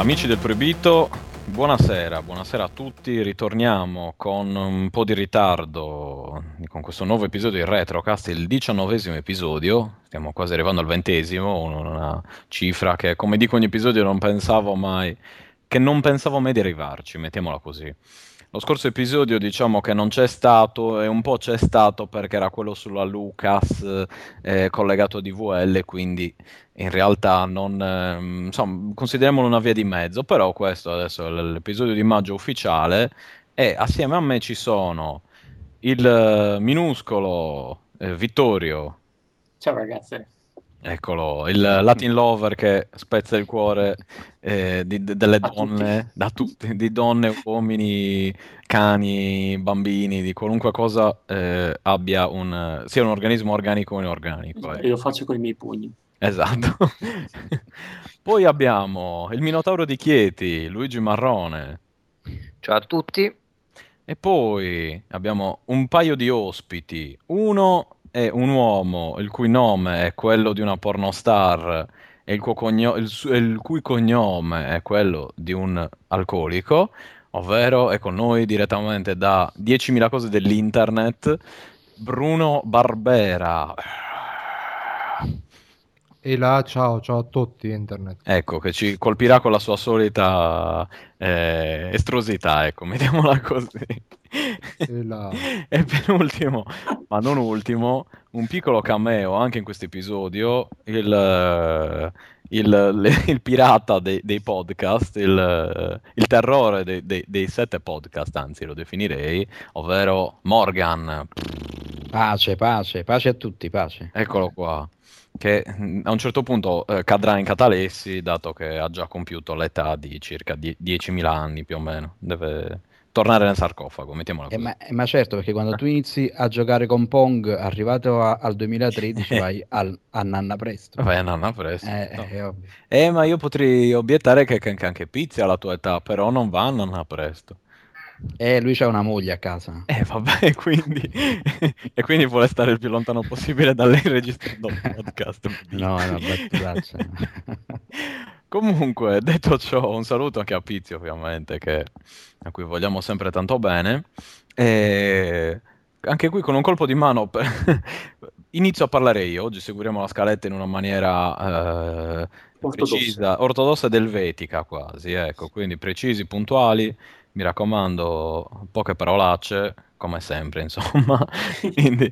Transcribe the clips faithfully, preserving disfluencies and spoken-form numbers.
Amici del Proibito, buonasera, buonasera a tutti. Ritorniamo con un po' di ritardo con questo nuovo episodio di Retrocast, il diciannovesimo episodio. Stiamo quasi arrivando al ventesimo, una cifra che, come dico ogni episodio, non pensavo mai, che non pensavo mai di arrivarci, mettiamola così. Lo scorso episodio diciamo che non c'è stato, e un po' c'è stato perché era quello sulla Lucas eh, collegato a D V L, quindi in realtà non, ehm, insomma, consideriamolo una via di mezzo, però questo adesso è l'episodio di maggio ufficiale e assieme a me ci sono il eh, minuscolo eh, Vittorio, Ciao ragazze. eccolo, il Latin lover che spezza il cuore eh, di- de- delle A tutti. donne, da tutti, di donne, uomini, cani, bambini, di qualunque cosa eh, abbia un, sia un organismo organico o inorganico. E Ecco. lo faccio con i miei pugni. Esatto. Poi abbiamo il Minotauro di Chieti, Luigi Marrone. Ciao a tutti. E poi abbiamo un paio di ospiti. Uno è un uomo il cui nome è quello di una pornostar e il, cui cogno- il su- il cui cognome è quello di un alcolico, ovvero è con noi direttamente da diecimila cose dell'internet, Bruno Barbera. E là, ciao, ciao a tutti, internet. Ecco, che ci colpirà con la sua solita eh, estrosità, ecco, mettiamola così. E là. E per ultimo, ma non ultimo, un piccolo cameo anche in questo episodio, il, eh, il, le- il pirata dei, dei podcast, il, eh, il terrore dei, dei- dei sette podcast, anzi lo definirei, ovvero Morgan. Pace, pace, pace a tutti, pace. Eccolo qua, che mh, a un certo punto eh, cadrà in catalessi, dato che ha già compiuto l'età di circa die- diecimila anni più o meno. Deve tornare nel sarcofago, mettiamola Eh, così. ma, eh, ma certo, perché quando tu inizi a giocare con Pong, arrivato a- al duemilatredici, vai al- a nanna presto. Vai a nanna presto. Eh, No. eh, è ovvio. Eh, ma io potrei obiettare che, che- che anche Pizzi ha la tua età, però non va a nanna presto. Eh, lui c'ha una moglie a casa. Eh, vabbè, quindi... e quindi vuole stare il più lontano possibile da lei registrando un podcast. mi dico. No, è una battutaccia. Comunque, detto ciò, un saluto anche a Pizzi, ovviamente, che- a cui vogliamo sempre tanto bene. E anche qui con un colpo di mano per- inizio a parlare io. Oggi seguiremo la scaletta in una maniera eh, Ortodossa. precisa, ortodossa ed elvetica quasi, ecco, quindi precisi, puntuali. Mi raccomando, poche parolacce, come sempre, insomma. Quindi...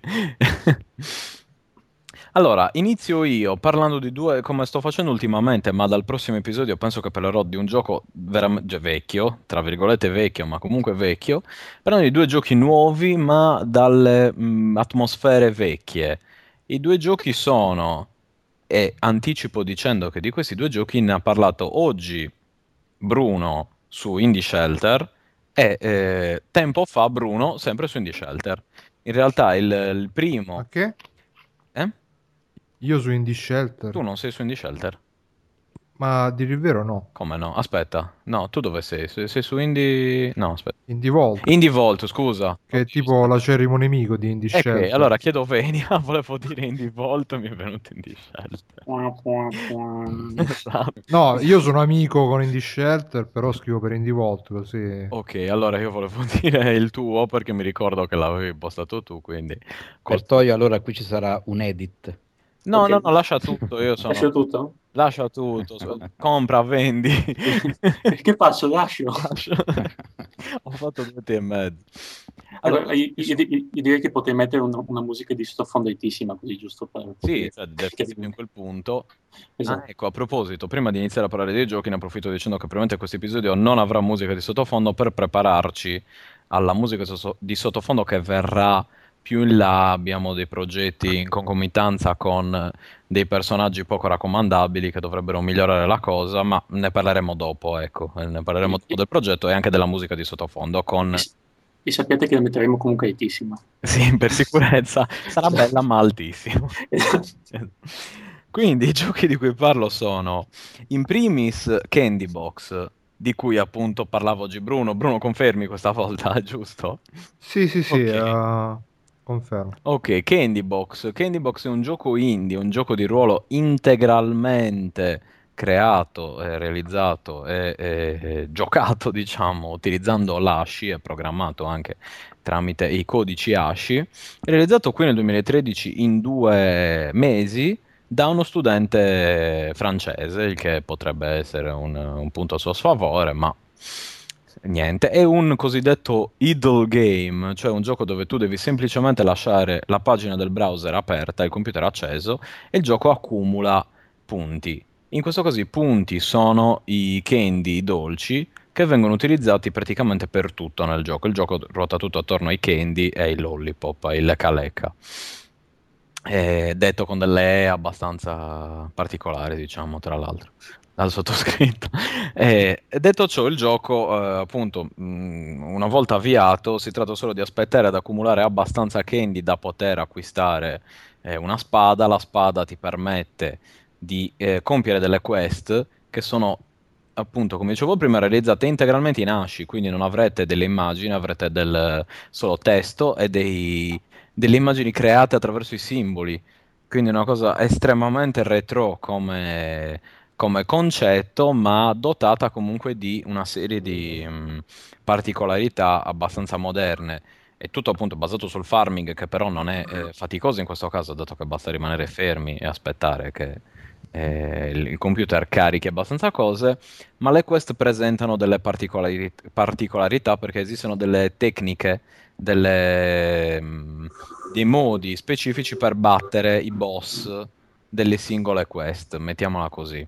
Allora, inizio io parlando di due, come sto facendo ultimamente, ma dal prossimo episodio penso che parlerò di un gioco veramente vecchio, tra virgolette vecchio, ma comunque vecchio, parlando di due giochi nuovi, ma dalle mh, atmosfere vecchie. I due giochi sono, e anticipo dicendo che di questi due giochi ne ha parlato oggi Bruno su Indie Shelter e eh, tempo fa Bruno sempre su Indie Shelter. In realtà il, il primo... Ma che? Eh? Io su Indie Shelter. Tu non sei su Indie Shelter? Ma a dire il vero no. Come no? Aspetta. No, tu dove sei? Sei, sei su Indie... No, aspetta. Indie Vault, Indie Vault, scusa. che è tipo l'acerrimo nemico di Indie Ok, Shelter. allora chiedo venia, volevo dire Indie Vault, mi è venuto Indie Shelter. Qua, qua, qua. Esatto. No, io sono amico con Indie Shelter, però scrivo per Indie Vault, così... Ok, allora io volevo dire il tuo perché mi ricordo che l'avevi postato tu, quindi... col- Bertoio, allora qui ci sarà un edit. No, Ok. no, no, lascia tutto, io sono... Lascio tutto? Lascia tutto, so- compra, vendi. Che faccio? Lascio? Lascia. Ho fatto due e mezzo. Allora, Allora, io, io- io- io direi che potrei mettere una, una musica di sottofondo altissima, così giusto per... sì, per- cioè, definito in quel punto. Esatto. Ah, ecco, a proposito, prima di iniziare a parlare dei giochi, ne approfitto dicendo che probabilmente questo episodio non avrà musica di sottofondo per prepararci alla musica so- di sottofondo che verrà più in là. Abbiamo dei progetti in concomitanza con dei personaggi poco raccomandabili che dovrebbero migliorare la cosa, ma ne parleremo dopo, ecco, eh, ne parleremo dopo del progetto e anche della musica di sottofondo con... E, e sappiate che la metteremo comunque altissima. Sì, per sicurezza sarà bella ma altissimo. Esatto. Quindi i giochi di cui parlo sono in primis Candy Box, di cui appunto parlava oggi Bruno. Bruno, confermi questa volta, giusto? Sì, sì, sì, Ok. eh, confermo. Ok, Candy Box. Candy Box è un gioco indie, un gioco di ruolo integralmente creato, è realizzato e, e- e giocato, diciamo, utilizzando l'Ashi, è programmato anche tramite i codici Ashi, realizzato qui nel duemilatredici in due mesi da uno studente francese, il che potrebbe essere un, un punto a suo sfavore, ma niente. È un cosiddetto idle game, cioè un gioco dove tu devi semplicemente lasciare la pagina del browser aperta, il computer acceso, e il gioco accumula punti. In questo caso i punti sono i candy, i dolci, che vengono utilizzati praticamente per tutto nel gioco. Il gioco ruota tutto attorno ai candy e ai lollipop, ai lecca lecca. È detto con delle E abbastanza particolari, diciamo, tra l'altro, dal sottoscritto. E, e detto ciò, il gioco, eh, appunto, mh, una volta avviato, si tratta solo di aspettare ad accumulare abbastanza candy da poter acquistare eh, una spada. La spada ti permette di eh, compiere delle quest che sono, appunto, come dicevo prima, realizzate integralmente in Ashi, quindi non avrete delle immagini, avrete del solo testo e dei delle immagini create attraverso i simboli, quindi una cosa estremamente retro come, come concetto, ma dotata comunque di una serie di mh, particolarità abbastanza moderne. È tutto appunto basato sul farming, che però non è eh, faticoso in questo caso, dato che basta rimanere fermi e aspettare che eh, il il computer carichi abbastanza cose, ma le quest presentano delle particolari- particolarità perché esistono delle tecniche, delle, mh, dei modi specifici per battere i boss delle singole quest, mettiamola così.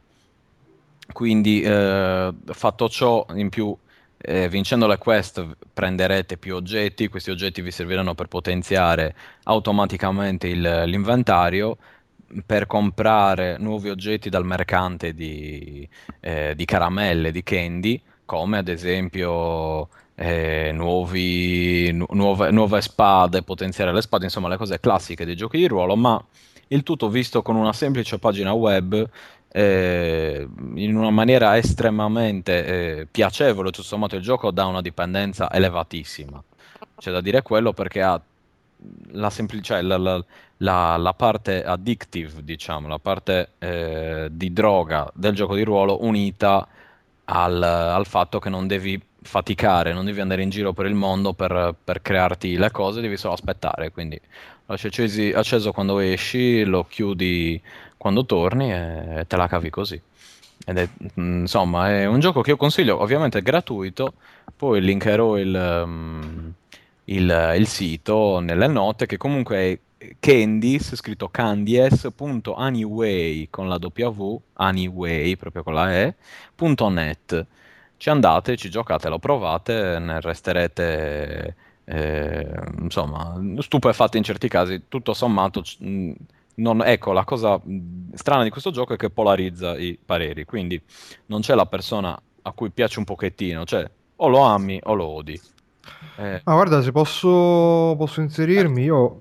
Quindi, eh, fatto ciò, in più, eh, vincendo le quest prenderete più oggetti, questi oggetti vi serviranno per potenziare automaticamente il- l'inventario, per comprare nuovi oggetti dal mercante di, eh, di caramelle, di candy, come ad esempio eh, nuovi, nu- nuove, nuove spade, potenziare le spade, insomma le cose classiche dei giochi di ruolo, ma il tutto visto con una semplice pagina web eh, in una maniera estremamente eh, piacevole. Tutto sommato il gioco dà una dipendenza elevatissima. C'è da dire quello perché ha la, sempli- cioè, la, la- la- la parte addictive, diciamo, la parte eh, di droga del gioco di ruolo unita al, al fatto che non devi faticare, non devi andare in giro per il mondo per, per crearti le cose, devi solo aspettare. Quindi lasci accesi- acceso quando esci, lo chiudi quando torni e te la cavi così. Ed è, mm, insomma, è un gioco che io consiglio, ovviamente è gratuito, poi linkerò il, um, il- il sito nelle note, che comunque è Candies, scritto candies.anyway con la W, anyway proprio con la E, punto net. Ci andate, ci giocate, lo provate, ne resterete eh, insomma stupefatti in certi casi. Tutto sommato, c- mh, non- ecco, la cosa mh, strana di questo gioco è che polarizza i pareri, quindi non c'è la persona a cui piace un pochettino, cioè o lo ami o lo odi. Eh, Ma guarda, se posso, posso certo. inserirmi, io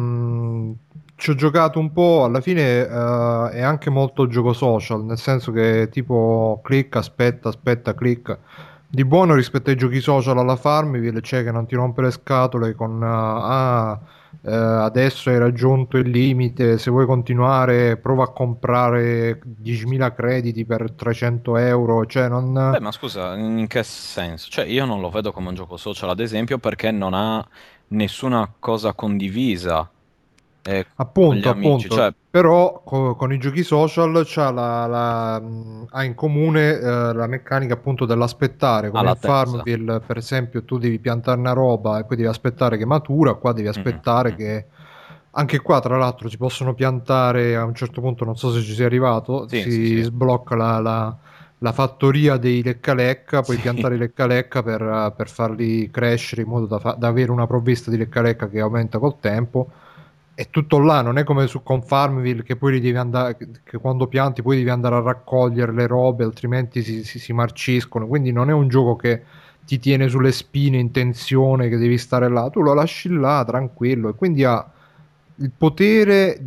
mh, ci ho giocato un po', alla fine eh, è anche molto gioco social, nel senso che tipo clic, aspetta, aspetta, clic. Di buono rispetto ai giochi social alla Farmville c'è che non ti rompe le scatole con eh, ah, eh, adesso hai raggiunto il limite, se vuoi continuare prova a comprare diecimila crediti per trecento euro, cioè non... Beh, ma scusa, in che senso? Cioè, io non lo vedo come un gioco social, ad esempio, perché non ha nessuna cosa condivisa eh, con gli Appunto, amici. appunto, Cioè, però co- con i giochi social c'ha la, la- mh, ha in comune eh, la meccanica appunto dell'aspettare, ha come in latenza. Farmville per esempio tu devi piantare una roba e poi devi aspettare che matura, qua devi Mm, mm, aspettare mm. che... Anche qua tra l'altro si possono piantare a un certo punto, non so se ci sia arrivato, Sì, sì, si sì. sblocca la, la- la fattoria dei lecca-lecca, puoi Sì. piantare i lecca-lecca per, per farli crescere in modo da, fa- da avere una provvista di lecca-lecca che aumenta col tempo. È tutto là, non è come su con Farmville che poi li devi andare, che quando pianti poi devi andare a raccogliere le robe, altrimenti si, si, si marciscono. Quindi non è un gioco che ti tiene sulle spine in tensione, che devi stare là, tu lo lasci là tranquillo e quindi ha il potere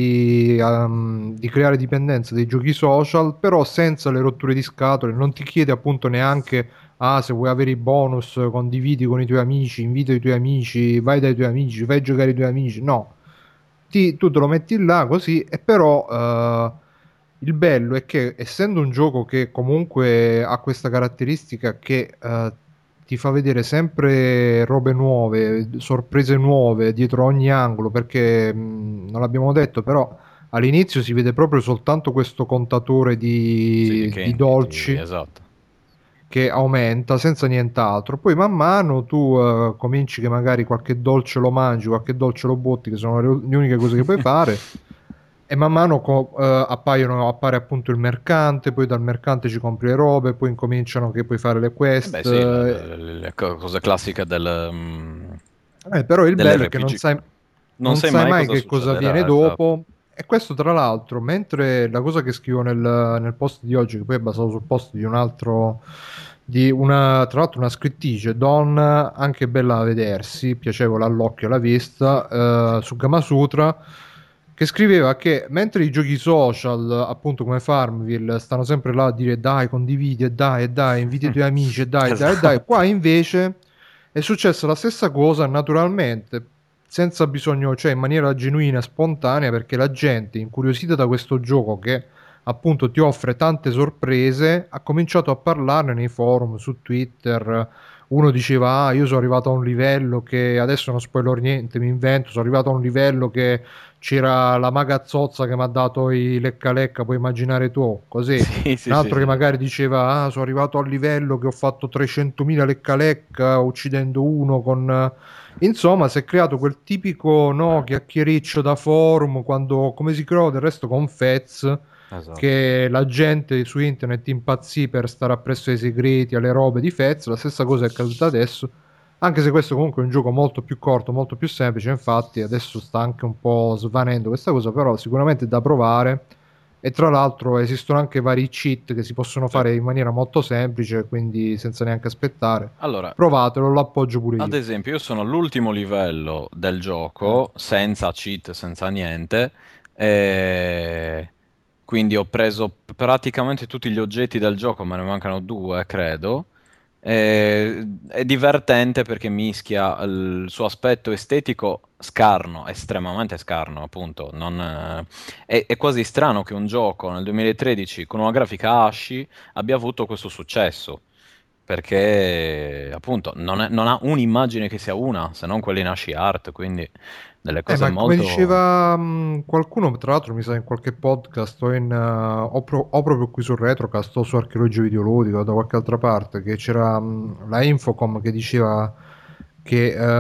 di, um, di creare dipendenza dei giochi social, però senza le rotture di scatole, non ti chiede appunto neanche ah, se vuoi avere i bonus, condividi con i tuoi amici, invita i tuoi amici, vai dai tuoi amici, fai giocare i tuoi amici. No, ti- tu te lo metti là così, e però eh, il bello è che, essendo un gioco che comunque ha questa caratteristica che eh, ti fa vedere sempre robe nuove, sorprese nuove dietro ogni angolo, perché mh, non l'abbiamo detto, però all'inizio si vede proprio soltanto questo contatore Sì, di di, di candy, dolci di- esatto. che aumenta senza nient'altro. Poi man mano tu eh, cominci che magari qualche dolce lo mangi, qualche dolce lo botti, che sono le, le uniche cose che puoi fare. E man mano co- eh, appaiono, appare appunto il mercante, poi dal mercante ci compri le robe, poi incominciano che puoi fare le Eh beh, quest. sì, la- eh, la- le co- cose classiche del, mm, eh, però il bello è che non dell'R P G. sai, Non non sai sai mai mai cosa che cosa viene succederà, esatto. dopo. E questo, tra l'altro, mentre la cosa che scrivo nel, nel post di oggi, che poi è basato sul post di un altro, di una, tra l'altro, una scrittrice, donna, anche bella da vedersi, piacevole all'occhio e alla vista, eh, su Gamasutra, che scriveva che mentre i giochi social, appunto come Farmville, stanno sempre là a dire dai, condividi, e dai, e dai, inviti i tuoi amici, e dai, e dai, e dai, Esatto. qua invece è successa la stessa cosa naturalmente, senza bisogno, cioè in maniera genuina e spontanea, perché la gente, incuriosita da questo gioco che appunto ti offre tante sorprese, ha cominciato a parlarne nei forum, su Twitter. Uno diceva, ah, io sono arrivato a un livello che, adesso non spoiler niente, mi invento, sono arrivato a un livello che c'era la maga zozza che mi ha dato i lecca lecca, puoi immaginare tu, così. Sì, sì, Un sì, altro che sì. magari diceva, ah, sono arrivato al livello che ho fatto trecentomila lecca lecca uccidendo uno con... Insomma, si è creato quel tipico, no, chiacchiericcio da forum, quando, come si creò del resto con Fez, Esatto. che la gente su internet impazzì per stare appresso ai segreti, alle robe di Fez. La stessa cosa è accaduta adesso, anche se questo comunque è un gioco molto più corto, molto più semplice. Infatti adesso sta anche un po' svanendo questa cosa, però sicuramente è da provare. E tra l'altro esistono anche vari cheat che si possono Sì. fare in maniera molto semplice, quindi senza neanche aspettare. Allora, Provatelo, lo appoggio pure ad io. esempio, io sono all'ultimo livello del Eh. gioco, senza cheat, senza niente, e quindi ho preso praticamente tutti gli oggetti del gioco, me ne mancano due, credo. E- È divertente perché mischia il suo aspetto estetico scarno, estremamente scarno, appunto. Non, eh, è, è quasi strano che un gioco nel duemilatredici con una grafica asci abbia avuto questo successo. Perché appunto non, è- non ha un'immagine che sia una, se non quella in Ashi Art, quindi delle Eh, cose ma come molto... diceva mh, qualcuno, tra l'altro mi sa in qualche podcast o, in, eh, o, pro- o proprio qui su Retrocast o su Archeologia Videoludica o da qualche altra parte, che c'era mh, la Infocom che diceva che eh,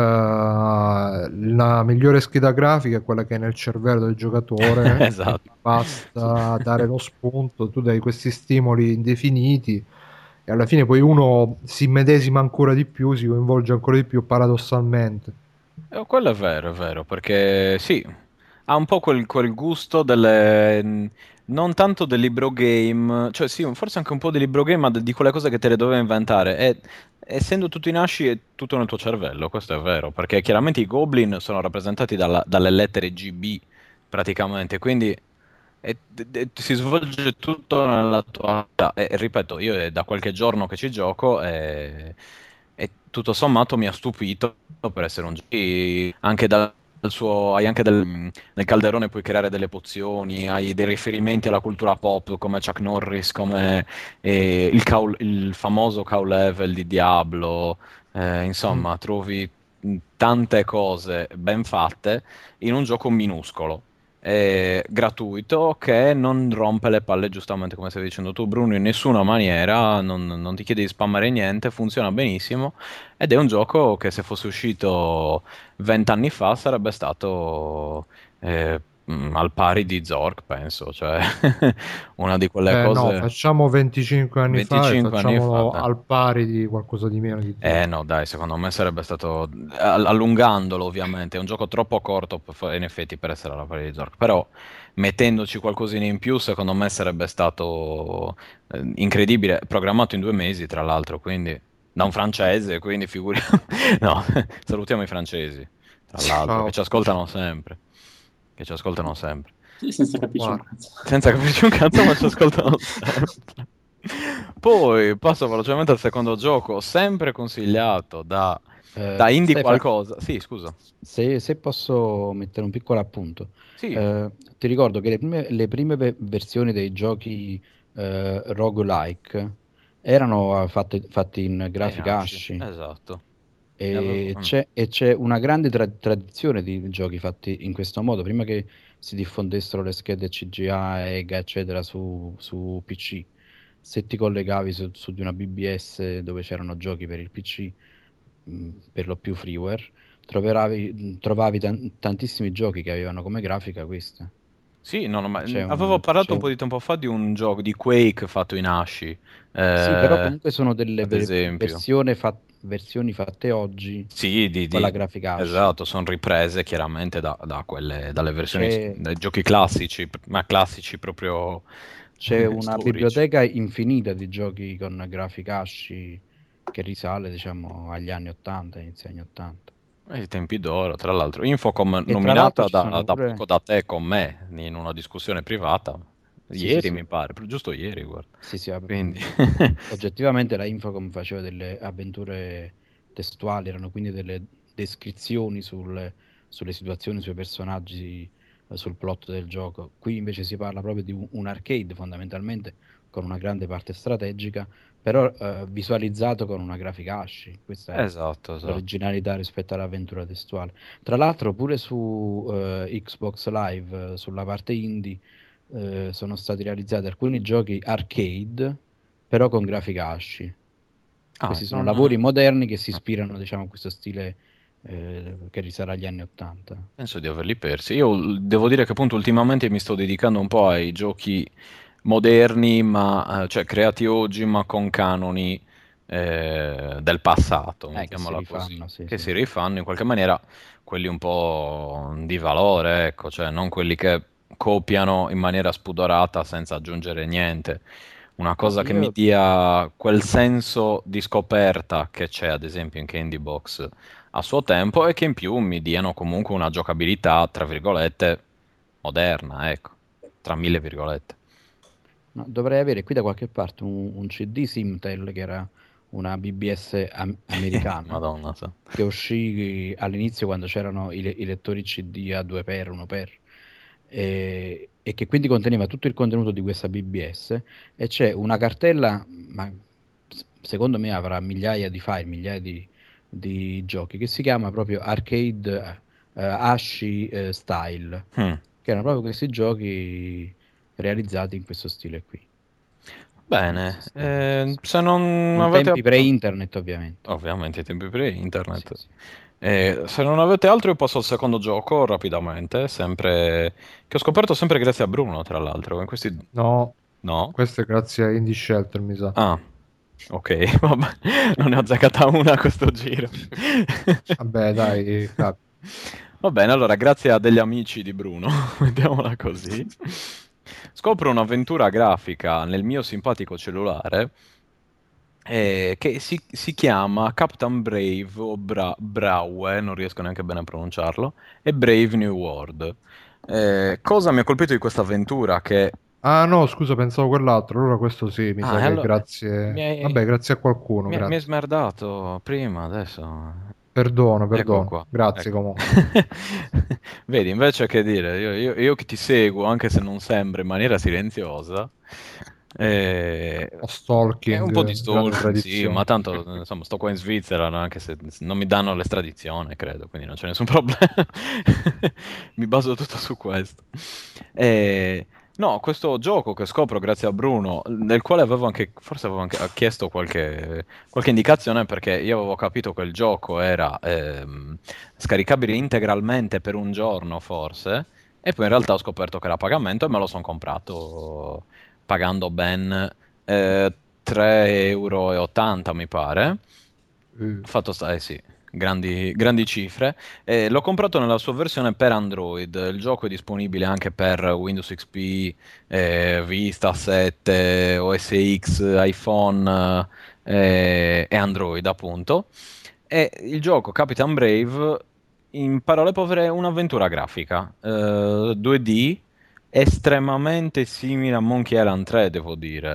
la migliore scheda grafica è quella che è nel cervello del giocatore, quindi Esatto. basta dare lo spunto, tu dai questi stimoli indefiniti e alla fine poi uno si immedesima ancora di più, si coinvolge ancora di più paradossalmente. Eh, quello è vero, è vero, perché sì, ha un po' quel, quel gusto delle... mh, non tanto del libro game, cioè sì, forse anche un po' di libro game, ma de- di quelle cose che te le dovevi inventare. E essendo tutto in Ashi è tutto nel tuo cervello, questo è vero, perché chiaramente i goblin sono rappresentati dalla- dalle lettere G B, praticamente, quindi e- e- si svolge tutto nella tua... E, ripeto, io è da qualche giorno che ci gioco e, e tutto sommato mi ha stupito per essere un gioco. E anche dal suo, hai anche del, nel calderone puoi creare delle pozioni, hai dei riferimenti alla cultura pop come Chuck Norris, come eh, il, cow- il famoso cow level di Diablo, eh, Mm. insomma, trovi mh, tante cose ben fatte in un gioco minuscolo, eh, gratuito, che non rompe le palle, giustamente come stavi dicendo tu, Bruno, in nessuna maniera, non, non ti chiede di spammare niente, funziona benissimo ed è un gioco che se fosse uscito vent'anni fa sarebbe stato eh, mh, al pari di Zork, penso, cioè una di quelle Eh, no, cose facciamo venticinque anni fa e venticinque anni fa, facciamolo dai. al pari di qualcosa di meno di Eh Zork. no, dai, secondo me sarebbe stato all- allungandolo, ovviamente. È un gioco troppo corto per fa- in effetti per essere alla pari di Zork. Però mettendoci qualcosina in più, secondo me sarebbe stato eh, incredibile. Programmato in due mesi, tra l'altro, quindi da un francese, quindi figuriamo. No, salutiamo i francesi, tra l'altro, che Ciao. ci ascoltano sempre. Che ci ascoltano sempre. Sì, senza capirci un Guarda. cazzo. Senza capirci un cazzo, ma ci ascoltano sempre. Poi passo velocemente al secondo gioco, sempre consigliato da Eh, Da indie Stefano, qualcosa. Sì, scusa. se, se posso mettere un piccolo appunto, Sì, eh, ti ricordo che le prime, le prime ve- versioni dei giochi eh, roguelike erano eh, fatte, fatti in eh, grafica nasci. ASCII. Esatto. E avevo- E mm. c'è e c'è una grande tra- tradizione di giochi fatti in questo modo, prima che si diffondessero le schede C G A, E G A, eccetera, su, su P C. Se ti collegavi su, su di una B B S dove c'erano giochi per il P C, mh, per lo più freeware, troverai- mh, trovavi tan- tantissimi giochi che avevano come grafica questa. Sì, no, no, ma C'è mm, avevo un, parlato c'è un po' un- di tempo fa di un gioco di Quake fatto in ASCII, Sì, però eh, comunque sono delle ad ver- esempio. versione fa- versioni fatte oggi Sì, di, con la di- grafica ASCII. esatto, sono riprese chiaramente da, da quelle, dalle versioni, C'è dai giochi classici, ma classici proprio C'è una storici. biblioteca infinita di giochi con grafica ASCII che risale, diciamo, agli anni ottanta, inizio anni ottanta. Ai tempi d'oro, tra l'altro. Infocom E tra l'altro nominata ci da, sono da poco pure... da te con me in una discussione privata, Sì, sì, ieri sì. mi pare, giusto ieri, guarda. Sì, sì, vabbè, Quindi, mh, oggettivamente la Infocom faceva delle avventure testuali, erano quindi delle descrizioni sulle, sulle situazioni, sui personaggi, eh, sul plot del gioco. Qui invece si parla proprio di un, un arcade fondamentalmente, con una grande parte strategica, però eh, visualizzato con una grafica ASCII. Questa è esatto, esatto. l'originalità rispetto all'avventura testuale. Tra l'altro pure su eh, Xbox Live, eh, sulla parte indie, eh, sono stati realizzati alcuni giochi arcade, però con grafica ASCII. Ah, Questi sono non... lavori moderni che si ispirano, diciamo, a questo stile eh, che risale agli anni Ottanta. Penso di averli persi. Io l- devo dire che appunto ultimamente mi sto dedicando un po' ai giochi moderni, ma eh, cioè creati oggi, ma con canoni eh, del passato, Eh, che si mettiamola così, rifanno, sì, che sì. si rifanno in qualche maniera quelli un po' di valore, ecco, cioè non quelli che copiano in maniera spudorata senza aggiungere niente. Una No, cosa che mi io dia quel senso di scoperta che c'è, ad esempio, in Candy Box a suo tempo e che in più mi diano comunque una giocabilità, tra virgolette, moderna, ecco, tra mille virgolette. no, dovrei avere qui da qualche parte un, un C D Simtel, che era una B B S am- americana, Madonna, sa. che uscì all'inizio quando c'erano i, le- i lettori C D a due per, uno per, e, e che quindi conteneva tutto il contenuto di questa B B S, e c'è una cartella, ma s- secondo me avrà migliaia di file, migliaia di, di giochi, che si chiama proprio Arcade eh, ASCII eh, Style, Hmm. che erano proprio questi giochi realizzati in questo stile qui, in Bene, sistema. Sì, eh, sì. se non In avete... tempi pre-internet, ovviamente. Ovviamente ai tempi Sì, pre-internet. sì. Eh, se non avete altro io passo al secondo gioco rapidamente, sempre... che ho scoperto sempre grazie a Bruno, tra l'altro. In questi... No, No? questo è grazie a Indie Shelter, mi sa. Ah, ok, vabbè, non ne ho azzeccata una a questo giro. Vabbè, dai, cap- Va bene, allora, grazie a degli amici di Bruno, mettiamola così, scopro un'avventura grafica nel mio simpatico cellulare eh, che si, si chiama Captain Brave o Bra- Braue, non riesco neanche bene a pronunciarlo, e Brave New World. Eh, cosa mi ha colpito di questa avventura? Che... Ah no, scusa, pensavo quell'altro. Allora questo sì, mi Ah, sa e che è allora... Mi grazie... hai, Vabbè, grazie a qualcuno, mi hai- mi hai grazie. smerdato prima, adesso... Perdono, Ecco perdono. qua, Grazie ecco. comunque. Vedi, invece che dire, io, io- io che ti seguo, anche se non sembra in maniera silenziosa, eh, O è un po' di stalking, grande stalking, sì, ma tradizione. tanto, insomma, sto qua in Svizzera, no, anche se non mi danno l'estradizione, credo, quindi non c'è nessun problema. Mi baso tutto su questo. Eh, no, questo gioco che scopro grazie a Bruno, nel quale avevo anche, forse avevo anche chiesto qualche, qualche indicazione perché io avevo capito che il gioco era ehm, scaricabile integralmente per un giorno, forse, e poi in realtà ho scoperto che era a pagamento e me lo sono comprato pagando ben eh, tre euro e ottanta mi pare. Eh, Fatto sta, eh sì, grandi, grandi cifre. Eh, l'ho comprato nella sua versione per Android. Il gioco è disponibile anche per Windows X P, eh, Vista sette, O S X, iPhone eh, e Android, appunto. E il gioco Capitan Brave, in parole povere, è un'avventura grafica eh, due D estremamente simile a Monkey Island tre, devo dire,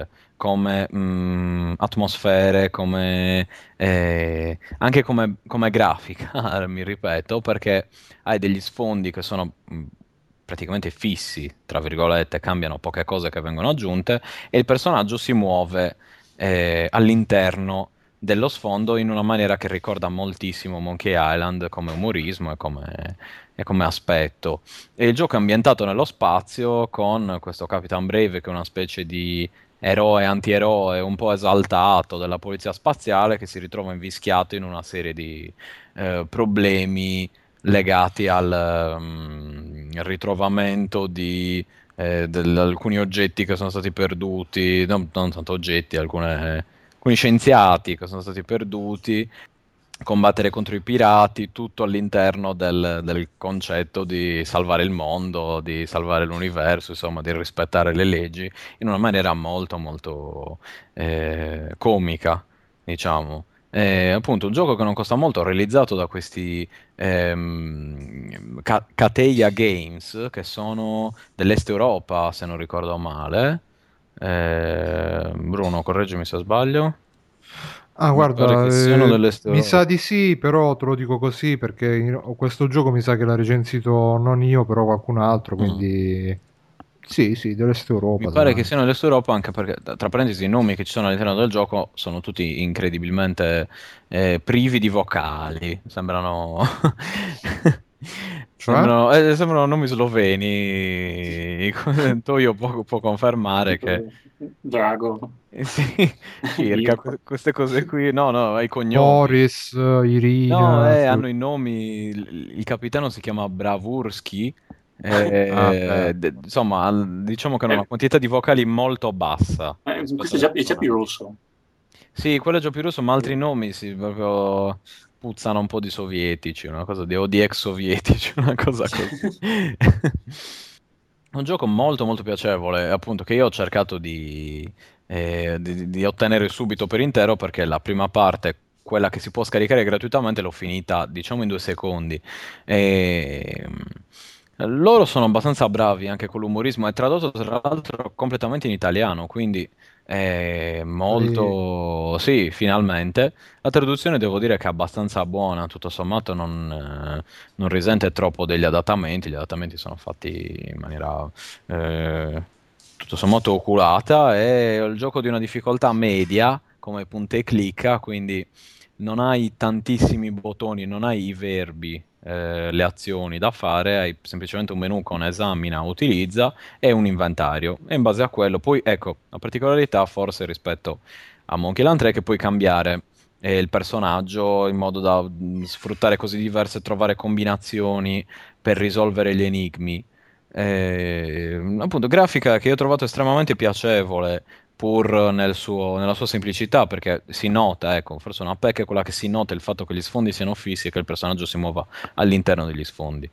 come mh, atmosfere, come, eh, anche come, come grafica, mi ripeto, perché hai degli sfondi che sono mh, praticamente fissi, tra virgolette, cambiano poche cose che vengono aggiunte e il personaggio si muove eh, all'interno dello sfondo in una maniera che ricorda moltissimo Monkey Island come umorismo e come, e come aspetto. E il gioco è ambientato nello spazio con questo Capitan Brave che è una specie di eroe antieroe un po' esaltato della polizia spaziale che si ritrova invischiato in una serie di eh, problemi legati al mm, ritrovamento di eh, del- alcuni oggetti che sono stati perduti, non, non tanto oggetti, alcune- alcuni scienziati che sono stati perduti, combattere contro i pirati, tutto all'interno del, del concetto di salvare il mondo, di salvare l'universo, insomma, di rispettare le leggi in una maniera molto, molto eh, comica, diciamo. È appunto un gioco che non costa molto, realizzato da questi ehm, Ca- Cateia Games, che sono dell'Est Europa, se non ricordo male. Eh, Bruno, correggimi se sbaglio. Ah, Mi pare guarda, che siano eh, dell'Est mi sa Europa. di sì, però te lo dico così perché in- questo gioco mi sa che l'ha recensito non io, però qualcun altro, Mm. quindi sì, sì, dell'Est Mi Europa pare che sarà. siano dell'Est Europa anche perché, tra parentesi, i nomi che ci sono all'interno del gioco sono tutti incredibilmente eh, privi di vocali. Sembrano... Cioè? sembrano, eh, sembrano nomi sloveni. Toyo può, può confermare che... Tipo Drago, eh, sì, circa Mirko. que- queste cose qui. No, no, i cognomi. Boris, No, Irina, eh, Fio- hanno i nomi. Il, il capitano si chiama Bravurski. ah, beh. eh, de- insomma, al- diciamo che hanno una Eh, quantità di vocali molto bassa eh, rispetto questo è alle già, è già persone. più rosso. Sì, quello è già più russo, ma altri nomi si proprio puzzano un po' di sovietici, una cosa di, o di ex sovietici, una cosa così. È un gioco molto molto piacevole, appunto, che io ho cercato di, eh, di- di ottenere subito per intero perché la prima parte, quella che si può scaricare gratuitamente, l'ho finita, diciamo, in due secondi. E, mm, loro sono abbastanza bravi anche con l'umorismo, è tradotto tra l'altro completamente in italiano, quindi è Lì- molto... Sì, finalmente. La traduzione devo dire che è abbastanza buona, tutto sommato non, eh, non risente troppo degli adattamenti, gli adattamenti sono fatti in maniera eh, tutto sommato oculata, è il gioco di una difficoltà media come punta e clicca, quindi non hai tantissimi bottoni, non hai i verbi, eh, le azioni da fare, hai semplicemente un menu con esamina, utilizza e un inventario. E in base a quello, poi ecco, la particolarità forse rispetto a Monkey Island tre è che puoi cambiare eh, il personaggio in modo da mh, sfruttare cose diverse, trovare combinazioni per risolvere gli enigmi. Eh, appunto, grafica che io ho trovato estremamente piacevole, pur nel suo- nella sua semplicità, perché si nota, ecco, forse una pecca è quella che si nota il fatto che gli sfondi siano fissi e che il personaggio si muova all'interno degli sfondi.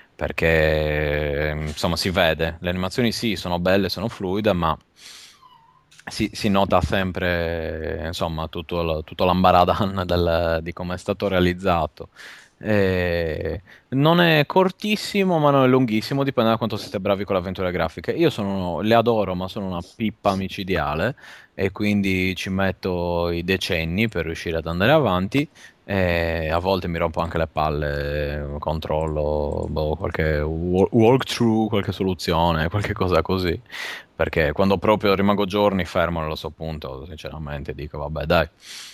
Perché insomma si vede, le animazioni sì, sono belle, sono fluide, ma si, si nota sempre, insomma, tutto, il- tutto l'ambaradan del- di come è stato realizzato. Eh, non è cortissimo, ma non è lunghissimo, dipende da quanto siete bravi con le avventure grafiche. Io sono, le adoro, ma sono una pippa micidiale e quindi ci metto i decenni per riuscire ad andare avanti. E a volte mi rompo anche le palle, controllo boh, qualche wa- walkthrough, qualche soluzione, qualche cosa così. Perché quando proprio rimango giorni fermo nello suo punto, sinceramente dico, vabbè, dai,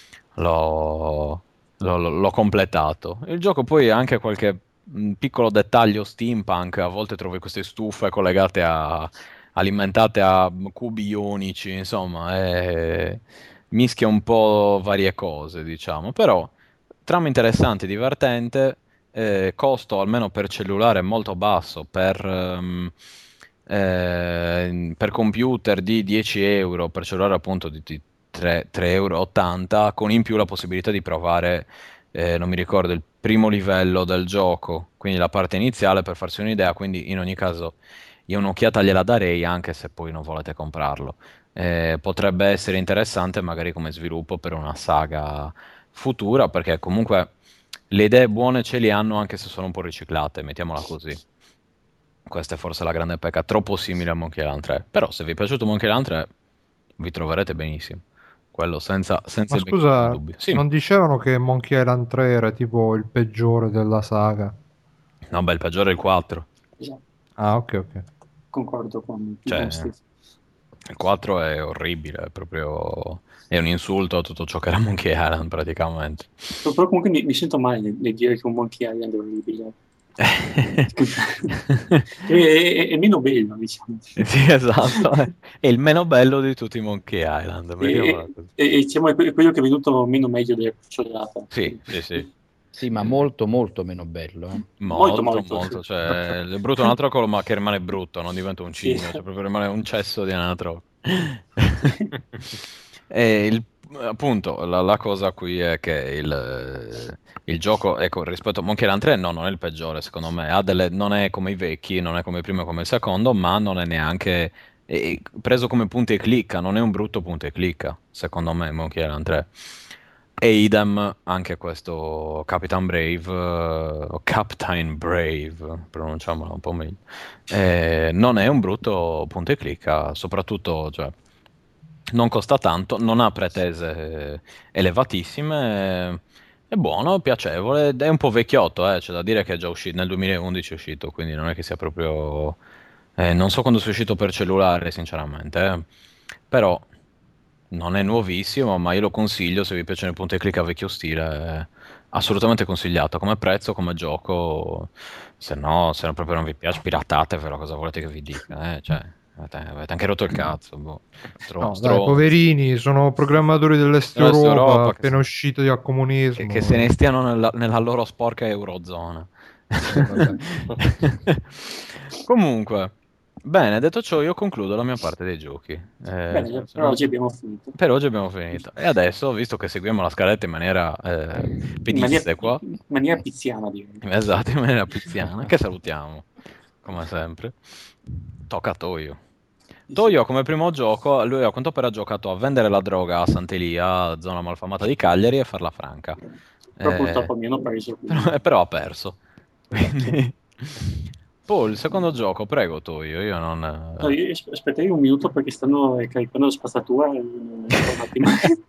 l'ho l'ho- l'ho- l'ho completato. Il gioco poi ha anche qualche mh, piccolo dettaglio steampunk, a volte trovi queste stufe collegate a, alimentate a cubi ionici, insomma, e mischia un po' varie cose, diciamo, però trama interessante, divertente, eh, costo almeno per cellulare molto basso, per, ehm, eh, per computer di dieci euro, per cellulare appunto di, di tre, tre euro e ottanta, con in più la possibilità di provare, eh, non mi ricordo, il primo livello del gioco, quindi la parte iniziale per farsi un'idea, quindi in ogni caso io un'occhiata gliela darei anche se poi non volete comprarlo. Eh, potrebbe essere interessante magari come sviluppo per una saga futura, perché comunque le idee buone ce li hanno anche se sono un po' riciclate, mettiamola così. Questa è forse la grande pecca, troppo simile a Monkey Island tre. Però se vi è piaciuto Monkey Island tre, vi troverete benissimo. Quello senza, senza Ma il becchio scusa, dubbio. Sì, non dicevano che Monkey Island tre era tipo il peggiore della saga? no, beh, il peggiore è il quattro. Esatto, Ah, ok, ok. concordo con, con Cioè, Steve. il quattro è orribile, è proprio... È un insulto a tutto ciò che era Monkey Island, praticamente. Però però comunque mi, mi sento male nel, nel dire che un Monkey Island è orribile. Che è, è- è meno bello, diciamo. Sì, esatto. È il meno bello di tutti i Monkey Island, mettiamola E, così. e- e, diciamo, è que- è quello che è venuto meno meglio della cucciolata. Sì, sì, sì. Sì, ma molto molto meno bello. eh. Molto, Molto, molto. molto. Cioè, il brutto è un altro colore, ma che rimane brutto, non diventa un Sì. cigno, cioè proprio rimane un cesso di anatroco. E il- appunto, la, la cosa qui è che il, il gioco, ecco, rispetto a Monkey Island tre, no, non è il peggiore, secondo me. Ha delle- non è come i vecchi, non è come il primo e come il secondo, ma non è neanche è preso come punta e clicca, non è un brutto punta e clicca, secondo me, Monkey Island tre. E idem anche questo Capitan Brave, eh, o Captain Brave, pronunciamolo un po' meglio. Eh, non è un brutto punta e clicca, soprattutto, cioè, non costa tanto, non ha pretese elevatissime, eh, è buono, piacevole, ed è un po' vecchiotto, eh, c'è da dire che è già uscito, nel duemilaundici è uscito, quindi non è che sia proprio... eh, non so quando sia uscito per cellulare, sinceramente, eh. Però non è nuovissimo, ma io lo consiglio se vi piacciono i punti e clic a vecchio stile, è assolutamente consigliato come prezzo, come gioco, se no, se no proprio non vi piace, piratatevelo, cosa volete che vi dica, eh? Cioè, avete, avete anche rotto il cazzo, boh. Stro- No, dai, stronzi. poverini, sono programmatori dell'Est Dell'Est Europa, Europa che appena se, usciti dal che- che se ne comunismo. stiano nella, nella loro sporca eurozona. Eh, vabbè. Comunque, bene, detto ciò, io concludo la mia parte dei giochi. Eh, Bene, se per oggi non- abbiamo finito. Per oggi abbiamo finito. E adesso, visto che seguiamo la scaletta in maniera eh, In maniera, pedissequa, in maniera pizziana, direi. esatto, in maniera pizziana, che salutiamo, come sempre, tocca a Toyo. Toyo come primo gioco, lui a quanto pare ha giocato a vendere la droga a Sant'Elia, zona malfamata di Cagliari, e farla franca. Però Eh, purtroppo mi hanno preso. Quindi... però, però ha perso. Esatto. Quindi... Poi il secondo gioco, prego Toyo, io non... No, eh, io as- aspetterei un minuto perché stanno eh, caricando la spazzatura. E... un attimo.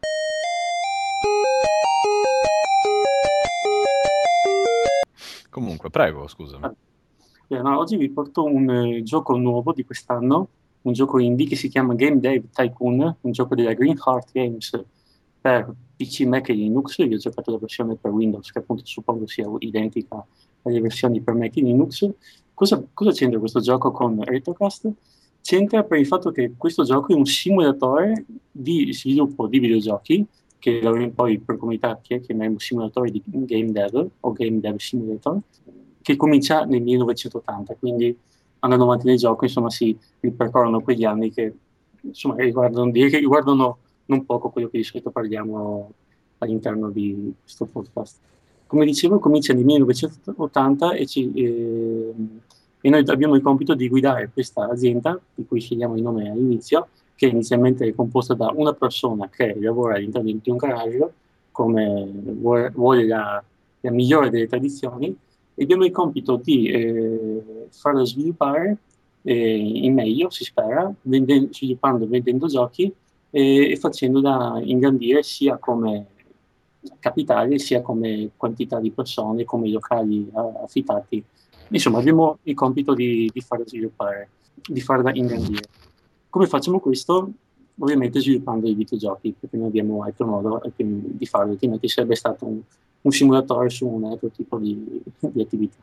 Comunque, prego, scusami. Eh, no, oggi vi porto un eh, gioco nuovo di quest'anno, un gioco indie che si chiama Game Dev Tycoon, un gioco della Green Heart Games per P C, Mac e Linux. Io ho giocato la versione per Windows, che appunto suppongo sia identica alle versioni per Mac e Linux. Cosa, cosa c'entra questo gioco con Retrocast? C'entra per il fatto che questo gioco è un simulatore di sviluppo di videogiochi, che poi per comunità chiamiamo simulatore di game dev o game dev simulator, che comincia nel millenovecentottanta, quindi andando avanti nel gioco, insomma, si ripercorrono quegli anni che, insomma, riguardano, direi che riguardano non poco quello che di solito parliamo all'interno di questo podcast. Come dicevo, comincia nel millenovecentottanta e, ci, eh, e noi abbiamo il compito di guidare questa azienda, di cui scegliamo il nome all'inizio, che inizialmente è composta da una persona che lavora all'interno di un garage, come vuole, vuole la, la migliore delle tradizioni, e abbiamo il compito di eh, farlo sviluppare eh, in meglio, si spera, vende- sviluppando e vendendo giochi e, e facendola ingrandire sia come capitale sia come quantità di persone, come locali eh, affittati. Insomma, abbiamo il compito di, di farla sviluppare, di farla ingrandire. Come facciamo questo? Ovviamente sviluppando i videogiochi, perché non abbiamo altro modo di farlo, altrimenti sarebbe stato un, un simulatore su un altro tipo di, di attività.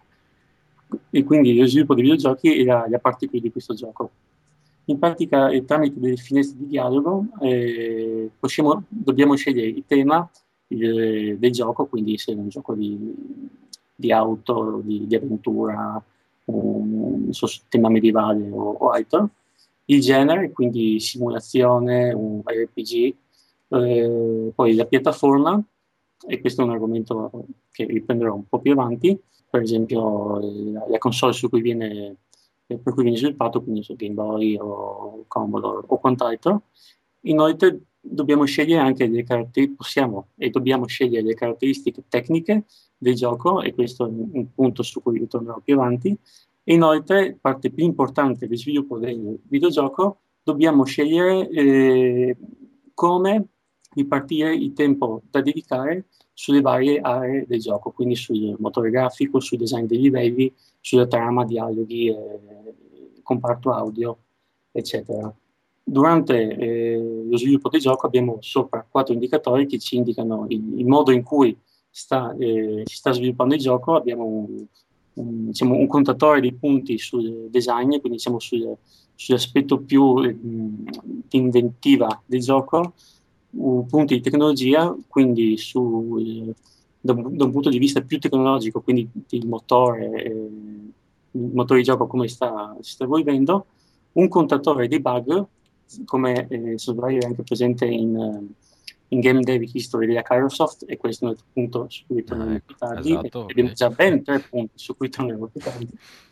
E quindi lo sviluppo dei videogiochi è la, la parte qui di questo gioco. In pratica, eh, tramite delle finestre di dialogo, eh, possiamo, dobbiamo scegliere il tema eh, del gioco, quindi se è un gioco di, di auto, di, di avventura, un, non so, tema medievale o, o altro, il genere, quindi simulazione, un R P G, eh, poi la piattaforma, e questo è un argomento che riprenderò un po' più avanti, per esempio la, la console su cui viene, per cui viene sviluppato, quindi su Game Boy o Commodore o quant'altro. Inoltre dobbiamo scegliere anche le caratteristiche, possiamo e dobbiamo scegliere le caratteristiche tecniche del gioco, e questo è un punto su cui ritornerò più avanti. E inoltre, parte più importante del sviluppo del videogioco dobbiamo scegliere eh, come ripartire il tempo da dedicare sulle varie aree del gioco, quindi sul motore grafico, sul design dei livelli, sulla trama, dialoghi, eh, comparto audio, eccetera. Durante eh, lo sviluppo del gioco abbiamo sopra quattro indicatori che ci indicano il, il modo in cui sta, eh, si sta sviluppando il gioco. Abbiamo un, un, diciamo, un contatore dei punti sul design, quindi diciamo sul, sull'aspetto più eh, di inventiva del gioco, uh, punti di tecnologia, quindi su, eh, da, un, da un punto di vista più tecnologico, quindi il motore, eh, il motore di gioco come sta, si sta evolvendo, un contatore di bug, come eh, se non sbaglio è anche presente in, uh, in Game Dev History della Microsoft, e questo è un altro punto su cui torneremo Ah, più ecco, tardi, esatto, e abbiamo ok. già ben tre punti su cui torneremo più tardi.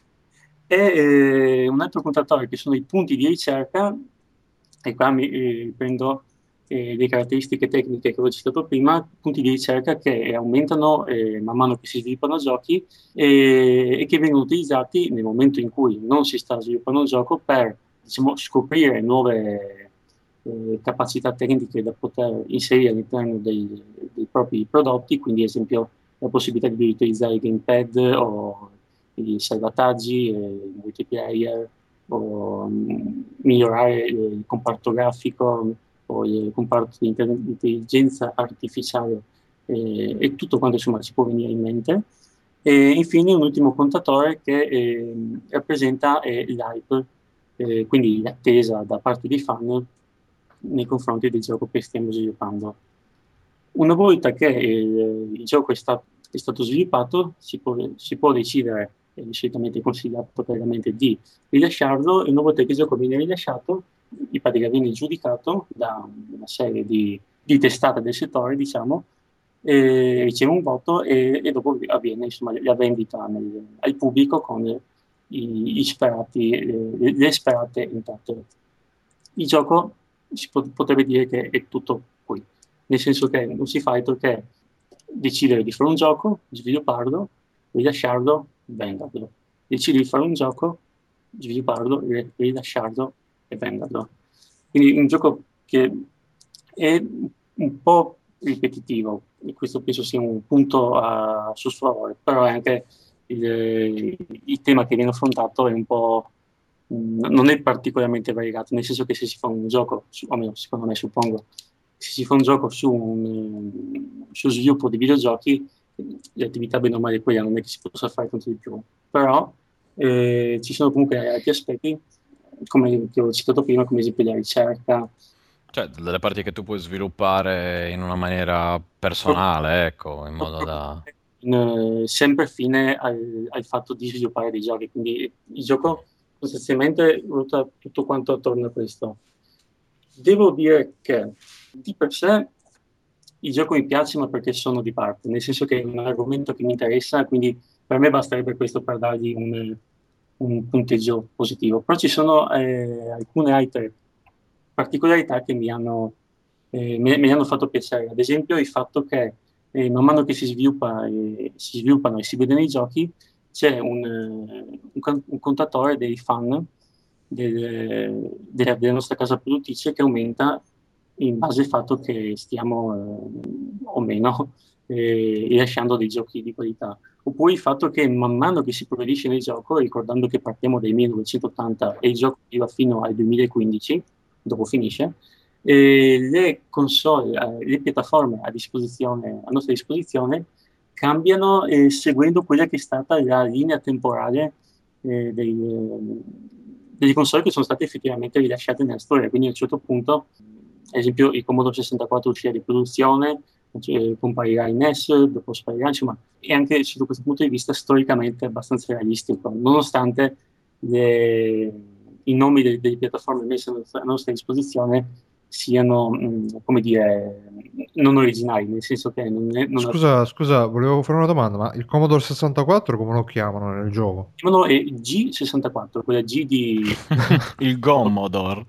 E eh, un altro contatore che sono i punti di ricerca, e qua mi eh, prendo eh, le caratteristiche tecniche che ho citato prima, punti di ricerca che aumentano eh, man mano che si sviluppano giochi e, e che vengono utilizzati nel momento in cui non si sta sviluppando un gioco per, diciamo, scoprire nuove eh, capacità tecniche da poter inserire all'interno dei, dei propri prodotti, quindi ad esempio la possibilità di utilizzare il gamepad o i salvataggi, eh, il multiplayer, o mh, migliorare il comparto grafico o il comparto di inter- intelligenza artificiale eh, e tutto quanto insomma ci può venire in mente. E infine un ultimo contatore che eh, rappresenta eh, l'hype, eh, quindi l'attesa da parte dei fan nei confronti del gioco che stiamo sviluppando. Una volta che il, il gioco è, sta- è stato sviluppato, si può, si può decidere, è solitamente consigliato chiaramente, di rilasciarlo, e una volta che il gioco viene rilasciato, in pratica viene giudicato da una serie di, di testate del settore, diciamo, e riceve un voto e, e dopo avviene insomma, la vendita nel- al pubblico con i, gli sperati, eh, le, le sperate entrate. Il gioco si pot- potrebbe dire che è tutto qui, nel senso che non si fa altro che decidere di fare un gioco, svilupparlo, rilasciarlo, venderlo. Decidi di fare un gioco, svilupparlo, ri- rilasciarlo e venderlo. Quindi un gioco che è un po' ripetitivo, e questo penso sia un punto a suo favore, però è anche il, il tema che viene affrontato è un po' mh, non è particolarmente variegato, nel senso che se si fa un gioco, su, o almeno secondo me suppongo, se si fa un gioco su un, su sviluppo di videogiochi, le attività bene o male quella non è che si possa fare tanto di più, però eh, ci sono comunque altri aspetti, come che ho citato prima, come ad esempio la ricerca, Cioè, delle parti che tu puoi sviluppare in una maniera personale, ecco, in modo da... in, eh, sempre fine al, al fatto di sviluppare dei giochi. Quindi il gioco sostanzialmente ruota tutto quanto attorno a questo. Devo dire che di per sé il gioco mi piace, ma perché sono di parte, nel senso che è un argomento che mi interessa, quindi per me basterebbe questo per dargli un, un punteggio positivo. Però ci sono eh, alcune altre particolarità che mi hanno, eh, me, me ne hanno fatto piacere. Ad esempio il fatto che eh, man mano che si sviluppa, eh, si sviluppano e si vedono i giochi, c'è un, eh, un, con- un contatore dei fan del- della, della nostra casa produttrice che aumenta in base al fatto che stiamo eh, o meno eh, rilasciando dei giochi di qualità. Oppure il fatto che man mano che si progredisce nel gioco, ricordando che partiamo dal millenovecentottanta e il gioco arriva fino al duemilaquindici, dopo finisce, e le console, eh, le piattaforme a disposizione, a nostra disposizione cambiano eh, seguendo quella che è stata la linea temporale eh, dei, eh, delle console che sono state effettivamente rilasciate nella storia. Quindi a un certo punto, ad esempio, il Commodore sessantaquattro uscirà di produzione, cioè, comparirà in N E S, dopo sparirà, insomma, e anche sotto questo punto di vista storicamente abbastanza realistico, nonostante le, i nomi delle, delle piattaforme messe a nostra disposizione siano, mh, come dire, non originali, nel senso che non, è, non Scusa, scusa, volevo fare una domanda, ma il Commodore sessantaquattro come lo chiamano nel gioco? chiamano è G sessantaquattro, quella G di... Il Commodore.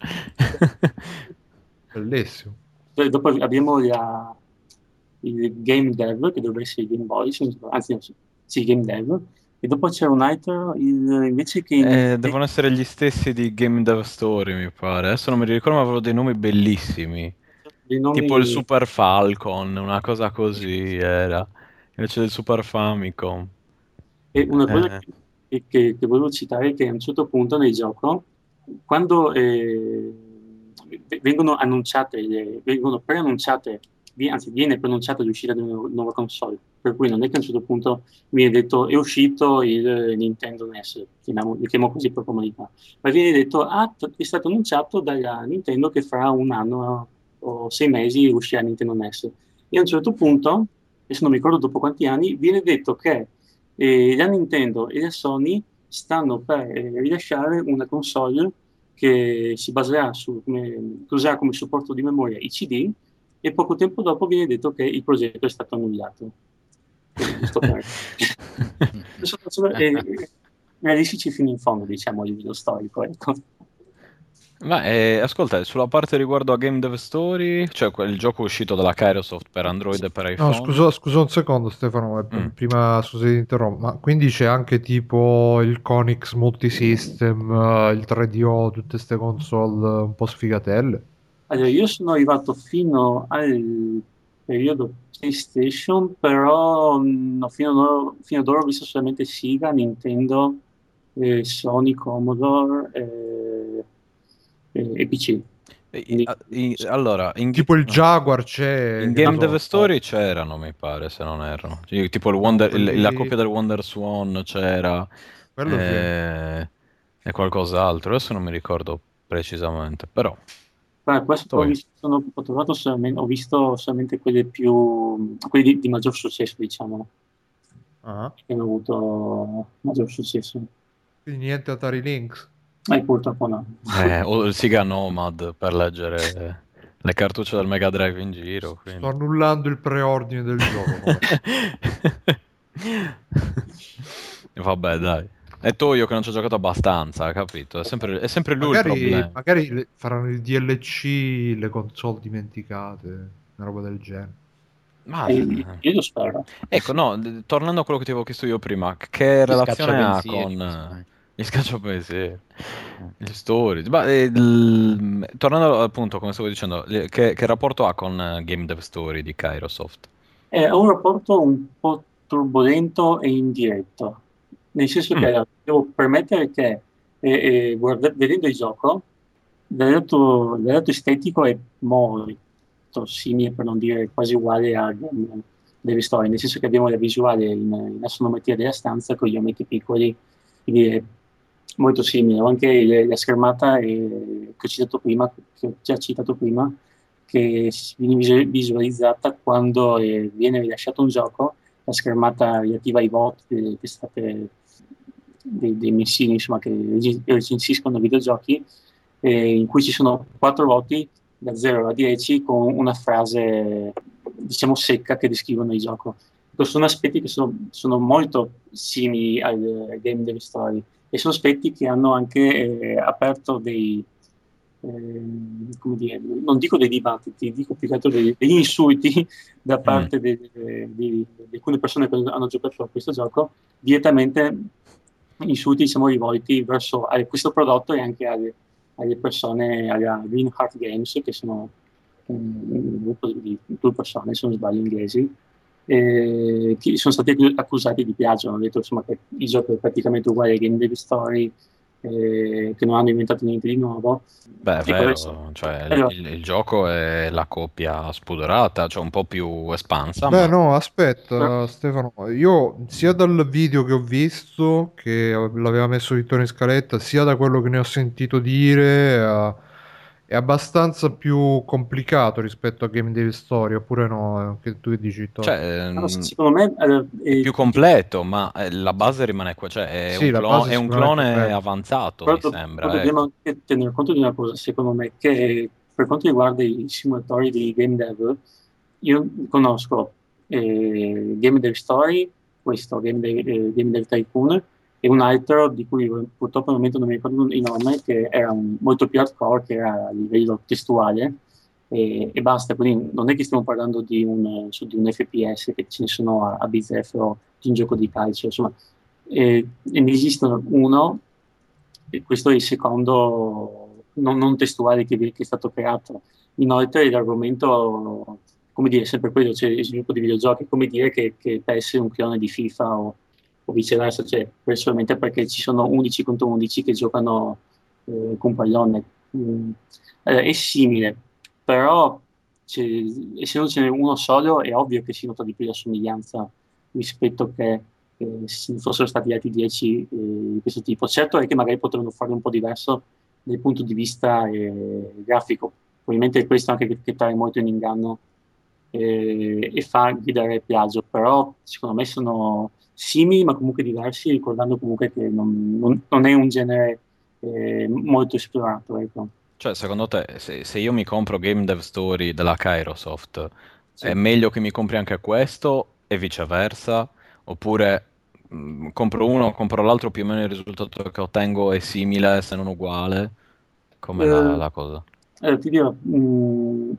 Bellissimo. Poi dopo abbiamo la- il Game Dev, che dovrebbe essere il Game Boy, se non sbaglio, anzi no, sì, sì, Game Dev, e dopo c'era un altro, il- invece che in- Eh, devono essere gli stessi di Game Dev Story, mi pare. Adesso non mi ricordo, ma avevano dei nomi bellissimi. dei Tipo il nomi, Super Falcon, una cosa così era. Invece del Super Famicom. e una cosa Eh, che, che- che volevo citare è che a un certo punto nel gioco, quando eh, v- vengono annunciate, le- vengono preannunciate, vi- anzi viene preannunciata l'uscita di una nuova console, per cui non è che a un certo punto viene detto è uscito il Nintendo N E S, chiamiamo, lo chiamo così per comodità, ma viene detto ah, t- è stato annunciato dalla Nintendo che fra un anno o sei mesi uscirà Nintendo N E S. E a un certo punto, adesso non mi ricordo dopo quanti anni, viene detto che e la Nintendo e la Sony stanno per eh, rilasciare una console che si baserà su, come, che userà come supporto di memoria i C D e poco tempo dopo viene detto che il progetto è stato annullato. Così, giusto per... sono, sono eh, realistici fino in fondo, diciamo, a livello storico, ecco. Ma eh, ascolta, sulla parte riguardo a Game Dev Story, cioè quel gioco uscito dalla Kairosoft per Android e per No, iPhone. scusa, scusa un secondo Stefano, eh, Mm. prima scusa di interrompere, ma quindi c'è anche tipo il Konix Multisystem, eh, il tre D O, tutte queste console eh, un po' sfigatelle? Allora, io sono arrivato fino al periodo PlayStation, però no, fino ad ora, fino ad ora ho visto solamente Sega, Nintendo, eh, Sony, Commodore eh, eh, e P C. E- Quindi, a- i- allora, in, Ga- Tipo il no. Jaguar c'è, In che ne Game Dev so, Story c'erano, mi pare, se non erro. Cioè, tipo il no, Wonder- il- la quelli... copia del Wonder Swan c'era, quello sì. eh, e qualcos'altro. Adesso non mi ricordo precisamente, però. guarda, questo ho, Poi. visto, sono- ho trovato solamente, ho visto solamente quelle più, quelli di, di maggior successo, diciamo, Ah, che hanno avuto maggior successo. quindi niente Atari Lynx. E purtroppo no. Eh, o il Sega Nomad per leggere le cartucce del Mega Drive in giro, Sto quindi. annullando il preordine del gioco. Come... Vabbè, dai. È Toyo che non ci ho giocato abbastanza, capito? È sempre, è sempre lui il Magari, problema. magari le- faranno il D L C, le console dimenticate, una roba del genere. Ma E io lo spero. ecco, no, d- tornando a quello che ti avevo chiesto io prima, che Gli relazione ha scacciapensieri, con così, eh, dai. gli scacciapensieri, Eh. gli stories? Ma, eh, il- tornando appunto, come stavo dicendo, le- che, che rapporto ha con eh, Game Dev Story di Kairosoft? È un rapporto un po' turbolento e indiretto, nel senso che Mm, allora, devo permettere che eh, eh, guarda- vedendo il gioco, dal lato, dal lato estetico è molto simile, per non dire quasi uguale a Game delle storie, nel senso che abbiamo la visuale in, in assonometria della stanza con gli ometti piccoli, quindi è molto simile. Ho anche il- la schermata eh, che ho citato prima, che ho già citato prima, che s- viene visu- visualizzata quando eh, viene rilasciato un gioco, la schermata relativa ai voti delle testate dei, dei messini insomma, che regi- recensiscono videogiochi, eh, in cui ci sono quattro voti da zero a dieci con una frase diciamo secca che descrivono il gioco. Questo sono aspetti che sono, sono molto simili al, al game delle storie e sono aspetti che hanno anche eh, aperto dei, ehm, come dire, non dico dei dibattiti, dico più che altro dei- degli insulti da mm. parte de- de- di, di alcune persone che hanno giocato a questo gioco, direttamente insulti diciamo, rivolti verso a questo prodotto e anche alle, alle persone, alla Green Heart Games, che sono un, un gruppo di due persone, se non sbaglio, inglesi, eh, che sono stati accusati di plagio. Hanno detto insomma, che il gioco è praticamente uguale ai Game Dev Story, eh, che non hanno inventato niente di nuovo. Beh, è Ecco, adesso, vero, cioè il, allora, il- il gioco è la coppia spudorata, cioè un po' più espansa, Beh, ma. no, però- aspetta, Stefano, io sia dal video che ho visto, che l'aveva messo Vittorio in scaletta, sia da quello che ne ho sentito dire, eh, è abbastanza più complicato rispetto a Game Dev Story, oppure no? Eh, Che tu che dici, Vittorio? Cioè, allora, ehm, secondo me, allora, è eh, più completo, ma eh, la base rimane qua, cioè è Sì, un, la clo- base è è un sicuramente clone quella. avanzato, Però, mi do- però sembra, dobbiamo ecco. anche tener conto di una cosa, secondo me, che per quanto riguarda i simulatori di game dev, io conosco eh, Game Dev Story, questo Game Dev, eh, Game Dev Tycoon, e un altro di cui purtroppo al momento non mi ricordo il nome, che era un- molto più hardcore, che era a livello testuale, e, e basta. Quindi non è che stiamo parlando di un, su di un F P S, che ce ne sono a, a bizzeffe o di un gioco di calcio, insomma, e, e ne esistono uno, e questo è il secondo non, non testuale che, che è stato creato. Inoltre l'argomento, come dire, sempre quello, cioè il sviluppo di videogiochi, come dire che, che P E S è un clone di FIFA o, o viceversa, cioè solamente perché ci sono undici contro undici che giocano eh, con pallone. Mm. Eh, è simile, però c'è- essendocene uno solo è ovvio che si nota di più la somiglianza rispetto che eh, se ne fossero stati altri dieci eh, di questo tipo. Certo è che magari potrebbero farlo un po' diverso dal punto di vista eh, grafico, probabilmente è questo anche che, che trae molto in inganno eh, e fa gridare il plagio, però secondo me sono simili ma comunque diversi, ricordando comunque che non, non- non è un genere eh, molto esplorato, ecco. Cioè, secondo te, se, se io mi compro Game Dev Story della Kairosoft, è Sì. meglio che mi compri anche questo e viceversa? Oppure mh, compro uno, compro l'altro, più o meno il risultato che ottengo è simile, se non uguale? Com'è la, Eh, la cosa? eh, ti dirò, mh,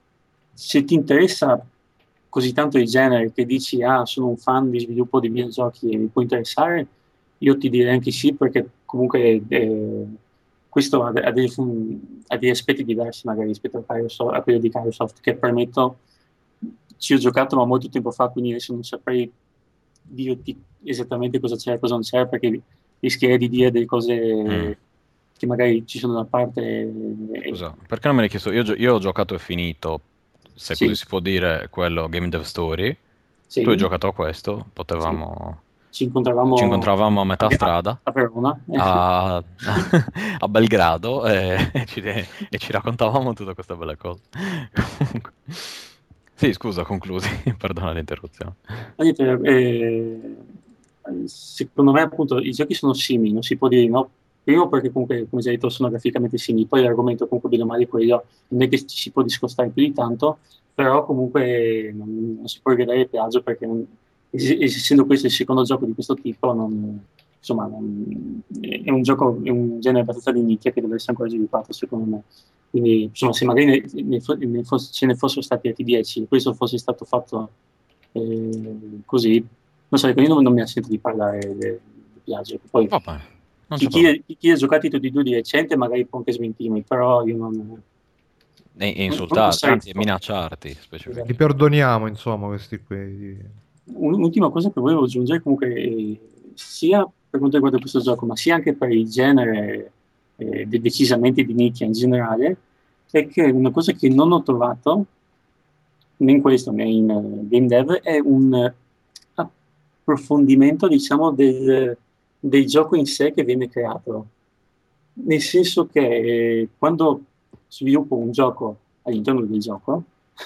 se ti interessa così tanto il genere che dici, ah, sono un fan di sviluppo di videogiochi e mi può interessare, io ti direi anche sì, perché comunque eh, questo ha, de- ha dei, fun- ha degli aspetti diversi magari rispetto a, Kairosoft- a quello di Kairosoft, che permetto, ci ho giocato ma molto tempo fa, quindi adesso non saprei dirti esattamente cosa c'è e cosa non c'è, perché rischierei di dire delle Mm. cose che magari ci sono da parte. eh, Scusa, perché non me l'hai chiesto? Io, gio- io ho giocato e finito, se così sì, si può dire, quello Game Dev Story. Tu hai sì, giocato a questo, sì. potevamo... Ci Ci incontravamo incontravamo a a, metà a- strada a Verona. a, a Belgrado e, e ci, e ci raccontavamo tutte queste belle cose. Comunque. Sì, scusa, conclusi, perdona l'interruzione. Ma niente, eh, secondo me appunto i giochi sono simili, non si può dire di no. Primo perché comunque, come già detto, sono graficamente simili, poi l'argomento comunque bene o male è quello, non è che ci si può discostare più di tanto, però comunque non, non si può vedere il peaggio perché non- es- essendo questo il secondo gioco di questo tipo, non- insomma, non- è un gioco, è un genere abbastanza di nicchia che deve essere ancora sviluppato secondo me. Quindi, insomma, se magari ne, ne fo- ne fosse- ce ne fossero stati altri dieci e questo fosse stato fatto eh, così, non so, io non, non mi sento di parlare di Piaggio. Poi Va bene, non chi, c'è chi, problema. chi- chi ha giocato tutti e due di recente magari può anche smentirmi, però io non, non, E, e non- non insultarti, sarei anzi, e d'accordo. minacciarti Esatto. Li specificamente. perdoniamo, insomma, questi qui. Un'ultima cosa che volevo aggiungere comunque, eh, sia per quanto riguarda questo gioco, ma sia anche per il genere eh, de- decisamente di nicchia in generale, è che una cosa che non ho trovato né in questo né in eh, game dev è un eh, approfondimento, diciamo, del, del gioco in sé che viene creato. Nel senso che eh, quando sviluppo un gioco all'interno del gioco,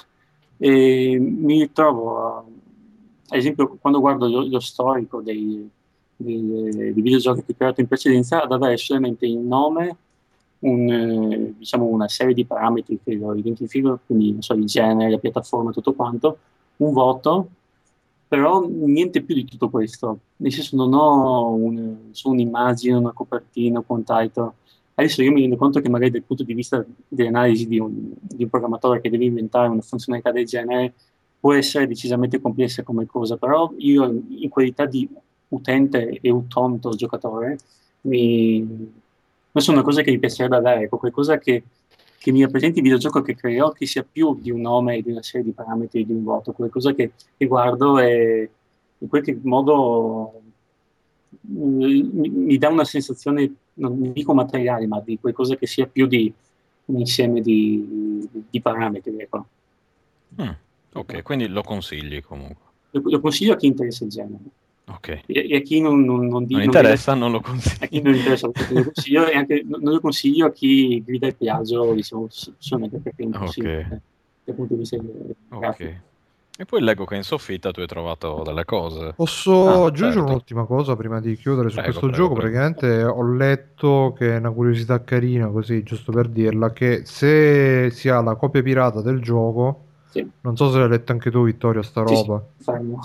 e mi ritrovo, a- ad esempio, quando guardo lo, lo storico dei, dei- dei videogiochi che ho creato in precedenza, ad avere solamente il nome, un, eh, diciamo una serie di parametri che lo identificano, quindi non so, il genere, la piattaforma, tutto quanto, un voto, però niente più di tutto questo. Nel senso non ho un- su un'immagine, una copertina, un title. Adesso io mi rendo conto che magari dal punto di vista dell'analisi di un, di un programmatore che deve inventare una funzionalità del genere può essere decisamente complessa come cosa, però io in qualità di utente e utonto giocatore mi... questa è una cosa che mi piacerebbe avere, ecco, qualcosa che, che mi rappresenti il videogioco che creo, che sia più di un nome e di una serie di parametri di un voto, qualcosa che, che guardo e in qualche modo mi, mi dà una sensazione, non dico materiale, ma di qualcosa che sia più di un insieme di, di parametri. Ecco. Mm, Ecco. ok, quindi lo consigli comunque. Lo, lo consiglio a chi interessa il genere Ok. e, e a chi non, non, non, Non di- non vede, interessa, non lo a chi consigli. non interessa, lo consiglio e anche non lo consiglio a chi grida il piaggio, diciamo, solamente perché è Ok, impossibile dal punto di vista ok. grafico. E poi leggo che in soffitta tu hai trovato delle cose. Posso Ah, aggiungere certo. un'ultima cosa prima di chiudere su Prego, questo prego, gioco? prego. Praticamente ho letto che è una curiosità carina, così giusto per dirla, che se si ha la copia pirata del gioco, Sì, non so se l'hai letto anche tu, Vittorio, sta sì, sì, roba, fermo.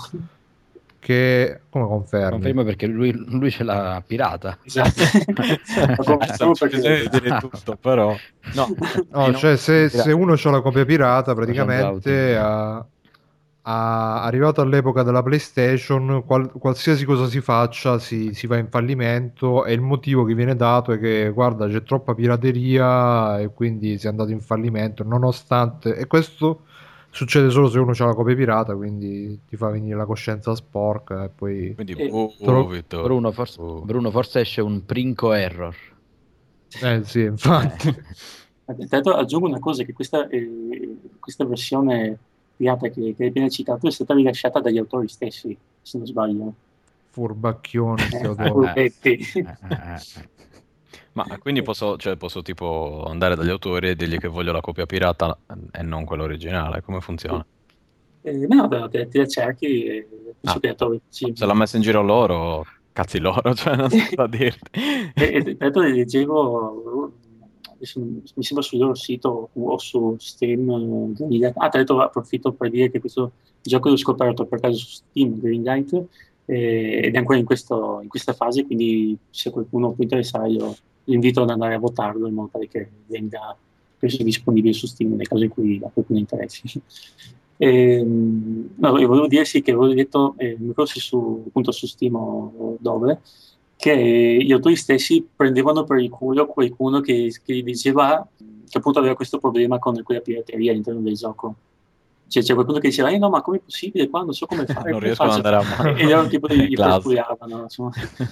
che come confermi? Confermo perché lui, lui ce l'ha pirata. Esatto. Ma Adesso non confermo c'è bisogno perché di dire tutto, però... No, di No, non cioè se, se pirata. uno ha la copia pirata Sto facendo praticamente outing. ha, a- arrivato all'epoca della PlayStation, qual- qualsiasi cosa si faccia si, si va in fallimento, e il motivo che viene dato è che guarda, c'è troppa pirateria e quindi si è andato in fallimento, nonostante, e questo succede solo se uno ha la copia pirata, quindi ti fa venire la coscienza sporca e poi Quindi, E- boh, te lo- Vittorio. Bruno, forse, boh. Bruno, forse esce un Princo Error. eh sì, infatti. Tra l'altro aggiungo una cosa, che questa, eh, questa versione pirata che, che hai appena citato è stata rilasciata dagli autori stessi, se non sbaglio. Furbacchioni sti Eh, autori. furbetti. Eh, eh, eh. Ma quindi posso, cioè, posso tipo andare dagli autori e dirgli che voglio la copia pirata e non quella originale? Come funziona? Eh, no, vabbè, te, te la cerchi e penso Ah, che la trovi. Sì. se l'ha messa in giro loro, cazzi loro, cioè non so cosa dirti. E, e tra l'altro leggevo, adesso mi sembra sul loro sito o su Steam, eh, Greenlight. Ah, tra l'altro approfitto per dire che questo gioco l'ho scoperto per caso su Steam, Greenlight, eh, ed è ancora in, questo- in questa fase, quindi se qualcuno può interessare io lo invito ad andare a votarlo in modo tale che venga preso disponibile su Steam nel caso in cui a qualcuno interessi. Ehm, no, e volevo dire sì che avevo detto, eh, non so se su, appunto su Steam o dove, che gli autori stessi prendevano per il culo qualcuno che, che gli diceva che appunto aveva questo problema con quella pirateria all'interno del gioco. Cioè, c'è qualcuno che diceva, eh no, ma com'è possibile qua? Non so come fare, Non come riesco ad faccio? andare a E, e loro tipo gli, gli Classico. perculiavano, insomma.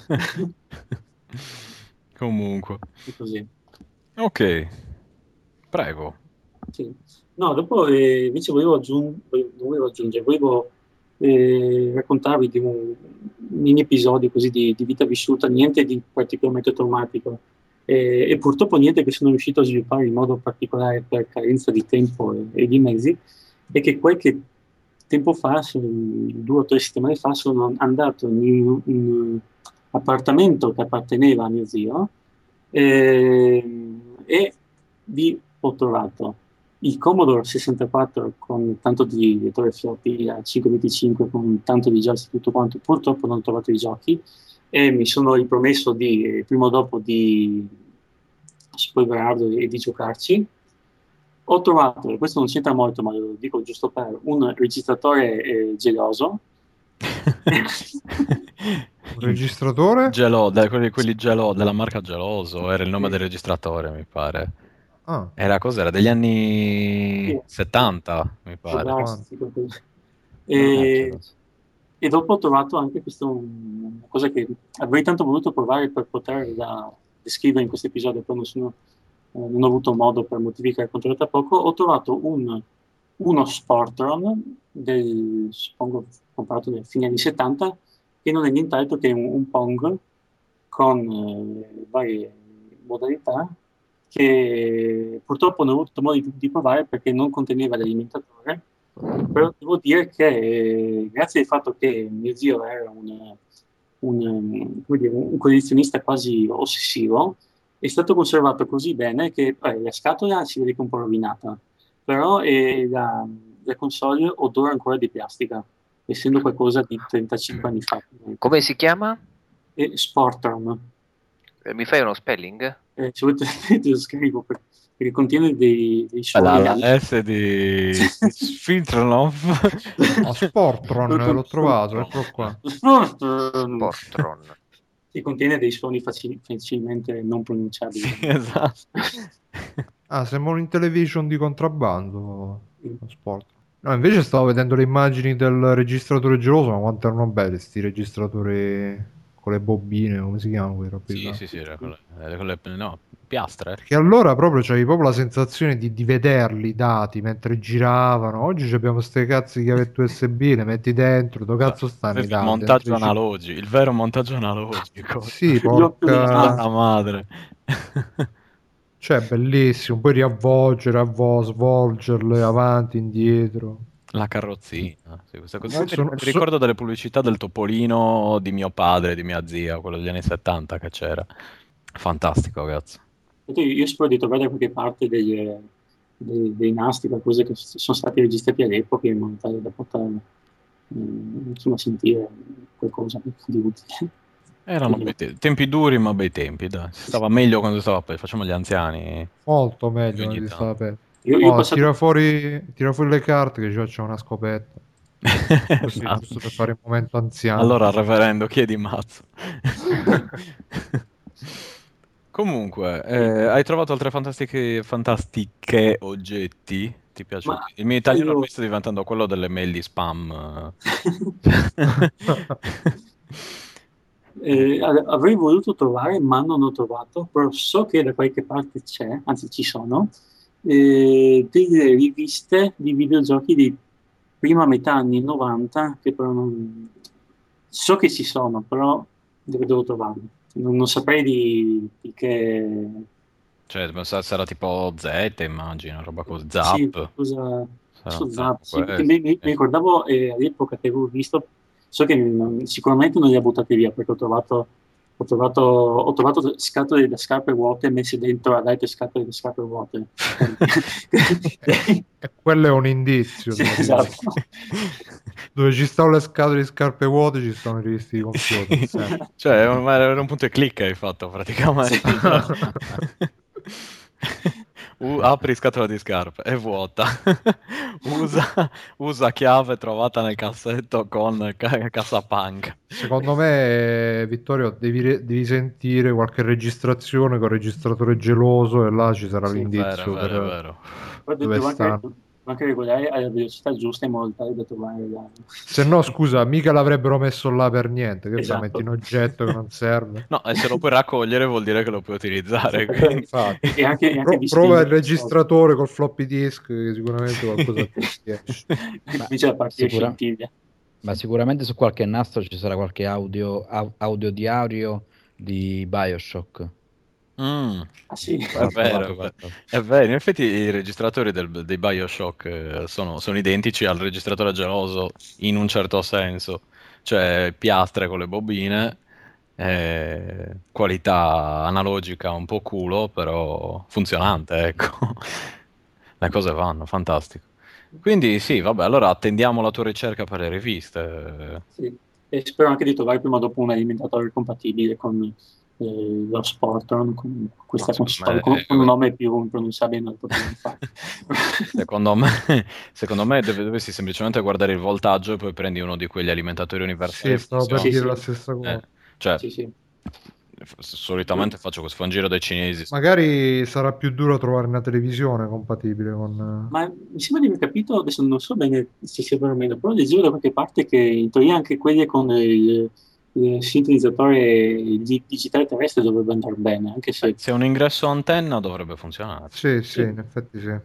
Comunque. E così. Ok, prego. Sì. No, dopo eh, invece volevo, aggiung- volevo- non volevo aggiungere, volevo eh, raccontarvi di un mini episodio così di, di vita vissuta, niente di particolarmente traumatico eh, e purtroppo niente che sono riuscito a sviluppare in modo particolare per carenza di tempo e, e di mezzi, e che qualche tempo fa, se- due o tre settimane fa, sono andato in un un appartamento che apparteneva a mio zio eh, e vi ho trovato il Commodore sessantaquattro con tanto di lettore floppy a cinquecentoventicinque con tanto di joystick e tutto quanto. Purtroppo non ho trovato i giochi e mi sono ripromesso di, eh, prima o dopo di spolverarlo e di giocarci. Ho trovato, e questo non c'entra molto, ma lo dico giusto per un registratore eh, geloso. Un registratore? Gelo, dai, quelli, quelli Gelo, della marca Geloso, era il nome Sì. del registratore, mi pare. Ah, Era cos'era? Degli anni Sì. settanta, mi Può pare. darsi, qualcosa. Non è E, geloso. e dopo ho trovato anche questa una cosa che avrei tanto voluto provare per poterla descrivere in questo episodio, poi non, sono, eh, non ho avuto modo per motivi che racconterò tra poco. Ho trovato un, uno Sportron, del, suppongo comprato nel fine anni settanta, che non è nient'altro che un, un Pong con eh, varie modalità che purtroppo non ho avuto modo di, di provare perché non conteneva l'alimentatore, però devo dire che eh, grazie al fatto che mio zio era un, un, come dire, un collezionista quasi ossessivo, è stato conservato così bene che eh, la scatola si vede che è un po' rovinata, però eh, la, la console odora ancora di plastica, essendo qualcosa di trentacinque anni fa. Come si chiama? E Sportron. Eh, Mi fai uno spelling? Eh, se volete te lo scrivo per- perché contiene dei, dei La, suoni. la S di Sfintrolov. ah, Sportron, l'ho trovato, eccolo qua. Sportron. Sportron. Sì, contiene dei suoni facil- facilmente non pronunciabili. Sì, esatto. Ah, sembra un Intellivision di contrabbando. Lo Sport. No, invece stavo vedendo le immagini del registratore geloso, ma quanto erano belli sti registratori con le bobine, come si chiamano quei robe Sì, là? sì, sì, era con le, con le- no, piastre. Perché allora proprio c'avevi proprio la sensazione di, di vederli i dati mentre giravano. Oggi abbiamo queste cazzo di chiavette U S B, le metti dentro, dove cazzo stanno i Il dati? montaggio Dentro i chip? analogico, il vero montaggio analogico. Sì, Io più di porca... Santa madre. Cioè, bellissimo. Poi riavvolgere, avvo- svolgerle avanti, indietro. La carrozzina, sì, queste cose. Eh, Mi sono- mi so- ricordo delle pubblicità del Topolino di mio padre, di mia zia, quello degli anni settanta che c'era. Fantastico, cazzo. Io spero di trovare da qualche parte degli, dei, dei nastri, qualcosa che sono stati registrati all'epoca in modo tale da poter eh, insomma, sentire qualcosa di utile. Erano bei te- tempi duri, ma bei tempi, dai. Si stava meglio quando si stava, facciamo gli anziani. Molto meglio Ogni quando si tanto. stava aperto. Io, io ho Oh, passato tira fuori, tira fuori le carte che ci facciamo una scopetta. Così, Mazzo. giusto per fare il momento anziano. Allora, reverendo, chiedi mazzo. Comunque, eh, hai trovato altre fantastiche, fantastiche oggetti? Ti piace? Ma Il mio italiano ormai io... sta diventando quello delle mail di spam. Eh, a- avrei voluto trovare, ma non ho trovato, però so che da qualche parte c'è, anzi ci sono, eh, delle riviste di videogiochi di prima metà anni novanta, che però non... So che ci sono, però devo, devo trovarle. Non, non saprei di, di che... Cioè, ma sa- sarà tipo Z, immagino, roba così, Sì, Zap. qualcosa Sarà, su saranno Zap, sì, perché questi. mi, mi- mi ricordavo eh, all'epoca che avevo visto, so che non- sicuramente non li ha buttati via perché ho trovato, ho trovato, ho trovato scatole da scarpe vuote messe dentro ad altre scatole da scarpe vuote. E, e quello è un indizio, Sì, praticamente. esatto. Dove ci stanno le scatole di scarpe vuote, ci stanno i riviste di computer. Sì, sempre. cioè, ma era un punto e clicca hai fatto praticamente. Sì, esatto. U- apri scatola di scarpe, è vuota. Usa, usa chiave trovata nel cassetto con ca- Casapunk. Secondo me, Vittorio, devi, re- devi sentire qualche registrazione con registratore geloso e là ci sarà Sì. Vero, è l'indizio vero, è per vero. Poi de- dove devo anche, stanno. devo anche regolare alla velocità giusta in modo tale da trovare la... Se no, scusa, mica l'avrebbero messo là per niente. Che fai? Metti Esatto. in oggetto che non serve. No, e se lo puoi raccogliere vuol dire che lo puoi utilizzare. Esatto. Quindi... Infatti. E, e anche, e anche Pro- prova il distinguere. registratore col floppy disk, che sicuramente qualcosa ti riesce. Ma, Invece la partita sicura- scintilla. ma sicuramente su qualche nastro ci sarà qualche audio, au- audiodiario di BioShock. Mm, Ah sì, è Va vero, trovato è vero. qualcosa. È vero, in effetti i registratori del- dei BioShock eh, sono, sono identici al registratore geloso in un certo senso, cioè piastre con le bobine, eh, qualità analogica un po' culo, però funzionante, ecco. Le cose vanno, fantastico. Quindi sì, vabbè, allora attendiamo la tua ricerca per le riviste. sì. E spero anche di trovare prima o dopo un alimentatore compatibile con eh, lo Sportron, con questa No, secondo console, me, con, con un nome più impronunciabile non lo potremmo fare. secondo me, secondo me dov- dovresti semplicemente guardare il voltaggio e poi prendi uno di quegli alimentatori universali Sì, e stavo per Sì, funziona. dire sì, la stessa cosa. Eh, cioè, sì, sì. f- solitamente faccio questo, fa un giro dai cinesi. Magari sarà più duro trovare una televisione compatibile con... Ma mi sembra di aver capito, adesso non so bene se sia vero o meno, però leggevo da qualche parte che in teoria anche quelli con il, il sintetizzatore di- digitale terrestre dovrebbe andare bene, anche se... Se è un ingresso antenna dovrebbe funzionare. Sì, sì, Sì. in effetti sì.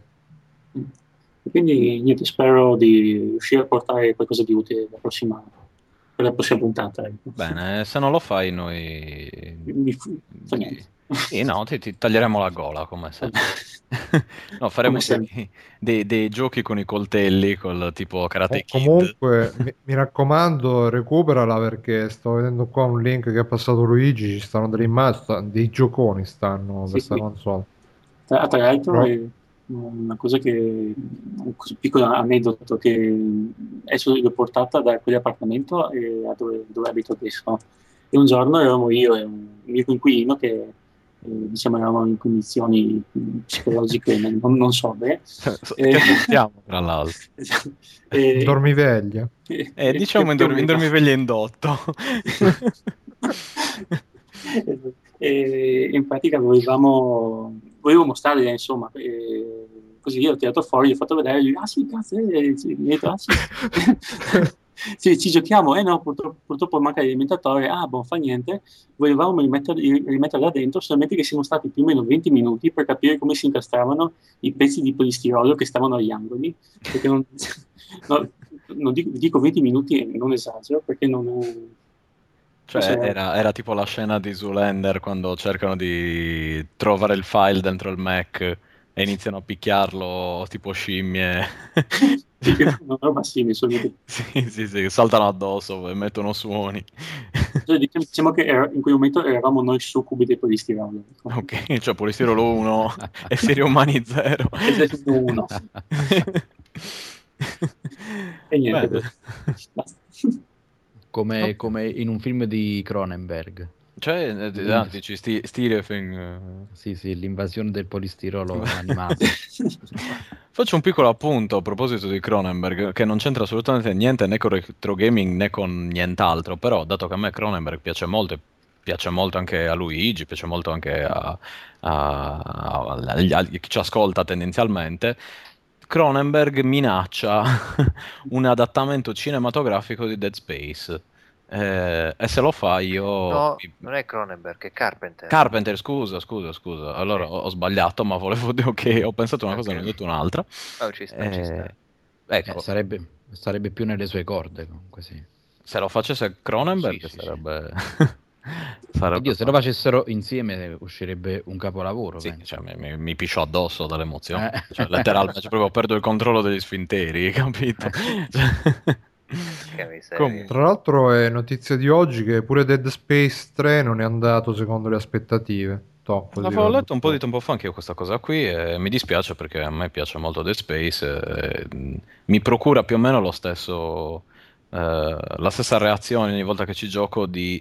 E quindi niente, spero di riuscire a portare qualcosa di utile la prossima, per la prossima puntata. Ecco. Bene, se non lo fai noi... Mi fu- fa niente. Sì, no, ti, ti taglieremo la gola come sempre. No, faremo Come sempre. dei, dei- dei giochi con i coltelli, col tipo Karate Com- Kid. comunque, mi, mi raccomando, recuperala perché sto vedendo qua un link che ha passato Luigi, ci stanno delle immagini, sta- dei gioconi stanno per Sì, questa sì. console. Tra, tra l'altro Però- è una cosa che, un cos- piccolo aneddoto che adesso l'ho portata da quell'appartamento e a dove, dove abito adesso. E un giorno eravamo io e un mio coinquilino che eh, diciamo eravamo in condizioni mh, psicologiche non, non, non so bene. E- Che sentiamo, tra l'altro. e- Dormiveglia. e- Eh, e- diciamo in, più o dor- in meno. dormiveglia indotto. E in pratica volevamo, volevo mostrargli, insomma, e così io ho tirato fuori, gli ho fatto vedere, lui, ah sì, cazzo, eh, sì, mi ha detto, ah sì, sì, ci giochiamo, eh no, purtroppo, purtroppo manca l'alimentatore, ah, boh, fa niente, volevamo rimetter- rimetterla dentro, solamente che siamo stati più o meno venti minuti per capire come si incastravano i pezzi di polistirolo che stavano agli angoli, perché non, no, non dico, dico venti minuti e non esagero, perché non... Cioè, non so, era, era tipo la scena di Zoolander quando cercano di trovare il file dentro il Mac e iniziano a picchiarlo tipo scimmie. una roba simile, solamente. Sì, sì, sì, saltano addosso e mettono suoni. Cioè, diciamo, diciamo che era- in quel momento eravamo noi succubi dei polistirolo. Ecco. Ok, cioè Polistirolo uno e Serie Umani zero. Esatto, uno. E niente, Bene. basta. Come, Ok. come in un film di Cronenberg. Cioè, eh, d- ah, dici sti, Stephen, eh. Sì, sì, l'invasione del polistirolo animato. Faccio un piccolo appunto a proposito di Cronenberg, che non c'entra assolutamente niente né con retro gaming né con nient'altro, però dato che a me Cronenberg piace molto, e piace molto anche a Luigi, piace molto anche a, a- a- agli- a chi ci ascolta tendenzialmente, Cronenberg minaccia un adattamento cinematografico di Dead Space. Eh, e se lo fa io... No, non è Cronenberg, è Carpenter. Carpenter, scusa, scusa, scusa. Allora Sì. ho, ho sbagliato, ma volevo dire che ho pensato una cosa e Ok. ne ho detto un'altra. Oh, ci sta, ci sta. Eh, Eh, ecco, sarebbe, sarebbe più nelle sue corde, comunque sì. se lo facesse Sì, Cronenberg sì, sì. sarebbe... E sarebbe Dio, se lo fatto. facessero insieme uscirebbe un capolavoro, Sì, penso. cioè, mi, mi, mi piscio addosso dall'emozione. Eh. Cioè, letteralmente, cioè, proprio perdo il controllo degli sfinteri, capito? Cioè, Che miseria. comunque. Tra l'altro è notizia di oggi che pure Dead Space tre non è andato secondo le aspettative. Top, così ve L'avevo lo letto un po' di butto. tempo fa anche io questa cosa qui e mi dispiace perché a me piace molto Dead Space e, mh, mi procura più o meno lo stesso, eh, la stessa reazione ogni volta che ci gioco di,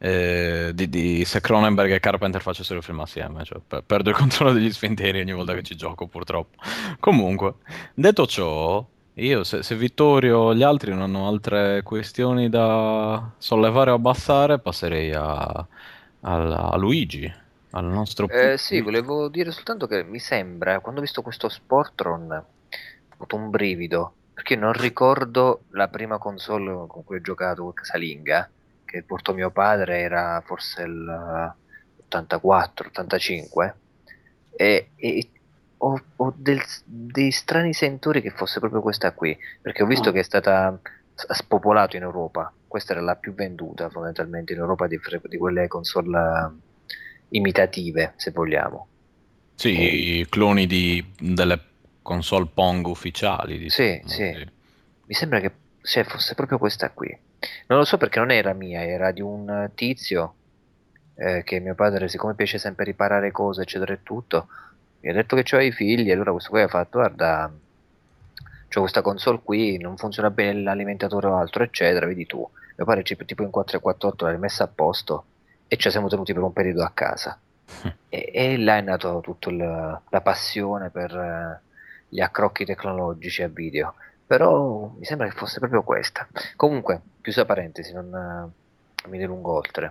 eh, di- di se Cronenberg e Carpenter facessero il film assieme, cioè, per- perdo il controllo degli sfinteri ogni volta che ci gioco purtroppo. Comunque, detto ciò, io se, se Vittorio o gli altri non hanno altre questioni da sollevare o abbassare, passerei a, al- a Luigi. Al nostro Eh, sì, Luigi. volevo dire soltanto che mi sembra, quando ho visto questo Sportron, ho avuto un brivido, perché io non ricordo la prima console con cui ho giocato casalinga, che portò mio padre, era forse il ottantaquattro ottantacinque, e, e ho, ho del- dei strani sentori che fosse proprio questa qui, perché ho visto Ah, che è stata ha spopolato in Europa. Questa era la più venduta fondamentalmente in Europa di, di quelle console eh, imitative, se vogliamo. E- Sì, i cloni di, delle console Pong ufficiali, sì, diciamo. sì, Sì. mi sembra che cioè, fosse proprio questa qui. Non lo so perché non era mia, era di un tizio eh, che mio padre, siccome piace sempre riparare cose, eccetera e tutto, mi ha detto che c'ho i figli, e allora questo qui ha fatto, guarda, c'ho questa console qui, non funziona bene l'alimentatore o altro, eccetera, vedi tu. Mio padre ci- tipo in quattro e quarantotto l'ha rimessa a posto e ci siamo tenuti per un periodo a casa. E, e là è nato tutta la passione per eh, gli accrocchi tecnologici a video. Però mi sembra che fosse proprio questa. Comunque, chiusa parentesi, non eh, mi dilungo oltre.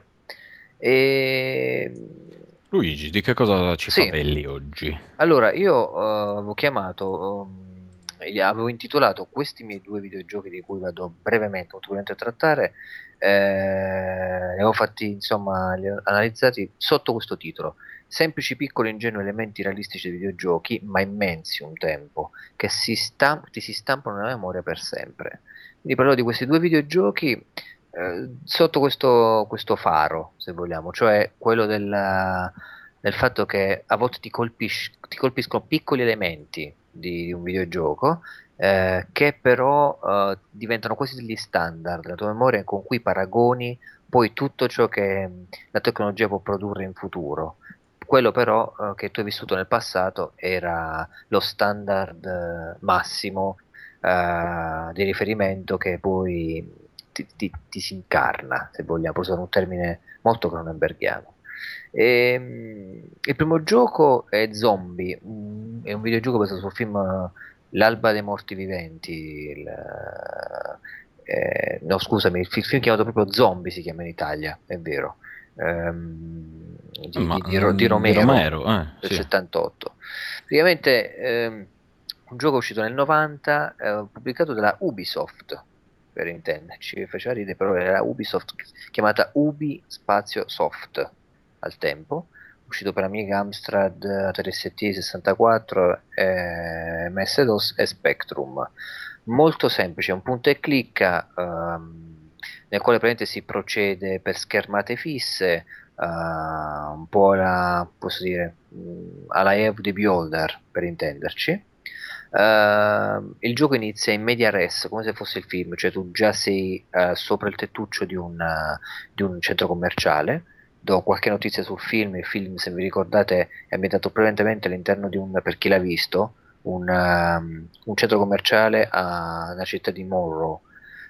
E... Luigi, di che cosa ci Sì, parli oggi? allora io eh, avevo chiamato, ehm, gli avevo intitolato questi miei due videogiochi di cui vado brevemente, molto brevemente a trattare, eh, li avevo fatti, insomma, li ho analizzati sotto questo titolo. Semplici, piccoli, ingenui elementi realistici di videogiochi, ma immensi un tempo, che si stamp- ti si stampano nella memoria per sempre. Quindi parlo di questi due videogiochi eh, sotto questo, questo faro, se vogliamo, cioè quello della- del fatto che a volte ti, colpisc- ti colpiscono piccoli elementi di, di un videogioco eh, che però eh, diventano quasi degli standard della tua memoria con cui paragoni poi tutto ciò che mh, la tecnologia può produrre in futuro. Quello però eh, che tu hai vissuto nel passato era lo standard eh, massimo eh, di riferimento che poi ti, ti- ti si incarna, se vogliamo, per usare un termine molto cronenbergiano. Ehm, il primo gioco è Zombie, un- è un videogioco basato sul film eh, L'alba dei morti viventi. il, eh, no, scusami, il fi- film chiamato proprio Zombie si chiama in Italia, è vero, ehm, di, Ma di- di Ro- di mm, di Romero Romero, eh, del sì. settantotto. Praticamente ehm, un gioco uscito nel novanta, eh, pubblicato dalla Ubisoft, per intenderci, faceva ridere, però era Ubisoft, chiamata Ubi Spazio Soft al tempo, uscito per Amiga, Amstrad, Atari S T sessantaquattro, eh, M S DOS e Spectrum. Molto semplice, un punta e clicca, ehm, nel quale praticamente si procede per schermate fisse, eh, un po' alla, posso dire, mh, alla Eye of the Beholder, per intenderci. Eh, il gioco inizia in media res, come se fosse il film, cioè tu già sei eh, sopra il tettuccio di un, eh, di un centro commerciale. Do qualche notizia sul film. Il film, se vi ricordate, è ambientato prevalentemente all'interno di un, per chi l'ha visto, un, um, un centro commerciale a una città di Monroe.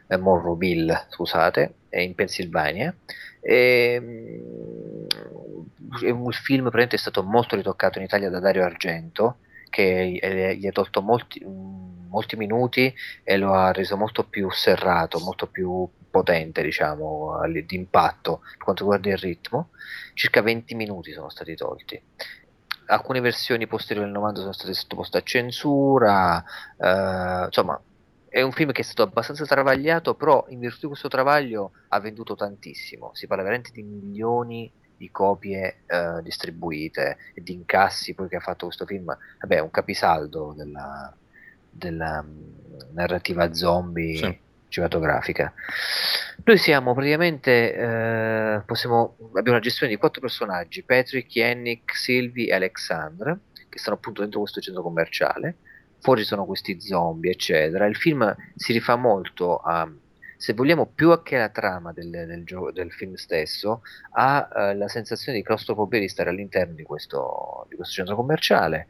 eh, Morroville, scusate, è in Pennsylvania. E, mm, è un film praticamente è stato molto ritoccato in Italia da Dario Argento, che eh, gli ha tolto molti, mm, molti minuti e lo ha reso molto più serrato, molto più potente, diciamo, all- di impatto per quanto riguarda il ritmo. Circa venti minuti sono stati tolti. Alcune versioni posteriori al novanta sono state sottoposte a censura, eh, insomma, è un film che è stato abbastanza travagliato, però in virtù di questo travaglio ha venduto tantissimo. Si parla veramente di milioni di copie eh, distribuite e di incassi poi che ha fatto questo film. Vabbè, è un capisaldo della, della mh, narrativa zombie Sì. cinematografica. Noi siamo praticamente, eh, possiamo, abbiamo una gestione di quattro personaggi: Patrick, Yannick, Sylvie e Alexandre, che stanno appunto dentro questo centro commerciale. Fuori sono questi zombie, eccetera. Il film si rifà molto a, se vogliamo, più a che la trama del, del, gio- del film stesso, ha eh, la sensazione di claustrofobia di stare all'interno di questo, di questo centro commerciale.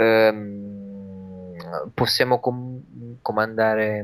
Ehm, possiamo com- comandare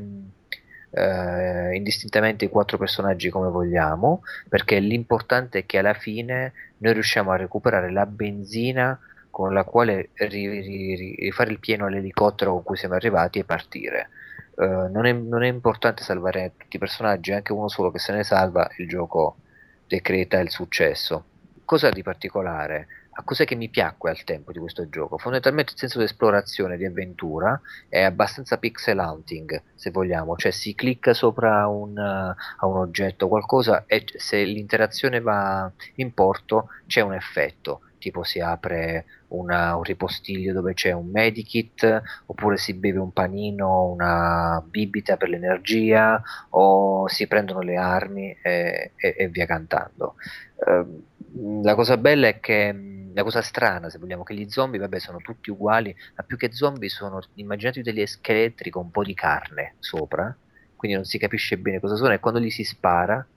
eh, indistintamente i quattro personaggi come vogliamo, perché l'importante è che alla fine noi riusciamo a recuperare la benzina con la quale ri- ri- ri- rifare il pieno all'elicottero con cui siamo arrivati e partire. Eh, non è, non è importante salvare tutti i personaggi, anche uno solo che se ne salva, il gioco decreta il successo. Cosa di particolare? A cos'è che mi piacque al tempo di questo gioco? Fondamentalmente il senso di esplorazione, di avventura, è abbastanza pixel hunting, se vogliamo, cioè si clicca sopra un, uh, a un oggetto, qualcosa, e se l'interazione va in porto c'è un effetto, tipo si apre una, un ripostiglio dove c'è un medikit, oppure si beve un panino, una bibita per l'energia, o si prendono le armi e, e- e via cantando. Ehm, la cosa bella è che, mh, la cosa strana, se vogliamo, che gli zombie, vabbè, sono tutti uguali, ma più che zombie sono, immaginatevi degli scheletri con un po' di carne sopra, quindi non si capisce bene cosa sono, e quando gli si spara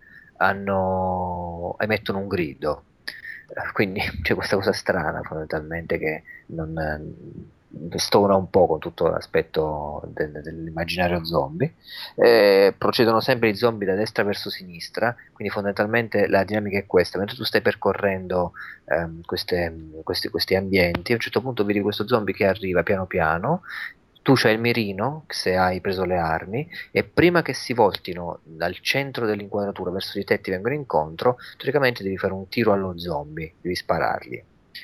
hanno, emettono un grido. Eh, Quindi c'è questa cosa strana fondamentalmente che non, eh, stona un po' con tutto l'aspetto del- dell'immaginario zombie. Eh, procedono sempre i zombie da destra verso sinistra, quindi fondamentalmente la dinamica è questa: mentre tu stai percorrendo ehm, queste- questi, questi ambienti, a un certo punto vedi questo zombie che arriva piano piano, tu c'hai il mirino se hai preso le armi, e prima che si voltino dal centro dell'inquadratura verso di te e ti vengono incontro, teoricamente devi fare un tiro allo zombie, devi sparargli.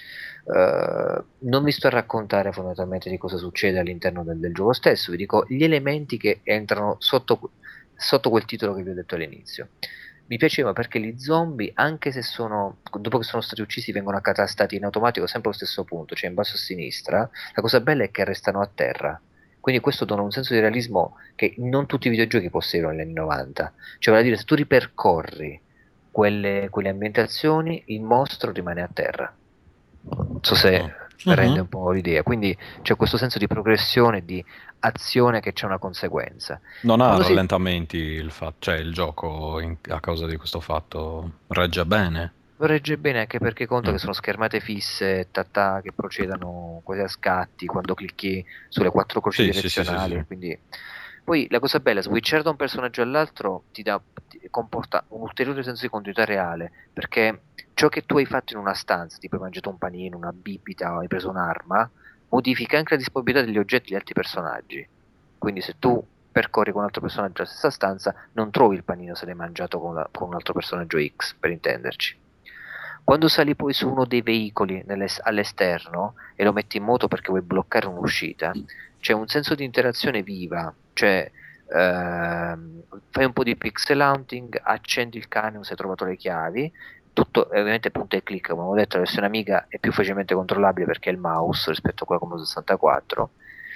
Eh, non vi sto a raccontare fondamentalmente di cosa succede all'interno del, del gioco stesso, vi dico gli elementi che entrano sotto, sotto quel titolo che vi ho detto all'inizio. Mi piaceva perché gli zombie, anche se sono, dopo che sono stati uccisi, vengono accatastati in automatico sempre allo stesso punto, cioè in basso a sinistra. La cosa bella è che restano a terra. Quindi questo dona un senso di realismo che non tutti i videogiochi possiedono negli anni novanta. Cioè, vuol dire, se tu ripercorri quelle, quelle ambientazioni, il mostro rimane a terra. Non so se rende Mhm. un po' l'idea. Quindi c'è questo senso di progressione, di azione che c'è una conseguenza. Non ha Quando si rallentamenti il fatto, cioè il gioco in- a causa di questo fatto regge bene. regge bene, anche perché conta che Mhm. sono schermate fisse, tata, che procedano quasi a scatti quando clicchi sulle quattro croci Sì, sì, sì, sì, direzionali. sì. Quindi poi la cosa bella, switchare da un personaggio all'altro ti dà, ti comporta un ulteriore senso di continuità reale, perché ciò che tu hai fatto in una stanza, tipo hai mangiato un panino, una bibita o hai preso un'arma, modifica anche la disponibilità degli oggetti degli altri personaggi. Quindi se tu percorri con un altro personaggio la stessa stanza, non trovi il panino se l'hai mangiato con, la- con un altro personaggio X, per intenderci. Quando sali poi su uno dei veicoli nell'es- all'esterno e lo metti in moto perché vuoi bloccare un'uscita, c'è un senso di interazione viva, cioè ehm, fai un po' di pixel hunting, accendi il camion se hai trovato le chiavi, tutto è ovviamente punta e clic, come ho detto. La versione Amiga è più facilmente controllabile perché è il mouse rispetto a quella Commodore sessantaquattro,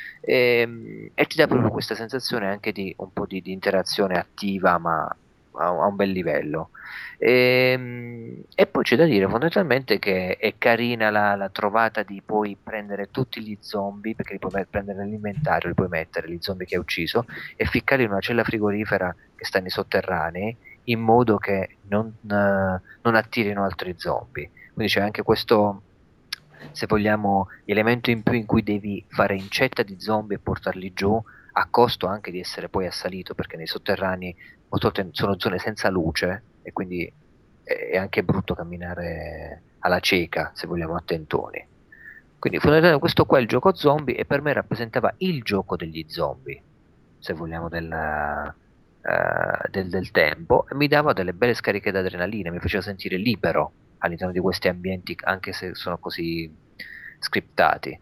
e, e ti dà proprio questa sensazione anche di un po' di, di interazione attiva, ma a, a un bel livello. E, e poi c'è da dire fondamentalmente che è carina la, la trovata di poi prendere tutti gli zombie, perché li puoi met- prendere nell'inventario, li puoi mettere, gli zombie che hai ucciso, e ficcarli in una cella frigorifera che sta nei sotterranei, in modo che non, eh, non attirino altri zombie. Quindi c'è anche questo, se vogliamo, elemento in più in cui devi fare incetta di zombie e portarli giù, a costo anche di essere poi assalito, perché nei sotterranei molte volte sono zone senza luce e quindi è anche brutto camminare alla cieca, se vogliamo, a tentoni. Quindi fondamentalmente questo qua è il gioco zombie e per me rappresentava il gioco degli zombie, se vogliamo, del, eh, del, del tempo, e mi dava delle belle scariche d'adrenalina, mi faceva sentire libero all'interno di questi ambienti, anche se sono così scriptati.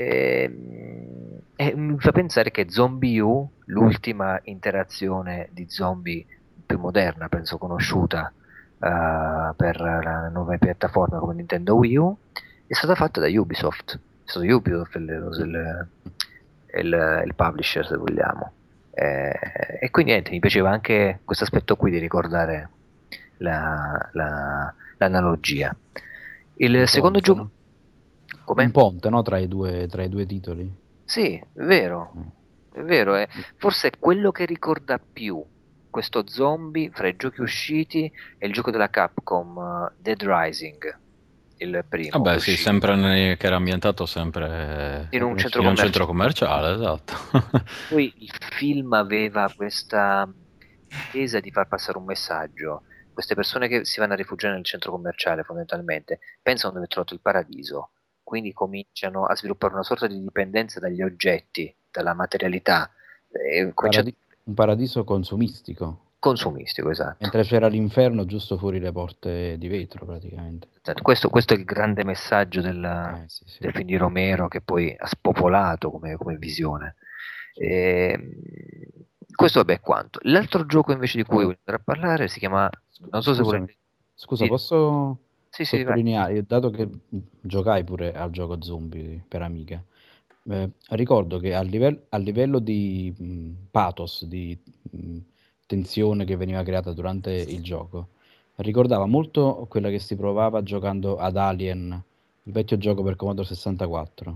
E, e mi fa pensare che Zombie U, l'ultima interazione di zombie più moderna, penso conosciuta uh, per la nuova piattaforma come Nintendo Wii U, è stata fatta da Ubisoft. È stato Ubisoft il, il, il, il publisher, se vogliamo. Eh, e quindi niente, mi piaceva anche questo aspetto qui di ricordare la, la, l'analogia. Il Un secondo ponte, gioco. no? Come? Un ponte, no? Tra i due, tra i due titoli. Sì, è vero, è vero, è forse è quello che ricorda più questo zombie fra i giochi usciti e il gioco della Capcom, uh, Dead Rising, il primo Vabbè, sì, uscito, sempre nei- che era ambientato sempre in un centro in un centro commerciale. commerciale, esatto. Poi il film aveva questa intesa di far passare un messaggio. Queste persone che si vanno a rifugiare nel centro commerciale fondamentalmente pensano di aver trovato il paradiso, quindi cominciano a sviluppare una sorta di dipendenza dagli oggetti, dalla materialità, e cominciano Paradi- un paradiso consumistico. consumistico, esatto. Mentre c'era l'inferno giusto fuori le porte di vetro, praticamente. Esatto. Questo, questo è il grande messaggio della- Eh, sì, sì. del film di Romero, che poi ha spopolato come, come visione. E, questo vabbè è quanto. L'altro gioco invece di cui voglio andare a parlare si chiama, non so se Scusami, volete. scusa, Sì, posso sì, sì, vai. sottolineare, dato che giocai pure al gioco zombie per Amiga, eh, ricordo che a livello, a livello di mh, pathos, di mh, tensione che veniva creata durante il gioco, ricordava molto quella che si provava giocando ad Alien, il vecchio gioco per Commodore sessantaquattro.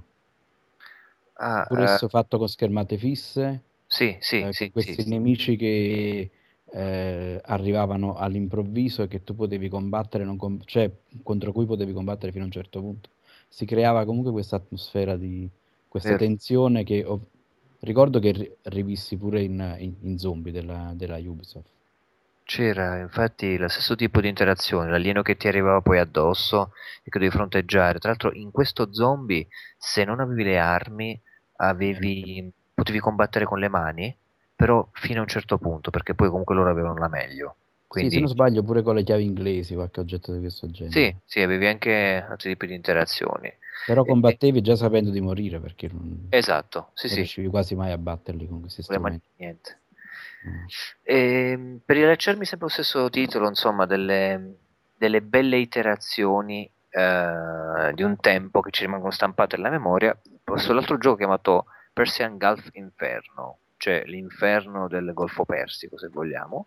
Ah, Pure eh, esso fatto con schermate fisse, sì, sì, eh, con sì, sì, questi sì. nemici che eh, arrivavano all'improvviso e che tu potevi combattere, non com- cioè contro cui potevi combattere fino a un certo punto. Si creava comunque questa atmosfera di questa Vero. tensione che ho- ricordo che ri- rivissi pure in, in- in Zombie della, della Ubisoft. C'era infatti lo stesso tipo di interazione, l'alieno che ti arrivava poi addosso e che dovevi fronteggiare. Tra l'altro, in questo zombie, se non avevi le armi, avevi, potevi combattere con le mani, però fino a un certo punto, perché poi comunque loro avevano la meglio. Sì, se non Quindi, sbaglio pure con le chiavi inglesi, qualche oggetto di questo sì, genere. sì, avevi anche altri tipi di interazioni. Però E- e- combattevi già sapendo di morire perché non, esatto, sì, non sì, riuscivi quasi mai a batterli con questi con le mani strumenti. niente. Mm. E, per riallacciarmi sempre allo stesso titolo, insomma, delle, delle belle iterazioni eh, di un tempo che ci rimangono stampate nella memoria, questo l'altro gioco chiamato Persian Gulf Inferno, cioè l'inferno del Golfo Persico, se vogliamo.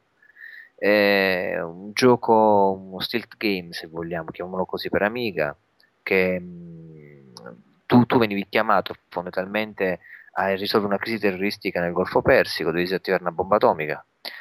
È un gioco, uno stealth game, se vogliamo, chiamiamolo così per Amiga, che mh, tu, tu venivi chiamato fondamentalmente a risolvere una crisi terroristica nel Golfo Persico, devi disattivare una bomba atomica.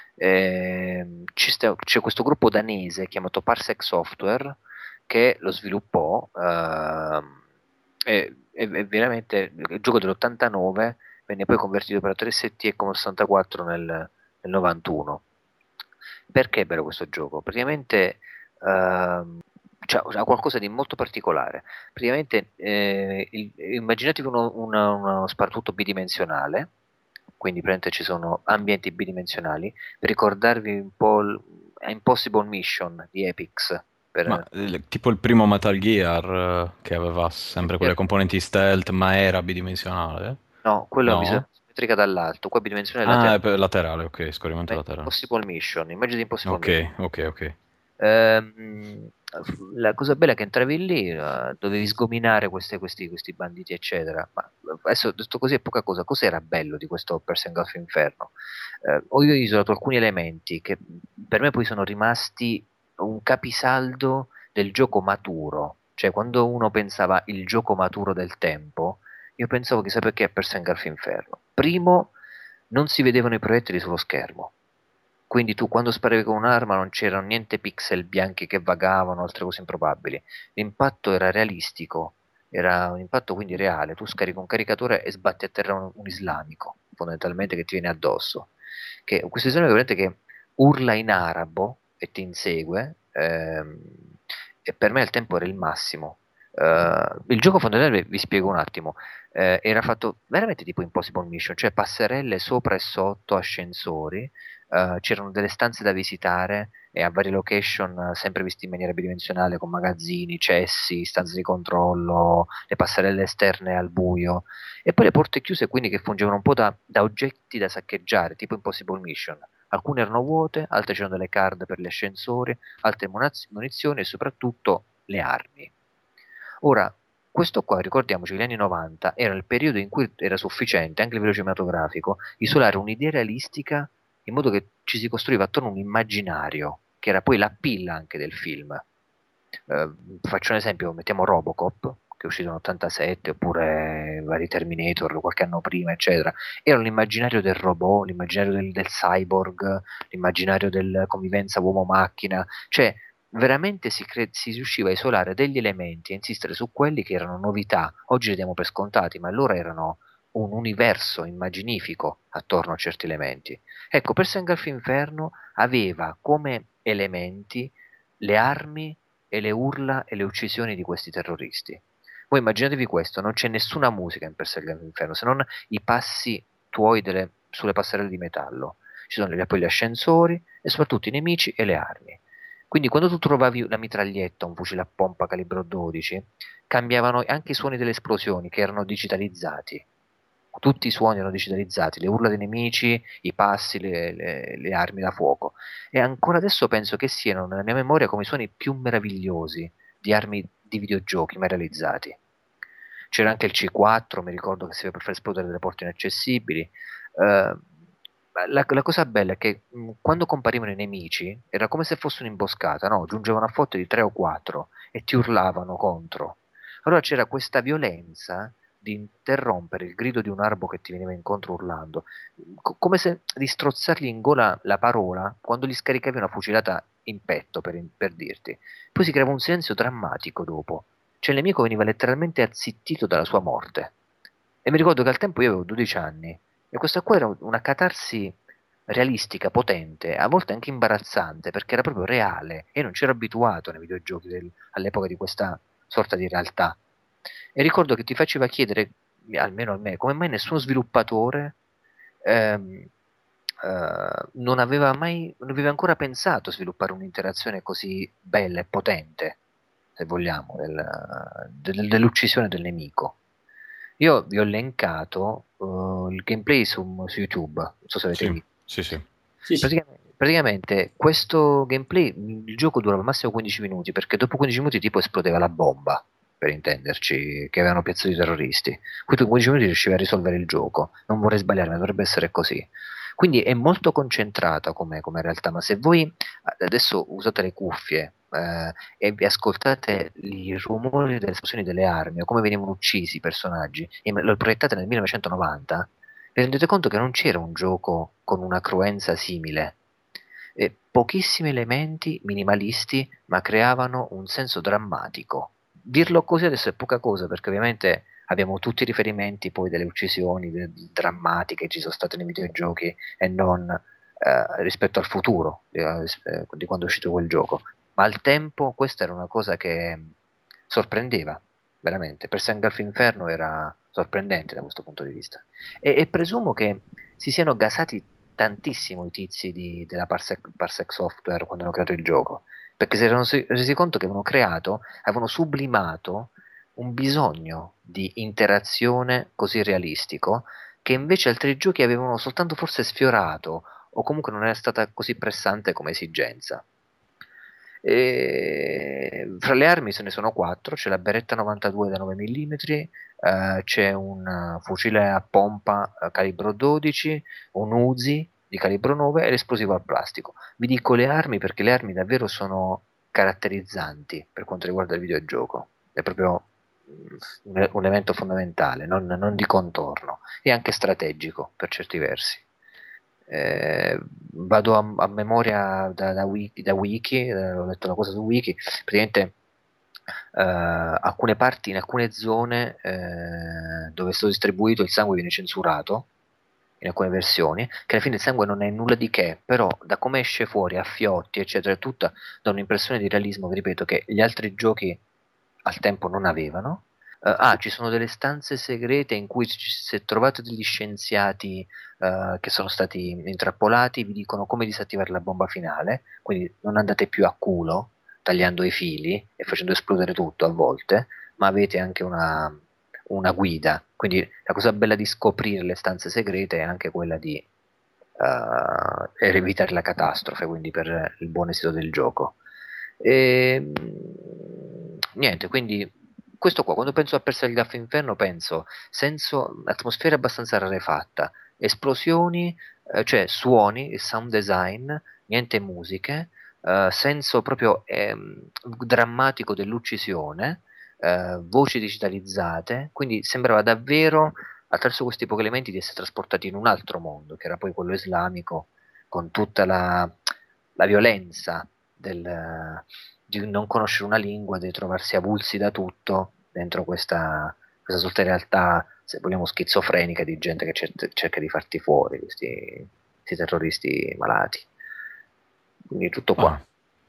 Eh, ci sta- c'è questo gruppo danese chiamato Parsec Software che lo sviluppò, ehm, e, e- e veramente il gioco dell'ottantanove venne poi convertito per la tre S T e come sessantaquattro nel, nel novantuno. Perché è bello questo gioco? Praticamente ehm, c'ha, ha qualcosa di molto particolare. Praticamente eh, il- immaginatevi uno, una- uno sparatutto bidimensionale, quindi praticamente ci sono ambienti bidimensionali, per ricordarvi un po' il Impossible Mission di Epix. Ma Per, eh, tipo il primo Metal Gear, eh, che aveva sempre quelle componenti stealth, ma era bidimensionale? Eh? no, quello è No? visione isometrica dall'alto, qua bidimensionale Ah, è laterale. per laterale, ok, scorrimento laterale. Impossible Mission, immagine di Impossible Ok, Mission. ok, ok. Ehm, la cosa bella è che entravi lì, eh, dovevi sgominare queste- questi, questi banditi, eccetera. Ma adesso detto così è poca cosa. Cos'era bello di questo Persian Gulf Inferno? Eh, ho io isolato alcuni elementi che per me poi sono rimasti un capisaldo del gioco maturo. Cioè, quando uno pensava il gioco maturo del tempo, io pensavo chissà perché a Persian Gulf Inferno. Primo, non si vedevano i proiettili sullo schermo. Quindi tu quando sparavi con un'arma non c'erano niente pixel bianchi che vagavano, altre cose improbabili. L'impatto era realistico era un impatto quindi reale, tu scarichi un caricatore e sbatti a terra un, un islamico, fondamentalmente, che ti viene addosso. Che, questo islamico veramente che urla in arabo e ti insegue, ehm, e per me al tempo era il massimo. Eh, il gioco fondamentalmente, vi spiego un attimo, eh, era fatto veramente tipo Impossible Mission, cioè passerelle sopra e sotto, ascensori, eh, c'erano delle stanze da visitare e a varie location, eh, sempre viste in maniera bidimensionale, con magazzini, cessi, stanze di controllo, le passerelle esterne al buio, e poi le porte chiuse, quindi, che fungevano un po' da, da oggetti da saccheggiare, tipo Impossible Mission. Alcune erano vuote, altre c'erano delle card per gli ascensori, altre munaz- munizioni e soprattutto le armi. Ora, questo qua, ricordiamoci che gli anni novanta era il periodo in cui era sufficiente, anche a livello cinematografico, isolare un'idea realistica in modo che ci si costruiva attorno a un immaginario, che era poi la pilla anche del film. Eh, faccio un esempio, mettiamo Robocop, che è uscito nell'ottantasette, oppure vari Terminator, qualche anno prima, eccetera. Era l'immaginario del robot, l'immaginario del, del cyborg, l'immaginario della convivenza uomo-macchina, cioè veramente si, cre- si riusciva a isolare degli elementi e insistere su quelli che erano novità. Oggi li diamo per scontati, ma allora erano un universo immaginifico attorno a certi elementi. Ecco, per Sengulf Inferno aveva come elementi le armi e le urla e le uccisioni di questi terroristi. Voi immaginatevi questo, non c'è nessuna musica in Perseguire l'inferno, se non i passi tuoi delle, sulle passerelle di metallo. Ci sono gli, poi gli ascensori e soprattutto i nemici e le armi. Quindi quando tu trovavi la mitraglietta, un fucile a pompa calibro dodici, cambiavano anche i suoni delle esplosioni, che erano digitalizzati. Tutti i suoni erano digitalizzati, le urla dei nemici, i passi, le, le, le armi da fuoco. E ancora adesso penso che siano nella mia memoria come i suoni più meravigliosi di armi di videogiochi mai realizzati. C'era anche il C quattro, mi ricordo, che si per far esplodere delle porte inaccessibili. Eh, la, la cosa bella è che mh, quando comparivano i nemici era come se fosse un'imboscata, no? Giungevano a fotte di tre o quattro e ti urlavano contro. Allora c'era questa violenza di interrompere il grido di un arabo che ti veniva incontro urlando, co- come se di strozzargli in gola la parola quando gli scaricavi una fucilata in petto, per, per dirti. Poi si creava un silenzio drammatico dopo, cioè il nemico veniva letteralmente azzittito dalla sua morte. E mi ricordo che al tempo io avevo dodici anni e questa qua era una catarsi realistica, potente, a volte anche imbarazzante, perché era proprio reale e io non c'ero abituato nei videogiochi del- all'epoca di questa sorta di realtà. E ricordo che ti faceva chiedere, almeno a me, come mai nessuno sviluppatore ehm, eh, non aveva mai, non aveva ancora pensato a sviluppare un'interazione così bella e potente, se vogliamo, del- del- dell'uccisione del nemico. Io vi ho elencato eh, il gameplay su, su YouTube, non so se avete Sì, visto. sì, sì. Sì, sì. Praticamente, praticamente questo gameplay, il gioco durava massimo quindici minuti, perché dopo quindici minuti tipo esplodeva la bomba, per intenderci, che avevano piazzato i terroristi. Quindi tu in quindici minuti riuscivi a risolvere il gioco. Non vorrei sbagliare, ma dovrebbe essere così. Quindi è molto concentrata come, come realtà, ma se voi adesso usate le cuffie eh, e vi ascoltate i rumori delle esplosioni delle armi o come venivano uccisi i personaggi e me- lo proiettate nel millenovecentonovanta, vi rendete conto che non c'era un gioco con una cruenza simile. E pochissimi elementi minimalisti, ma creavano un senso drammatico. Dirlo così adesso è poca cosa, perché ovviamente abbiamo tutti i riferimenti poi delle uccisioni de- drammatiche che ci sono state nei videogiochi e non eh, rispetto al futuro eh, eh, di quando è uscito quel gioco. Ma al tempo questa era una cosa che sorprendeva, veramente. Per Sengulf Inferno era sorprendente da questo punto di vista. E, e presumo che si siano gasati tantissimo i tizi di- della Parsec, Parsec Software quando hanno creato il gioco, perché si erano si- resi conto che avevano creato, avevano sublimato un bisogno di interazione così realistico che invece altri giochi avevano soltanto forse sfiorato o comunque non era stata così pressante come esigenza. E fra le armi se ne sono quattro, c'è la Beretta novantadue da nove millimetri, eh, c'è un eh, fucile a pompa eh, calibro dodici, un Uzi di calibro nove e l'esplosivo al plastico. Vi dico le armi perché le armi davvero sono caratterizzanti per quanto riguarda il videogioco. È proprio mm, un, un evento fondamentale, non, non di contorno, e anche strategico per certi versi. Eh, vado a, a memoria da, da wiki, da wiki eh, ho letto una cosa su wiki, praticamente eh, alcune parti, in alcune zone eh, dove è stato distribuito il sangue viene censurato in alcune versioni, che alla fine il sangue non è nulla di che, però da come esce fuori a fiotti eccetera è tutta da un'impressione di realismo, vi ripeto, che gli altri giochi al tempo non avevano. Eh, ah, ci sono delle stanze segrete in cui ci- se trovate degli scienziati eh, che sono stati intrappolati, vi dicono come disattivare la bomba finale, quindi non andate più a culo tagliando i fili e facendo esplodere tutto a volte, ma avete anche una, una guida. Quindi la cosa bella di scoprire le stanze segrete è anche quella di eh, evitare la catastrofe, quindi per il buon esito del gioco. E, niente, quindi questo qua, quando penso a Persia del Gaffo Inferno, penso senso, atmosfera abbastanza rarefatta, esplosioni, eh, cioè suoni, e sound design, niente musiche, eh, senso proprio ehm, drammatico dell'uccisione, eh, voci digitalizzate, quindi sembrava davvero attraverso questi pochi elementi di essere trasportati in un altro mondo, che era poi quello islamico, con tutta la, la violenza del, di non conoscere una lingua, di trovarsi avulsi da tutto dentro questa, questa sorta di realtà, se vogliamo, schizofrenica di gente che cer- cerca di farti fuori, questi, questi terroristi malati. Quindi tutto qua. Ah,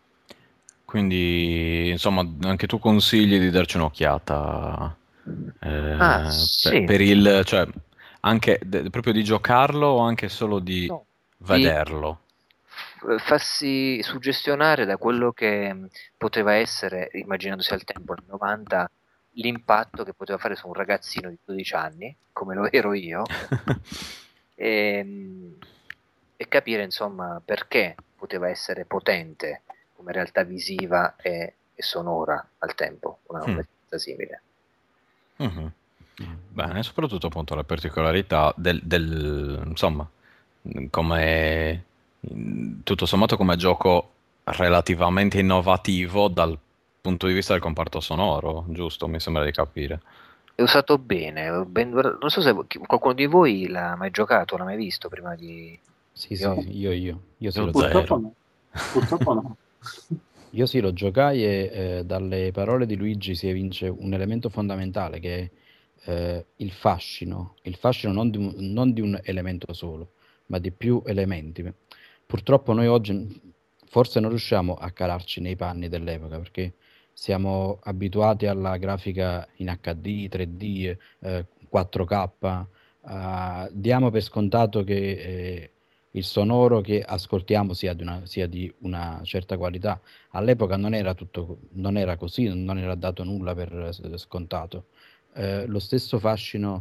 quindi, insomma, anche tu consigli di darci un'occhiata Ah, eh, per, sì. per il, cioè, anche de- proprio di giocarlo o anche solo di No. Di vederlo? f- farsi suggestionare da quello che mh, poteva essere, immaginandosi al tempo, nel novanta, l'impatto che poteva fare su un ragazzino di dodici anni, come lo ero io, e, mh, e capire insomma perché poteva essere potente come realtà visiva e, e sonora al tempo, una, Mm. un'esperienza simile. Mhm. Mm. Bene, soprattutto appunto la particolarità del, del- insomma, come tutto sommato come gioco relativamente innovativo dal punto di vista del comparto sonoro, giusto? Mi sembra di capire. È usato bene, ben- non so se chi- qualcuno di voi l'ha mai giocato, l'ha mai visto prima di... Sì, di oggi. sì, io, io, io sì Io l'ho Purtroppo giocato. zero. no. Purtroppo no. Io sì lo giocai e eh, dalle parole di Luigi si evince un elemento fondamentale che è eh, il fascino, il fascino non di un, non di un elemento solo, ma di più elementi. Purtroppo noi oggi forse non riusciamo a calarci nei panni dell'epoca perché siamo abituati alla grafica in acca di, tre D, eh, quattro K, eh, diamo per scontato che eh, il sonoro che ascoltiamo sia di una, sia di una certa qualità. All'epoca non era tutto, non era così, non era dato nulla per eh, scontato. Eh, lo stesso fascino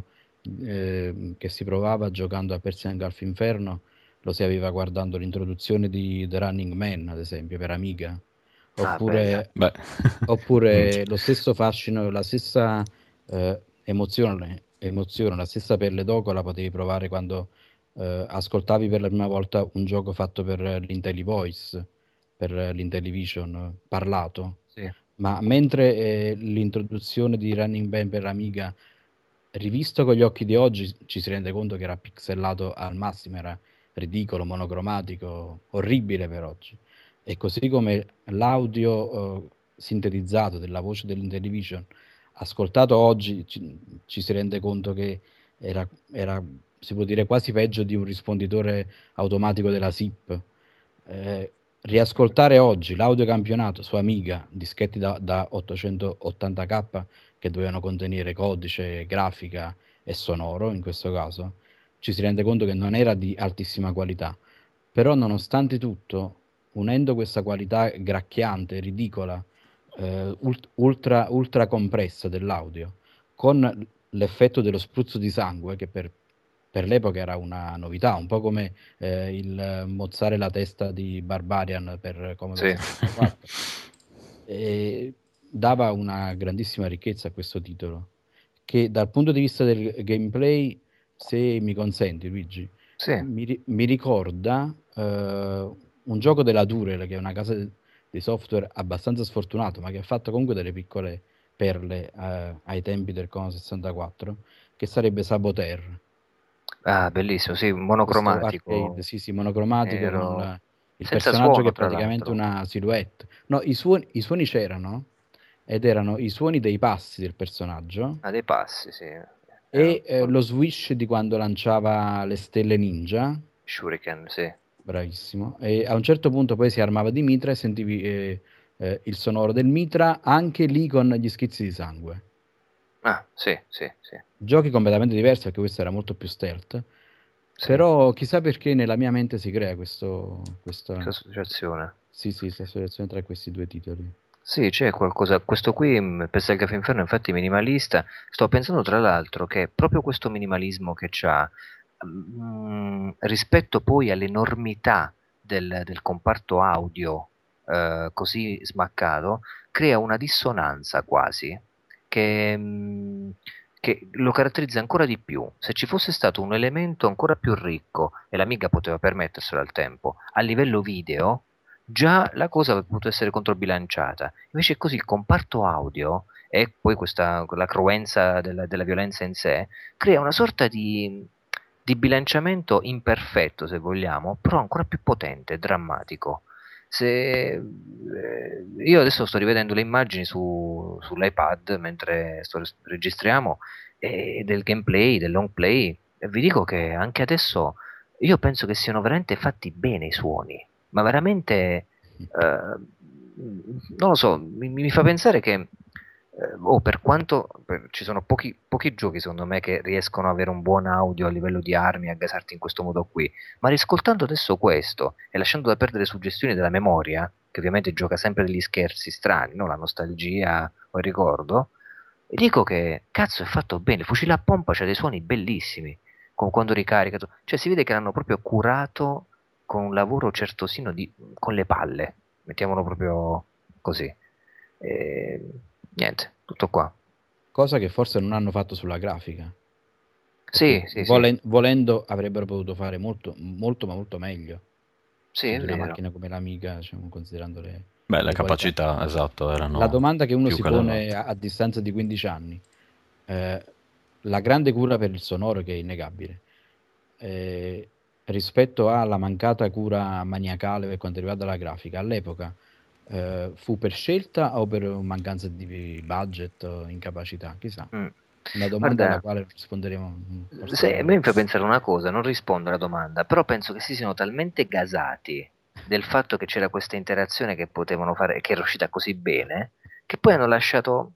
eh, che si provava giocando a Persian Gulf Inferno lo si aveva guardando l'introduzione di The Running Man, ad esempio, per Amiga, Ah, bella. oppure, Beh, minchia. oppure lo stesso fascino, la stessa eh, emozione, emozione, la stessa pelle d'oco la potevi provare quando eh, ascoltavi per la prima volta un gioco fatto per l'IntelliVoice, per l'Intellivision, eh, parlato. Sì. Ma mentre eh, l'introduzione di Running Man per Amiga, rivisto con gli occhi di oggi, ci si rende conto che era pixelato al massimo, era ridicolo, monocromatico, orribile per oggi. E così come l'audio eh, sintetizzato della voce dell'Intellivision, ascoltato oggi, ci, ci si rende conto che era, era, si può dire, quasi peggio di un risponditore automatico della S I P. Eh, riascoltare oggi l'audiocampionato su Amiga, dischetti da, da ottocentottanta K che dovevano contenere codice, grafica e sonoro, in questo caso, ci si rende conto che non era di altissima qualità. Però nonostante tutto, unendo questa qualità gracchiante, ridicola, eh, ult- ultra, ultra compressa dell'audio, con l'effetto dello spruzzo di sangue, che per, per l'epoca era una novità, un po' come eh, il mozzare la testa di Barbarian per Commodore Sì. sessantaquattro. E dava una grandissima ricchezza a questo titolo, che dal punto di vista del gameplay, se mi consenti, Luigi, Sì. mi, ri- mi ricorda eh, un gioco della Durel, che è una casa di software abbastanza sfortunato, ma che ha fatto comunque delle piccole perle eh, ai tempi del Commodore sessantaquattro, che sarebbe Saboteur. Ah, bellissimo, sì, Questo arcade, monocromatico, sì, sì, monocromatico con nero, la- il senza personaggio che suono, è tra praticamente l'altro. una silhouette. No, i suoni, i suoni c'erano, ed erano i suoni dei passi del personaggio Ah, dei passi, sì. e Eh, eh, lo swish di quando lanciava le stelle ninja, Shuriken, sì. bravissimo, e a un certo punto poi si armava di mitra e sentivi eh, eh, il sonoro del mitra anche lì con gli schizzi di sangue. Ah, sì, sì, sì. Giochi completamente diversi perché questo era molto più stealth, Sì, però chissà perché nella mia mente si crea questo, questa, questa associazione. sì, sì, questa associazione tra questi due titoli. Sì, c'è qualcosa. Questo qui, mh, per il Caffè Inferno, infatti, minimalista. Sto pensando tra l'altro che proprio questo minimalismo che c'ha, mh, rispetto poi all'enormità del, del comparto audio eh, così smaccato, crea una dissonanza quasi che, mh, che lo caratterizza ancora di più. Se ci fosse stato un elemento ancora più ricco, e l'Amiga poteva permetterselo al tempo, a livello video, già la cosa avrebbe potuto essere controbilanciata. Invece così il comparto audio e poi questa, la cruenza della, della violenza in sé crea una sorta di, di bilanciamento imperfetto, se vogliamo, però ancora più potente, drammatico. Se, eh, io adesso sto rivedendo le immagini su, sull'iPad mentre sto, registriamo e del gameplay, del long play, e vi dico che anche adesso io penso che siano veramente fatti bene i suoni, ma veramente eh, non lo so, mi, mi fa pensare che eh, oh, per quanto per- ci sono pochi, pochi giochi secondo me che riescono ad avere un buon audio a livello di armi e a gasarti in questo modo qui, ma riscoltando adesso questo e lasciando da perdere le suggestioni della memoria, che ovviamente gioca sempre degli scherzi strani, no? La nostalgia o il ricordo, e dico che cazzo è fatto bene, il fucile a pompa c'ha dei suoni bellissimi, come quando ricarica, tu- cioè si vede che l'hanno proprio curato con un lavoro certosino di, con le palle, mettiamolo proprio così. E, niente, tutto qua. Cosa che forse non hanno fatto sulla grafica, Sì, perché sì, sì, volen- volendo avrebbero potuto fare molto, molto, ma molto meglio sì, su è di una vero. macchina come l'Amiga, diciamo, considerando le, Beh, le le qualità. capacità, esatto, La erano domanda che uno più si che pone elevate. a, a distanza di quindici anni, eh, la grande cura per il sonoro che è innegabile, eh, rispetto alla mancata cura maniacale per quanto riguarda la grafica, all'epoca eh, fu per scelta o per mancanza di budget o incapacità? Chissà. Mm. Una domanda alla Guarda, quale risponderemo mm, forse se, a domani. me mi fa pensare una cosa, non rispondo alla domanda, però penso che si siano talmente gasati del fatto che c'era questa interazione che potevano fare, che era uscita così bene, che poi hanno lasciato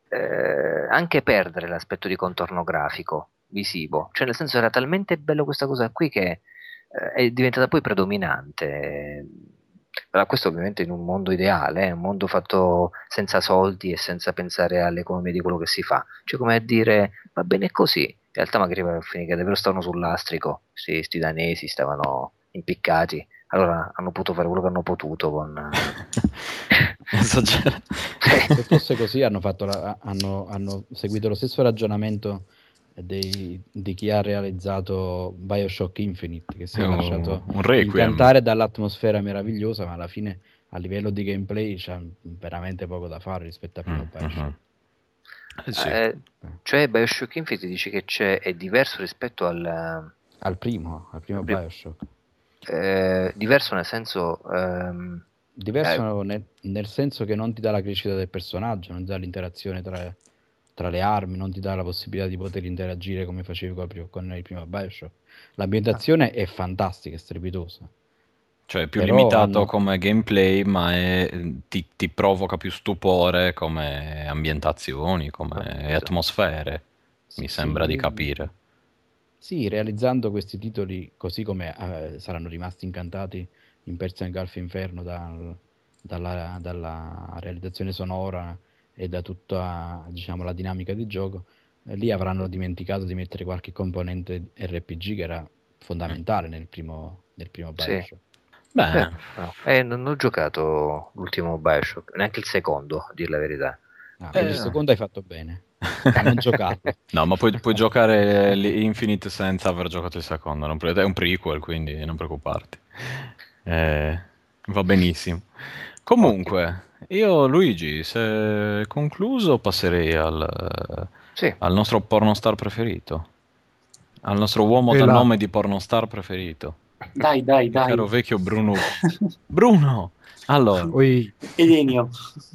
eh, anche perdere l'aspetto di contorno grafico, visivo. Cioè, nel senso, era talmente bello questa cosa qui che eh, è diventata poi predominante. Allora, questo ovviamente in un mondo ideale, eh, un mondo fatto senza soldi e senza pensare all'economia di quello che si fa. Cioè, come a dire, va bene così. In realtà magari va a finire che davvero stavano sul lastrico, sì, sti danesi stavano impiccati, allora hanno potuto fare quello che hanno potuto con... Esagerato. Se fosse così, hanno, fatto la- hanno, hanno seguito lo stesso ragionamento dei- di chi ha realizzato Bioshock Infinite, che si È è un, lasciato un requiem. incantare dall'atmosfera meravigliosa, ma alla fine a livello di gameplay c'ha veramente poco da fare rispetto al primo Mm, Bioshock. mhm. Eh sì. Eh, Eh, cioè Bioshock Infinite dici che c'è, è diverso rispetto al... Al primo, al primo al pri- Bioshock. eh, diverso nel senso... ehm, eh, Diverso nel, nel senso che non ti dà la crescita del personaggio, non ti dà l'interazione tra, tra le armi, non ti dà la possibilità di poter interagire come facevi col pri- con il primo Bioshock. L'ambientazione è fantastica, è strepitosa, Cioè è più però limitato hanno... come gameplay, ma è- ti, ti provoca più stupore come ambientazioni, come esatto. atmosfere, Sì, mi sì, sembra di re- capire. sì, realizzando questi titoli così come eh, saranno rimasti incantati in Persian Gulf Inferno dal- dalla, dalla realizzazione sonora e da tutta, diciamo, la dinamica di gioco, eh, lì avranno dimenticato di mettere qualche componente R P G che era Mm. fondamentale nel primo, nel primo Sì, Bioshock. Beh, vero, no. Eh, non ho giocato l'ultimo Bioshock, neanche il secondo, a dire la verità. Ah, per il eh, secondo hai fatto bene a non giocarlo. no, ma puoi, puoi giocare l'Infinite senza aver giocato il secondo, non pre- è un prequel, quindi non preoccuparti. Eh, va benissimo. Ottimo. Comunque, io Luigi, se concluso passerei al, Sì, al nostro pornostar preferito, al nostro uomo E dal là, nome di pornostar preferito. Dai, dai, Il dai. caro vecchio Bruno. Bruno! Allora, Poi Elenio.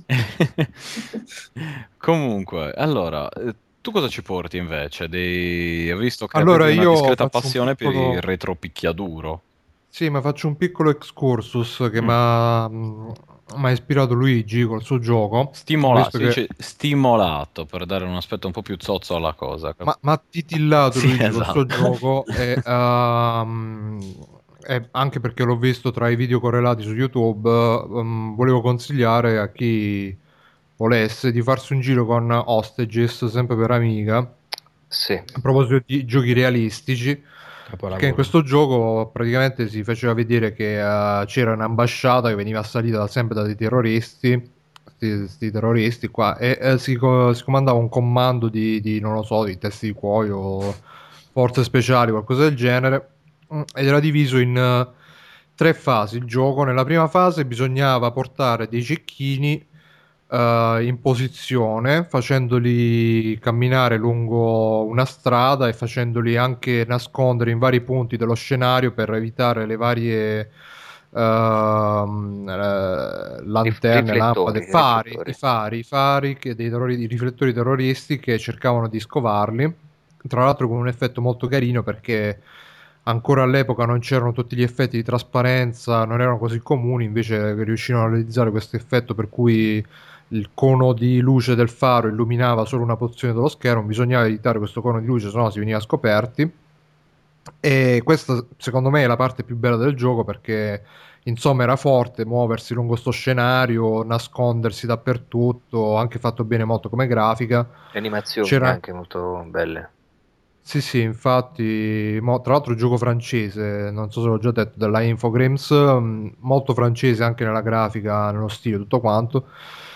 comunque, allora, eh, tu cosa ci porti invece? Dei... Ho visto che Allora avevi una io discreta faccio un passione per il piccolo, retro picchiaduro. sì, ma faccio un piccolo excursus che Mm. mi ha mi ha ispirato Luigi col suo gioco. Ho Stimola- visto si che dice stimolato per dare un aspetto un po' più zozzo alla cosa. ma ma ha titillato Sì, Luigi col suo esatto. gioco e, ehm, e anche perché l'ho visto tra i video correlati su YouTube, ehm, volevo consigliare a chi volesse di farsi un giro con Hostages, sempre per Amiga, Sì, a proposito di giochi realistici, perché in capolavoro. questo gioco praticamente si faceva vedere che eh, c'era un'ambasciata che veniva assalita da- sempre da dei terroristi, questi terroristi qua, e eh, si, co- si comandava un comando di, di, non lo so, di testi di cuoio, forze speciali, qualcosa del genere, mm, ed era diviso in eh, tre fasi il gioco. Nella prima fase bisognava portare dei cecchini eh, in posizione, facendoli camminare lungo una strada e facendoli anche nascondere in vari punti dello scenario per evitare le varie ehm, eh, Rif- lanterne, lampade, riflettori, fari, i riflettori. fari, i fari che dei terrori- i riflettori terroristi che cercavano di scovarli. Tra l'altro con un effetto molto carino perché ancora all'epoca non c'erano tutti gli effetti di trasparenza, non erano così comuni, invece riuscirono a realizzare questo effetto per cui il cono di luce del faro illuminava solo una porzione dello schermo, bisognava evitare questo cono di luce, sennò si veniva scoperti. E questa secondo me è la parte più bella del gioco perché insomma era forte muoversi lungo sto scenario, nascondersi dappertutto, anche fatto bene molto come grafica. Le animazioni C'era anche molto belle. sì, sì, infatti, mo- tra l'altro gioco francese, non so se l'ho già detto, della Infogrames, mh, molto francese anche nella grafica, nello stile, tutto quanto.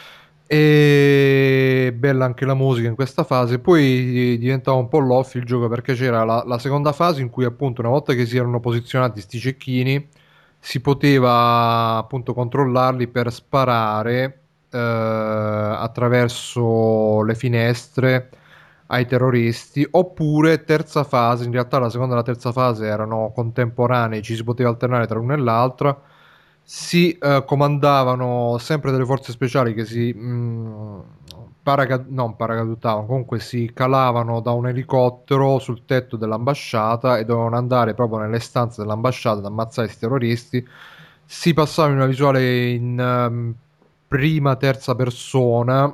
E bella anche la musica in questa fase. Poi diventava un po' l'off il gioco perché c'era la, la seconda fase in cui appunto una volta che si erano posizionati sti cecchini si poteva appunto controllarli per sparare eh, attraverso le finestre ai terroristi, oppure terza fase, in realtà la seconda e la terza fase erano contemporanei, ci si poteva alternare tra l'una e l'altra, si eh, comandavano sempre delle forze speciali che si mh, paraca- non paracadutavano, comunque si calavano da un elicottero sul tetto dell'ambasciata e dovevano andare proprio nelle stanze dell'ambasciata ad ammazzare questi terroristi. Si passava in una visuale in ehm, prima, terza persona,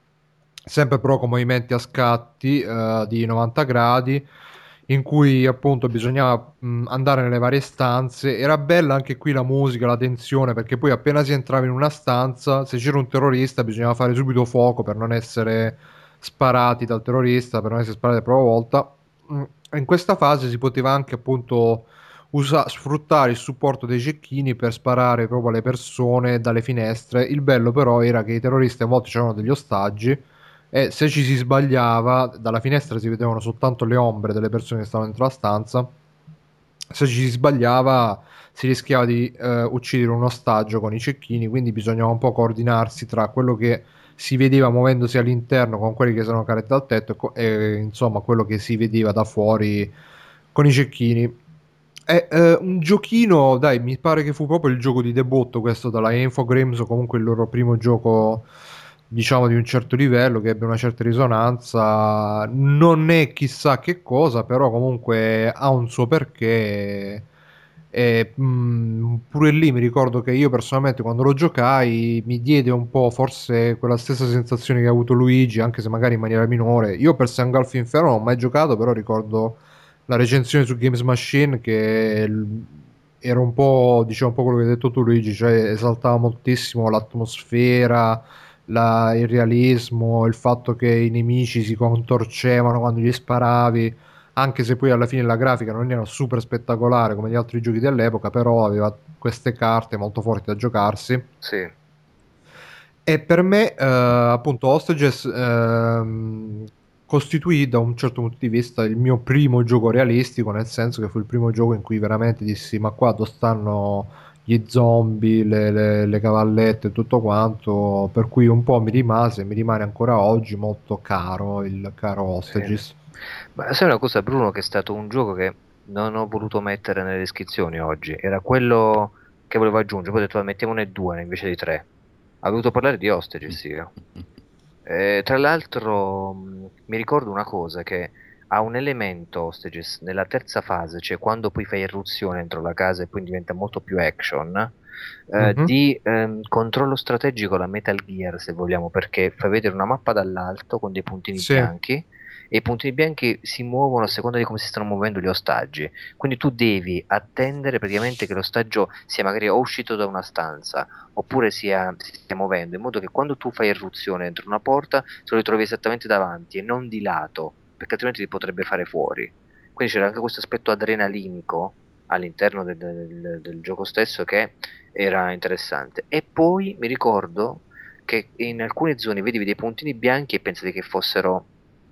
sempre però con movimenti a scatti eh, di novanta gradi, in cui appunto bisognava mh, andare nelle varie stanze. Era bella anche qui la musica, la tensione, perché poi appena si entrava in una stanza, se c'era un terrorista bisognava fare subito fuoco per non essere sparati dal terrorista, per non essere sparati la prima volta. Mm, In questa fase si poteva anche appunto usa- sfruttare il supporto dei cecchini per sparare proprio alle persone dalle finestre. Il bello però era che i terroristi a volte c'erano degli ostaggi e se ci si sbagliava, dalla finestra si vedevano soltanto le ombre delle persone che stavano dentro la stanza. Se ci si sbagliava, si rischiava di eh, uccidere un ostaggio con i cecchini, quindi bisognava un po' coordinarsi tra quello che si vedeva muovendosi all'interno con quelli che sono calati dal tetto e, co- e, insomma quello che si vedeva da fuori con i cecchini. È eh, un giochino, dai, mi pare che fu proprio il gioco di debutto questo dalla Infogrames, o comunque il loro primo gioco, diciamo, di un certo livello, che ebbe una certa risonanza. Non è chissà che cosa, però comunque ha un suo perché. E, mh, pure lì mi ricordo che io personalmente quando lo giocai mi diede un po' forse quella stessa sensazione che ha avuto Luigi, anche se magari in maniera minore. Io per Sangolf Inferno non ho mai giocato, però ricordo la recensione su Games Machine che l- era un po', diciamo, un po' quello che hai detto tu Luigi, cioè esaltava moltissimo l'atmosfera, la- il realismo, il fatto che i nemici si contorcevano quando gli sparavi, anche se poi alla fine la grafica non era super spettacolare come gli altri giochi dell'epoca, però aveva queste carte molto forti da giocarsi. Sì. E per me, eh, appunto, Hostages ehm, costituì da un certo punto di vista il mio primo gioco realistico, nel senso che fu il primo gioco in cui veramente dissi: ma qua dove stanno gli zombie, le, le- le cavallette e tutto quanto? Per cui un po' mi rimase, mi rimane ancora oggi molto caro il caro Sì. Hostages. Ma sai una cosa, Bruno, che è stato un gioco che non ho voluto mettere nelle descrizioni oggi, era quello che volevo aggiungere, poi ho detto "Ah, mettiamone due invece di tre". Ho voluto parlare di Hostages io. Eh, tra l'altro mh, mi ricordo una cosa, che ha un elemento Hostages nella terza fase, cioè quando poi fai irruzione dentro la casa e poi diventa molto più action, eh, Mhm. di ehm, controllo strategico alla Metal Gear, se vogliamo, perché fa vedere una mappa dall'alto con dei puntini Sì, bianchi e i puntini bianchi si muovono a seconda di come si stanno muovendo gli ostaggi. Quindi tu devi attendere praticamente che l'ostaggio sia magari o uscito da una stanza oppure sia, si stia muovendo, in modo che quando tu fai irruzione dentro una porta te lo ritrovi esattamente davanti e non di lato, perché altrimenti ti potrebbe fare fuori. Quindi c'era anche questo aspetto adrenalinico all'interno del, del- del gioco stesso che era interessante. E poi mi ricordo che in alcune zone vedevi dei puntini bianchi e pensavi che fossero,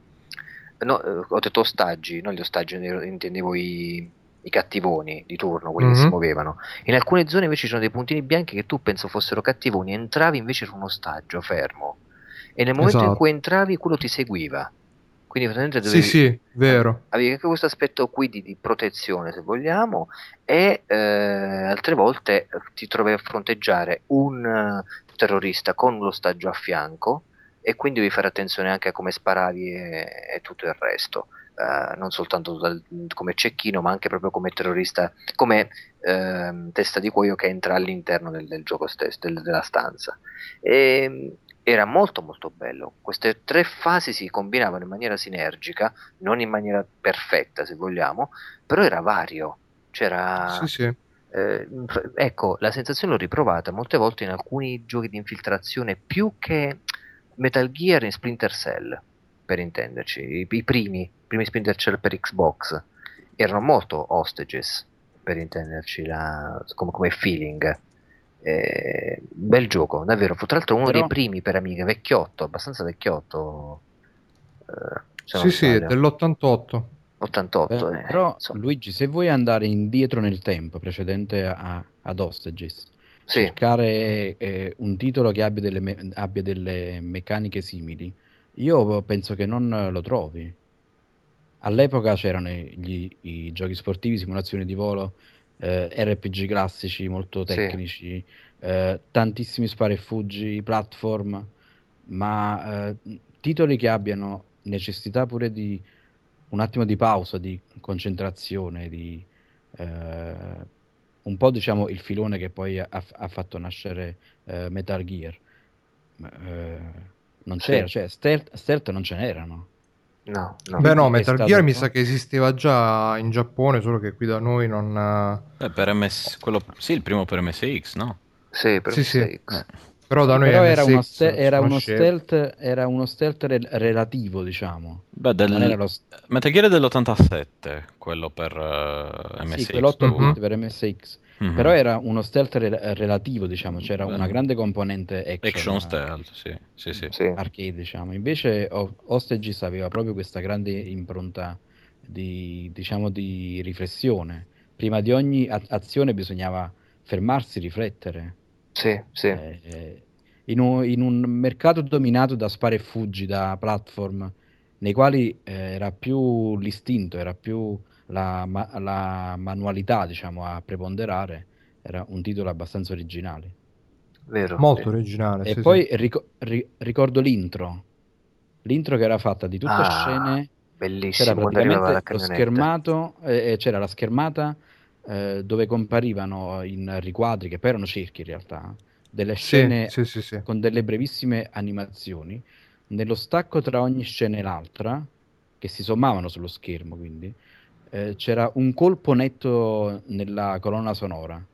no, eh, ho detto ostaggi, non gli ostaggi, ne- intendevo i, i cattivoni di turno, quelli che si Mhm. muovevano. In alcune zone invece ci sono dei puntini bianchi che tu penso fossero cattivoni, entravi invece era un ostaggio fermo. E nel momento in Esatto. cui entravi, quello ti seguiva. Quindi praticamente Sì, dovevi, sì, ave- vero. avevi anche questo aspetto qui di, di protezione, se vogliamo, e eh, altre volte eh, ti trovi a fronteggiare un eh, terrorista con l'ostaggio a fianco e quindi devi fare attenzione anche a come sparavi e, e tutto il resto. Eh, non soltanto dal- come cecchino, ma anche proprio come terrorista, come ehm, testa di cuoio che entra all'interno del, del gioco stesso, del- della stanza. E, era molto molto bello. Queste tre fasi si combinavano in maniera sinergica, non in maniera perfetta, se vogliamo, però era vario. Sì, C'era, sì. eh, ecco, la sensazione l'ho riprovata molte volte in alcuni giochi di infiltrazione, più che Metal Gear e Splinter Cell, per intenderci. I, i primi, i primi Splinter Cell per Xbox erano molto hostages, per intenderci, la- come, come feeling. Eh, bel gioco, davvero. Fu tra l'altro uno dei Però, primi per Amiga, vecchiotto, abbastanza vecchiotto, eh, se non Sì, sì, è sbaglio. dell'ottantotto. ottantotto, eh, però insomma. Luigi, se vuoi andare indietro nel tempo precedente a, ad Hostages, Sì, cercare eh, un titolo che abbia delle, me- abbia delle meccaniche simili, io penso che non lo trovi. All'epoca c'erano i, gli- i giochi sportivi, simulazioni di volo, eh, R P G classici molto sì, tecnici, eh, tantissimi spara e fuggi, platform, ma eh, titoli che abbiano necessità pure di un attimo di pausa, di concentrazione, di eh, un po' diciamo il filone che poi ha, ha fatto nascere eh, Metal Gear. Ma, eh, non sì. c'era, cioè stealth, stealth non ce n'erano. No, no. Beh, no, Quindi è Metal Gear stato... mi sa che esisteva già in Giappone, solo che qui da noi non... Beh, per M S, quello, sì, il primo per M S X, no? Sì, per Sì, sì, M S X. Eh, però da Sì, noi però era uno, M S X ste- non si era uno conosceva. stealth, era uno stealth rel- relativo, diciamo. Beh, Non era del lo... s- Metal Gear è dell'ottantasette, quello per eh, Sì, M S X quell'otto Mhm. due. bit per M S X. Però Mhm. era uno stealth rel- relativo, diciamo. C'era una Beh, grande componente action action stealth, sì, sì, eh, sì. Sì, arcade, diciamo. Invece Ho- Hostages aveva proprio questa grande impronta di, diciamo, di riflessione. Prima di ogni a- azione bisognava fermarsi, riflettere. sì, sì. Eh, eh, in un, in un mercato dominato da spara e fuggi, da platform, nei quali eh, era più l'istinto, era più la, ma- la manualità, diciamo, a preponderare, era un titolo abbastanza originale. Vero, Molto vero. originale, E sì, sì. poi rico- ri- ricordo l'intro, l'intro che era fatta di tutte Ah, scene, c'era bellissimo, quando arrivava la praticamente lo camionetta. schermato, eh, e c'era la schermata eh, dove comparivano in riquadri, che poi erano cerchi in realtà, delle Sì, scene sì, sì, sì. con delle brevissime animazioni. Nello stacco tra ogni scena e l'altra, che si sommavano sullo schermo, quindi, eh, c'era un colpo netto nella colonna sonora.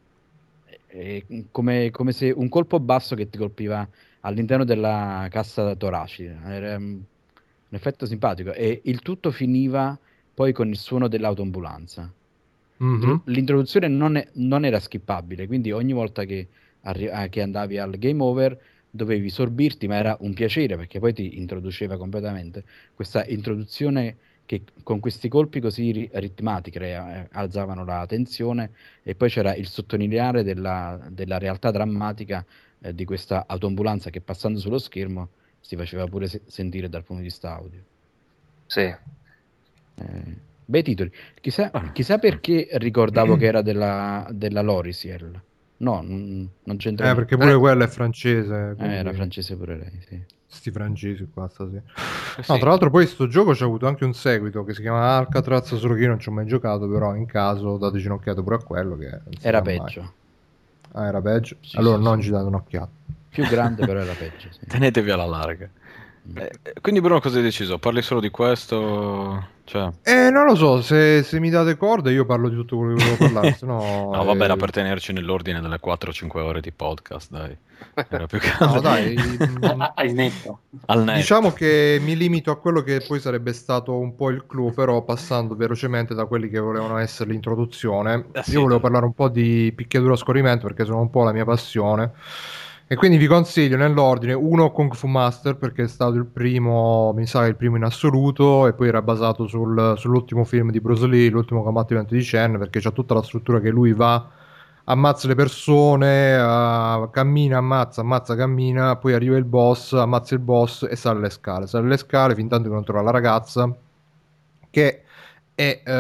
E- e come, come se un colpo basso che ti colpiva all'interno della cassa toracica. Era mm, un effetto simpatico. E il tutto finiva poi con il suono dell'autoambulanza. L'intro- Mhm. L'introduzione non, è- non era skippabile, quindi ogni volta che, arri- ah, che andavi al game over dovevi sorbirti, ma era un piacere perché poi ti introduceva completamente questa introduzione che con questi colpi così ri- ritmati crea- eh, alzavano la tensione e poi c'era il sottolineare della, della realtà drammatica eh, di questa autoambulanza che passando sullo schermo si faceva pure se- sentire dal punto di vista audio. Sì. Eh, Bei titoli. Chissà, chissà perché ricordavo che era della, della Lorisiel. No, non, non c'entra Eh, niente. perché pure quella è francese, Eh, quindi era francese pure lei, sì. sti francesi qua stasera. Eh No, sì. tra l'altro poi sto gioco c'ha avuto anche un seguito che si chiama Alcatraz, solo che io non ci ho mai giocato, però in caso dateci un'occhiata pure a quello che non si Era sa mai. peggio. Ah, era peggio? Sì, Allora sì, non sì. ci date un'occhiata. Più grande, però era peggio. Sì. Tenetevi alla larga. Mm. Eh, eh, quindi Bruno cosa hai deciso? Parli solo di questo? Cioè... Eh, non lo so, se, se mi date corde io parlo di tutto quello che volevo parlare, se no... No, vabbè, era eh, per tenerci nell'ordine delle quattro cinque ore di podcast, dai. Era più che No, altro- dai, mm, Ah, Hai netto. Al netto. diciamo che mi limito a quello che poi sarebbe stato un po' il clou, però passando velocemente da quelli che volevano essere l'introduzione. Eh sì, Io volevo dai. parlare un po' di picchiaduro a scorrimento perché sono un po' la mia passione. E quindi vi consiglio nell'ordine uno Kung Fu Master perché è stato il primo, mi sa, il primo in assoluto, e poi era basato sul- sull'ultimo film di Bruce Lee, l'ultimo combattimento di Chen, perché c'ha tutta la struttura che lui va, ammazza le persone, uh, cammina, ammazza, ammazza, cammina, poi arriva il boss, ammazza il boss e sale le scale. Sale le scale fin tanto che non trova la ragazza, che è eh,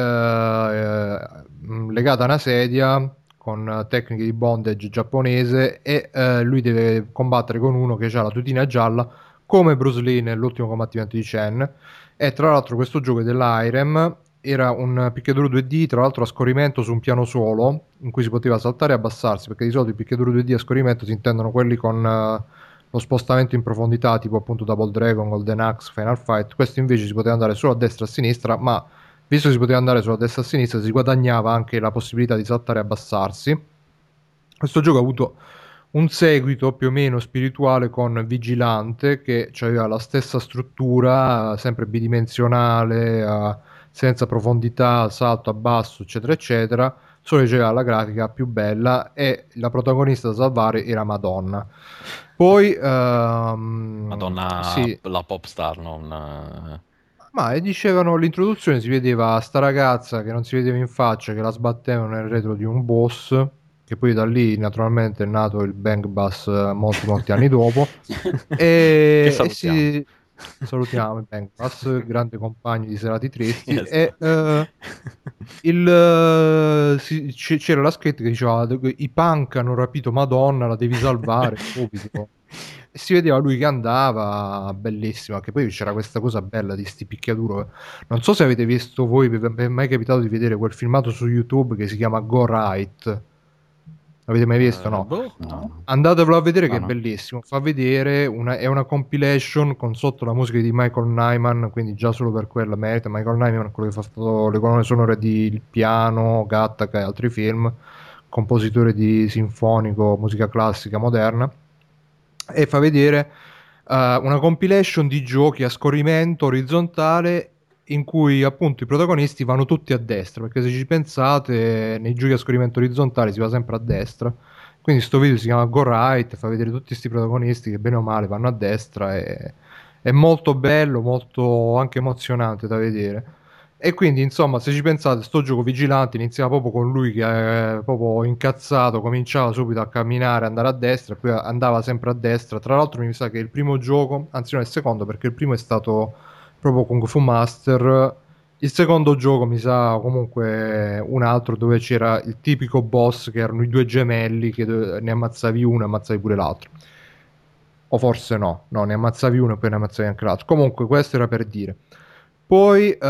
eh, legata a una sedia con eh, tecniche di bondage giapponese, e eh, lui deve combattere con uno che ha la tutina gialla come Bruce Lee nell'ultimo combattimento di Chen. E tra l'altro questo gioco è dell'Irem, era un picchiaduro due D, tra l'altro a scorrimento su un piano solo, in cui si poteva saltare e abbassarsi, perché di solito i picchiaduro due D a scorrimento si intendono quelli con eh, lo spostamento in profondità, tipo appunto Double Dragon, Golden Axe, Final Fight. Questo invece si poteva andare solo a destra e a sinistra, ma visto che si poteva andare solo a destra e a sinistra, si guadagnava anche la possibilità di saltare e abbassarsi. Questo gioco ha avuto un seguito più o meno spirituale con Vigilante, che aveva la stessa struttura, sempre bidimensionale, eh, senza profondità, salto, abbasso, eccetera, eccetera, solo che c'era la grafica più bella e la protagonista da salvare era Madonna. Poi, ehm, Madonna, sì, la pop star, non... eh, ma e dicevano l'introduzione si vedeva sta ragazza che non si vedeva in faccia, che la sbattevano nel retro di un boss, che poi da lì naturalmente è nato il Bang Bus eh, molti molti anni dopo. Che E, e salutiamo. si salutiamo il Bang Bus, grande compagno di serati tristi. Yes. E eh, il, eh, si- c- c'era la scritta che diceva i punk hanno rapito Madonna, la devi salvare subito. E si vedeva lui che andava, bellissimo, che poi c'era questa cosa bella di sti picchiaduro. Non so se avete visto voi, vi vi è mai capitato di vedere quel filmato su YouTube che si chiama Go Right? L'avete mai visto? Eh, No. boh, No, no. no. Andatevelo a vedere No, che è no. bellissimo. Fa vedere una, è una compilation con sotto la musica di Michael Nyman, quindi già solo per quella merita. Michael Nyman è quello che fa stato le colonne sonore di Il Piano, Gattaca e altri film, compositore di sinfonico, musica classica moderna, e fa vedere uh, una compilation di giochi a scorrimento orizzontale in cui appunto i protagonisti vanno tutti a destra, perché se ci pensate nei giochi a scorrimento orizzontale si va sempre a destra. Quindi sto video si chiama Go Right, fa vedere tutti questi protagonisti che bene o male vanno a destra, e è molto bello, molto anche emozionante da vedere. E quindi insomma, se ci pensate, sto gioco Vigilante iniziava proprio con lui che è proprio incazzato, cominciava subito a camminare, andare a destra, e poi andava sempre a destra. Tra l'altro mi sa che il primo gioco, anzi non il secondo, perché il primo è stato proprio Kung Fu Master. Il secondo gioco mi sa comunque un altro dove c'era il tipico boss che erano i due gemelli che do- ne ammazzavi uno e ammazzavi pure l'altro. O forse no, no, ne ammazzavi uno e poi ne ammazzavi anche l'altro. Comunque questo era per dire. Poi eh,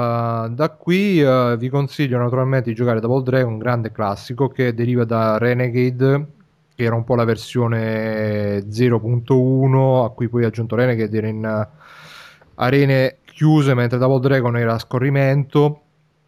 da qui eh, vi consiglio naturalmente di giocare Double Dragon, un grande classico che deriva da Renegade, che era un po' la versione zero punto uno, a cui poi ha aggiunto Renegade, era in eh, arene chiuse, mentre Double Dragon era a scorrimento.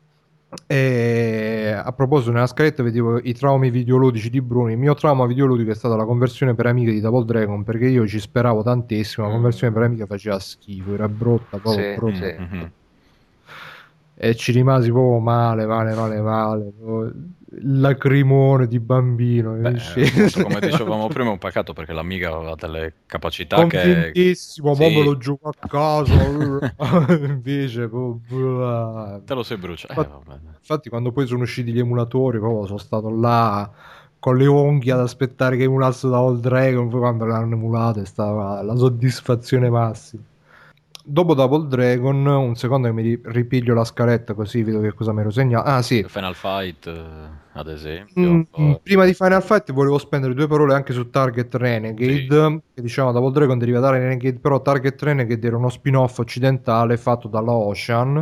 E a proposito, nella scaletta vedevo i traumi videoludici di Bruno. Il mio trauma videoludico è stata la conversione per amiche di Double Dragon, perché io ci speravo tantissimo. La Mm. conversione per amiche faceva schifo, era brutta, proprio Sì, brutta. sì. Mhm. E ci rimasi proprio male, male, male, male. Proprio lacrimone di bambino. Beh, mi scese. appunto, come dicevamo prima, è un peccato perché l'amiga aveva delle capacità che... Convintissimo, Sì. mo me lo gioco a casa. Invece, proprio... Te lo sei bruciato. Eh, Infatti, vabbè. infatti quando poi sono usciti gli emulatori, proprio sono stato là con le unghie ad aspettare che emulasse da Old Dragon. Poi quando l'hanno emulato è stata la soddisfazione massima. dopo Double Dragon, un secondo che mi ri- ripiglio la scaletta così vedo che cosa mi ero segnato. Ah sì. Final Fight, eh, ad esempio. Mm, mm, Poi- prima di Final Fight volevo spendere due parole anche su Target Sì. Renegade, che diciamo Double Dragon deriva da Renegade, però Target Renegade era uno spin-off occidentale fatto dalla Ocean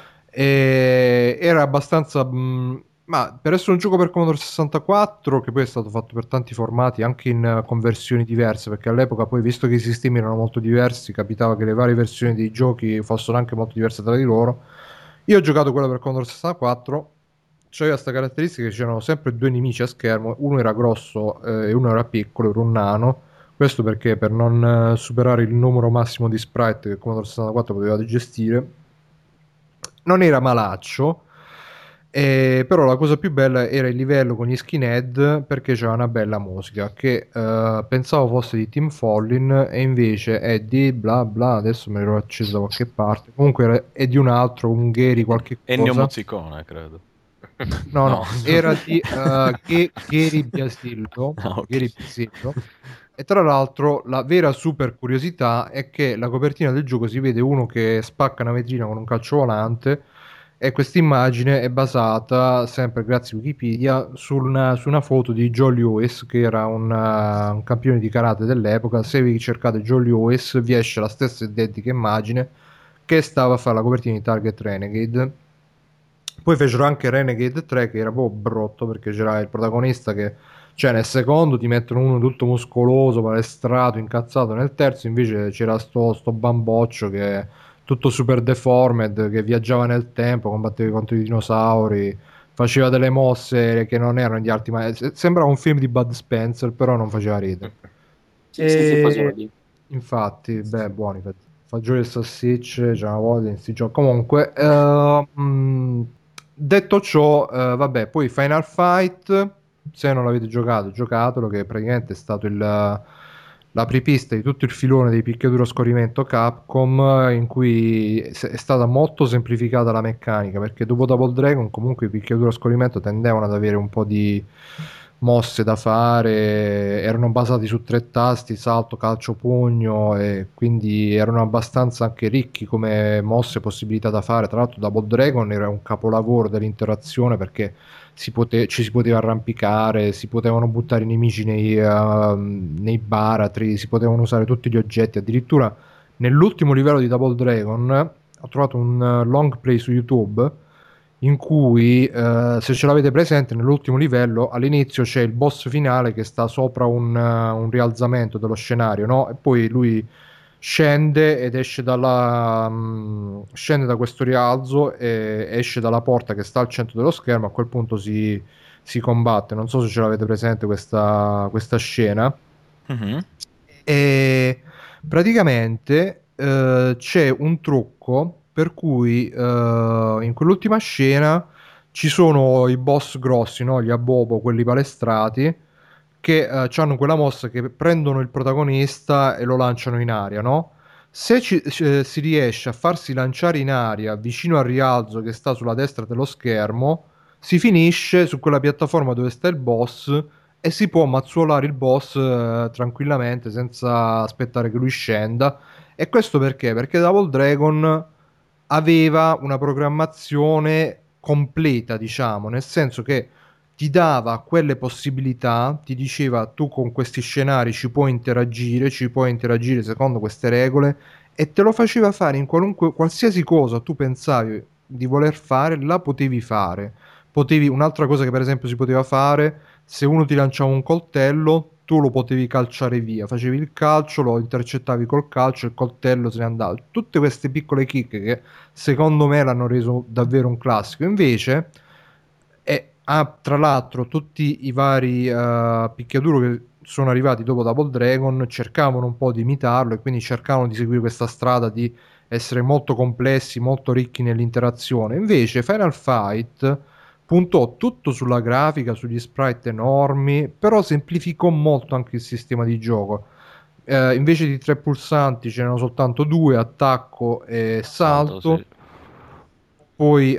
e era abbastanza... mm, ma per essere un gioco per Commodore sessantaquattro, che poi è stato fatto per tanti formati, anche in eh, conversioni diverse, perché all'epoca poi, visto che i sistemi erano molto diversi, capitava che le varie versioni dei giochi fossero anche molto diverse tra di loro. Io ho giocato quella per Commodore sessantaquattro, c'aveva questa caratteristica che c'erano sempre due nemici a schermo, uno era grosso eh, e uno era piccolo, era un nano. Questo perché per non eh, superare il numero massimo di sprite che Commodore sessantaquattro poteva gestire. Non era malaccio, eh, però la cosa più bella era il livello con gli skinhead, perché c'era una bella musica che eh, pensavo fosse di Tim Follin e invece è di bla bla, adesso me l'ero acceso da qualche parte, comunque era- è di un altro, un Gheri qualche Ennio cosa. Mozzicone, credo. No, No. no, era di uh, Ghe- Gheri Biasillo, Ah, ok. Gheri Biasillo. E tra l'altro la vera super curiosità è che la copertina del gioco si vede uno che spacca una vetrina con un calcio volante e questa immagine è basata, sempre grazie a Wikipedia, su una, su una foto di Joe Lewis, che era un, uh, un campione di karate dell'epoca. Se vi cercate Joe Lewis vi esce la stessa identica immagine che stava a fare la copertina di Target Renegade. Poi fecero anche Renegade tre, che era proprio brutto, perché c'era il protagonista che, cioè nel secondo ti mettono uno tutto muscoloso, palestrato, incazzato, nel terzo invece c'era sto, sto bamboccio che è tutto super deformed, che viaggiava nel tempo, combatteva contro i dinosauri, faceva delle mosse che non erano di arti, ma sembrava un film di Bud Spencer, però non faceva ridere. Sì, senza i E fagioli. infatti, beh, buoni fa- fagioli e salsicce, c'è una voglia in sti giochi. Comunque, eh, mh, detto ciò, eh, vabbè, poi Final Fight, se non l'avete giocato, giocatelo, che praticamente è stato il, l'apripista di tutto il filone dei picchiaduro a scorrimento Capcom, eh, in cui è è stata molto semplificata la meccanica, perché dopo Double Dragon comunque i picchiaduro a scorrimento tendevano ad avere un po' di mosse da fare, erano basati su tre tasti, salto, calcio, pugno, e quindi erano abbastanza anche ricchi come mosse e possibilità da fare. Tra l'altro Double Dragon era un capolavoro dell'interazione, perché si pote- ci si poteva arrampicare, si potevano buttare i nemici nei, uh, nei baratri, si potevano usare tutti gli oggetti. Addirittura nell'ultimo livello di Double Dragon ho trovato un uh, long play su YouTube in cui, eh, se ce l'avete presente, nell'ultimo livello all'inizio c'è il boss finale che sta sopra un, uh, un rialzamento dello scenario, no? E poi lui scende ed esce dalla mh, scende da questo rialzo e esce dalla porta che sta al centro dello schermo. A quel punto si, si combatte. Non so se ce l'avete presente questa, questa scena. Mhm. E praticamente eh, c'è un trucco per cui eh, in quell'ultima scena ci sono i boss grossi, no? Gli abobo, quelli palestrati, che eh, hanno quella mossa che prendono il protagonista e lo lanciano in aria, no? Se ci- eh, si riesce a farsi lanciare in aria vicino al rialzo che sta sulla destra dello schermo, si finisce su quella piattaforma dove sta il boss e si può mazzuolare il boss eh, tranquillamente senza aspettare che lui scenda. E questo perché? Perché Double Dragon aveva una programmazione completa, diciamo, nel senso che ti dava quelle possibilità, ti diceva tu con questi scenari ci puoi interagire, ci puoi interagire secondo queste regole, e te lo faceva fare in qualunque, qualsiasi cosa tu pensavi di voler fare, la potevi fare. Potevi, un'altra cosa che per esempio si poteva fare, se uno ti lanciava un coltello, tu lo potevi calciare via, facevi il calcio, lo intercettavi col calcio, il coltello se ne andava. Tutte queste piccole chicche che secondo me l'hanno reso davvero un classico. Invece, e ha tra l'altro tutti i vari uh, picchiaduro che sono arrivati dopo Double Dragon cercavano un po' di imitarlo, e quindi cercavano di seguire questa strada di essere molto complessi, molto ricchi nell'interazione. Invece Final Fight puntò tutto sulla grafica, sugli sprite enormi, però semplificò molto anche il sistema di gioco. Eh, invece di tre pulsanti c'erano soltanto due, attacco e Salto, salto. sì. Poi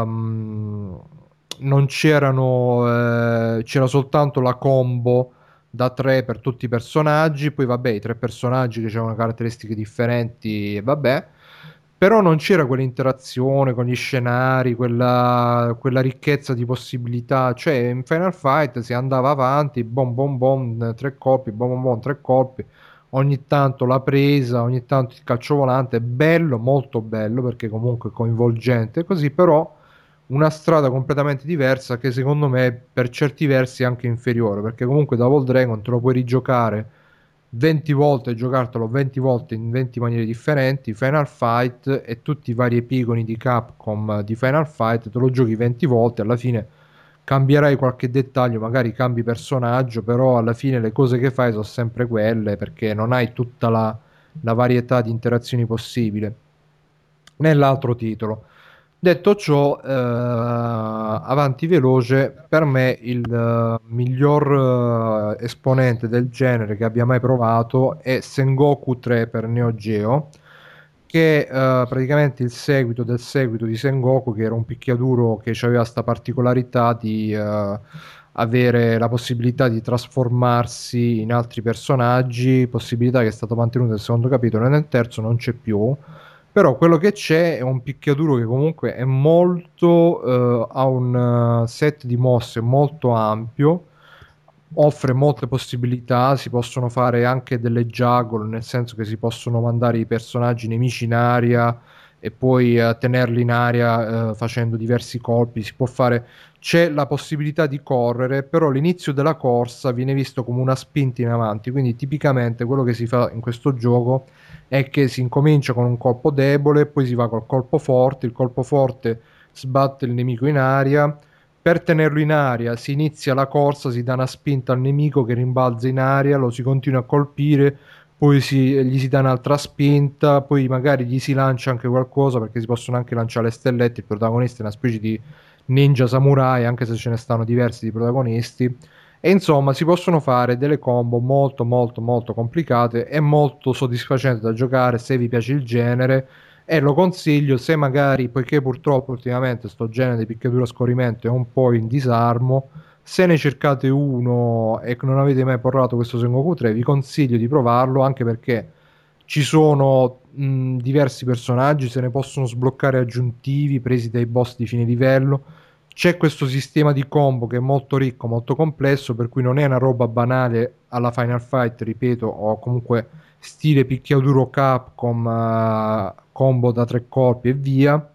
ehm, non c'erano, eh, c'era soltanto la combo da tre per tutti i personaggi, poi vabbè i tre personaggi che avevano caratteristiche differenti, vabbè, però non c'era quell'interazione con gli scenari, quella, quella ricchezza di possibilità, cioè in Final Fight si andava avanti, bom bom bom, tre colpi, bom bom bom, tre colpi, ogni tanto la presa, ogni tanto il calcio volante, bello, molto bello perché comunque coinvolgente, così però una strada completamente diversa che secondo me per certi versi è anche inferiore, perché comunque Double Dragon te lo puoi rigiocare venti volte e giocartelo venti volte in venti maniere differenti. Final Fight e tutti i vari epigoni di Capcom di Final Fight te lo giochi venti volte, alla fine cambierai qualche dettaglio, magari cambi personaggio, però alla fine le cose che fai sono sempre quelle perché non hai tutta la, la varietà di interazioni possibile nell'altro titolo. Detto ciò, eh, avanti veloce, per me il eh, miglior eh, esponente del genere che abbia mai provato è Sengoku tre per Neo Geo, che è eh, praticamente il seguito del seguito di Sengoku, che era un picchiaduro che aveva questa particolarità di eh, avere la possibilità di trasformarsi in altri personaggi, possibilità che è stata mantenuta nel secondo capitolo e nel terzo non c'è più. Però quello che c'è è un picchiaduro che comunque è molto, eh, ha un eh, set di mosse molto ampio, offre molte possibilità, si possono fare anche delle juggle, nel senso che si possono mandare i personaggi nemici in aria e poi eh, tenerli in aria eh, facendo diversi colpi, si può fare, c'è la possibilità di correre, però l'inizio della corsa viene visto come una spinta in avanti, quindi tipicamente quello che si fa in questo gioco è che si incomincia con un colpo debole, poi si va col colpo forte, il colpo forte sbatte il nemico in aria, per tenerlo in aria si inizia la corsa, si dà una spinta al nemico che rimbalza in aria, lo si continua a colpire, poi si, gli si dà un'altra spinta, poi magari gli si lancia anche qualcosa perché si possono anche lanciare le stellette, il protagonista è una specie di ninja samurai anche se ce ne stanno diversi di protagonisti e insomma si possono fare delle combo molto molto molto complicate e molto soddisfacenti da giocare se vi piace il genere e lo consiglio se magari, poiché purtroppo ultimamente sto genere di picchiatura a scorrimento è un po' in disarmo, se ne cercate uno e non avete mai provato questo Sengoku tre vi consiglio di provarlo anche perché ci sono mh, diversi personaggi, se ne possono sbloccare aggiuntivi presi dai boss di fine livello. C'è questo sistema di combo che è molto ricco, molto complesso, per cui non è una roba banale alla Final Fight, ripeto, o comunque stile picchiaduro Capcom, eh, combo da tre colpi e via.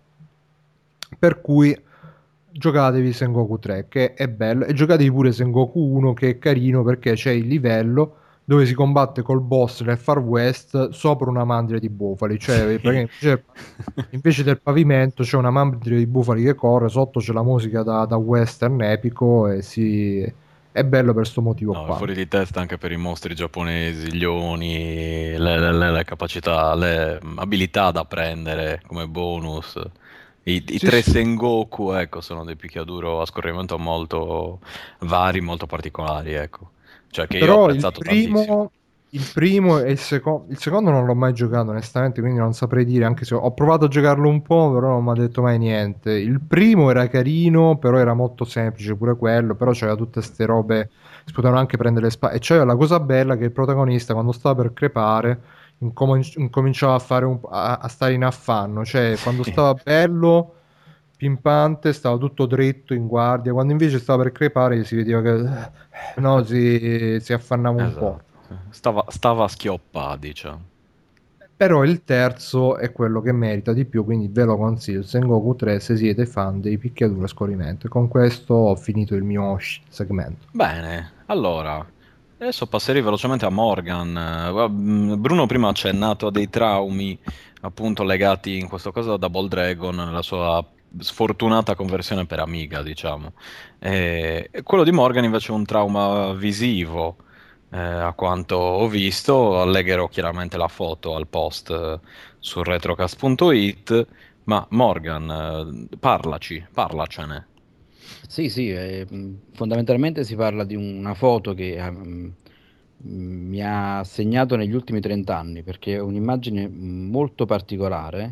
Per cui giocatevi Sengoku tre che è bello e giocatevi pure Sengoku uno che è carino perché c'è il livello dove si combatte col boss nel Far West sopra una mandria di bufali, cioè invece, invece del pavimento c'è una mandria di bufali che corre, sotto c'è la musica da, da western epico e si... è bello per sto motivo No, è qua. fuori di testa anche per i mostri giapponesi, gli oni, le, le- le- le capacità, le abilità da prendere come bonus. I, i Sì, tre sì. Sengoku, ecco, sono dei picchiaduro a scorrimento molto vari, molto particolari, ecco. Cioè che io ho Però il apprezzato tantissimo. primo, il primo e il secondo, il secondo non l'ho mai giocato onestamente, quindi non saprei dire, anche se ho provato a giocarlo un po', però non mi ha detto mai niente. Il primo era carino, però era molto semplice pure quello, però c'aveva tutte ste robe, si potevano anche prendere le spade. E c'era la cosa bella che il protagonista quando stava per crepare incom- incominciava a fare un, a, a stare in affanno, cioè quando stava bello pimpante, stava tutto dritto in guardia, quando invece stava per crepare si vedeva che no, si, si affannava un po'. Esatto. Stava, stava a schioppare, diciamo. Però il terzo è quello che merita di più, quindi ve lo consiglio. Sengoku tre se siete fan dei picchiaduro a scorrimento. E con questo ho finito il mio sh- segmento. Bene, allora, adesso passerei velocemente a Morgan. Eh, va- mh, Bruno prima ha accennato a dei traumi, appunto legati in questo caso a Double Dragon, la sua sfortunata conversione per Amiga, diciamo. E e quello di Morgan invece è un trauma visivo, eh, a quanto ho visto. Allegherò chiaramente la foto al post eh, su retrocast punto it, ma Morgan, eh, parlaci, parlacene. Sì, sì, eh, mh, fondamentalmente si parla di una foto che eh, mh, mi ha segnato negli ultimi trenta anni, perché è un'immagine molto particolare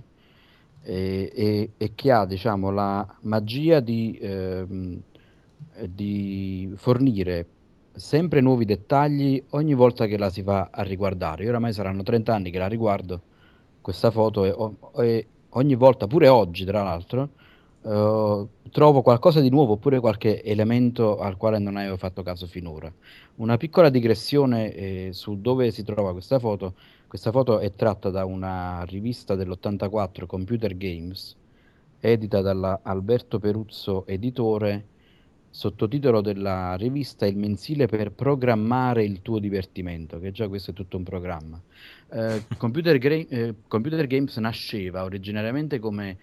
e, e- e che ha, diciamo, la magia di, ehm, eh, di fornire sempre nuovi dettagli ogni volta che la si va a riguardare. Io oramai saranno trenta anni che la riguardo questa foto e, o- e ogni volta, pure oggi tra l'altro, eh, trovo qualcosa di nuovo oppure qualche elemento al quale non avevo fatto caso finora. Una piccola digressione eh, su dove si trova questa foto. Questa foto è tratta da una rivista dell'ottantaquattro, Computer Games, edita dalla Alberto Peruzzo editore. Sottotitolo della rivista: Il mensile per programmare il tuo divertimento, che già questo è tutto un programma. Eh, Computer, Gra- eh, Computer Games nasceva originariamente come,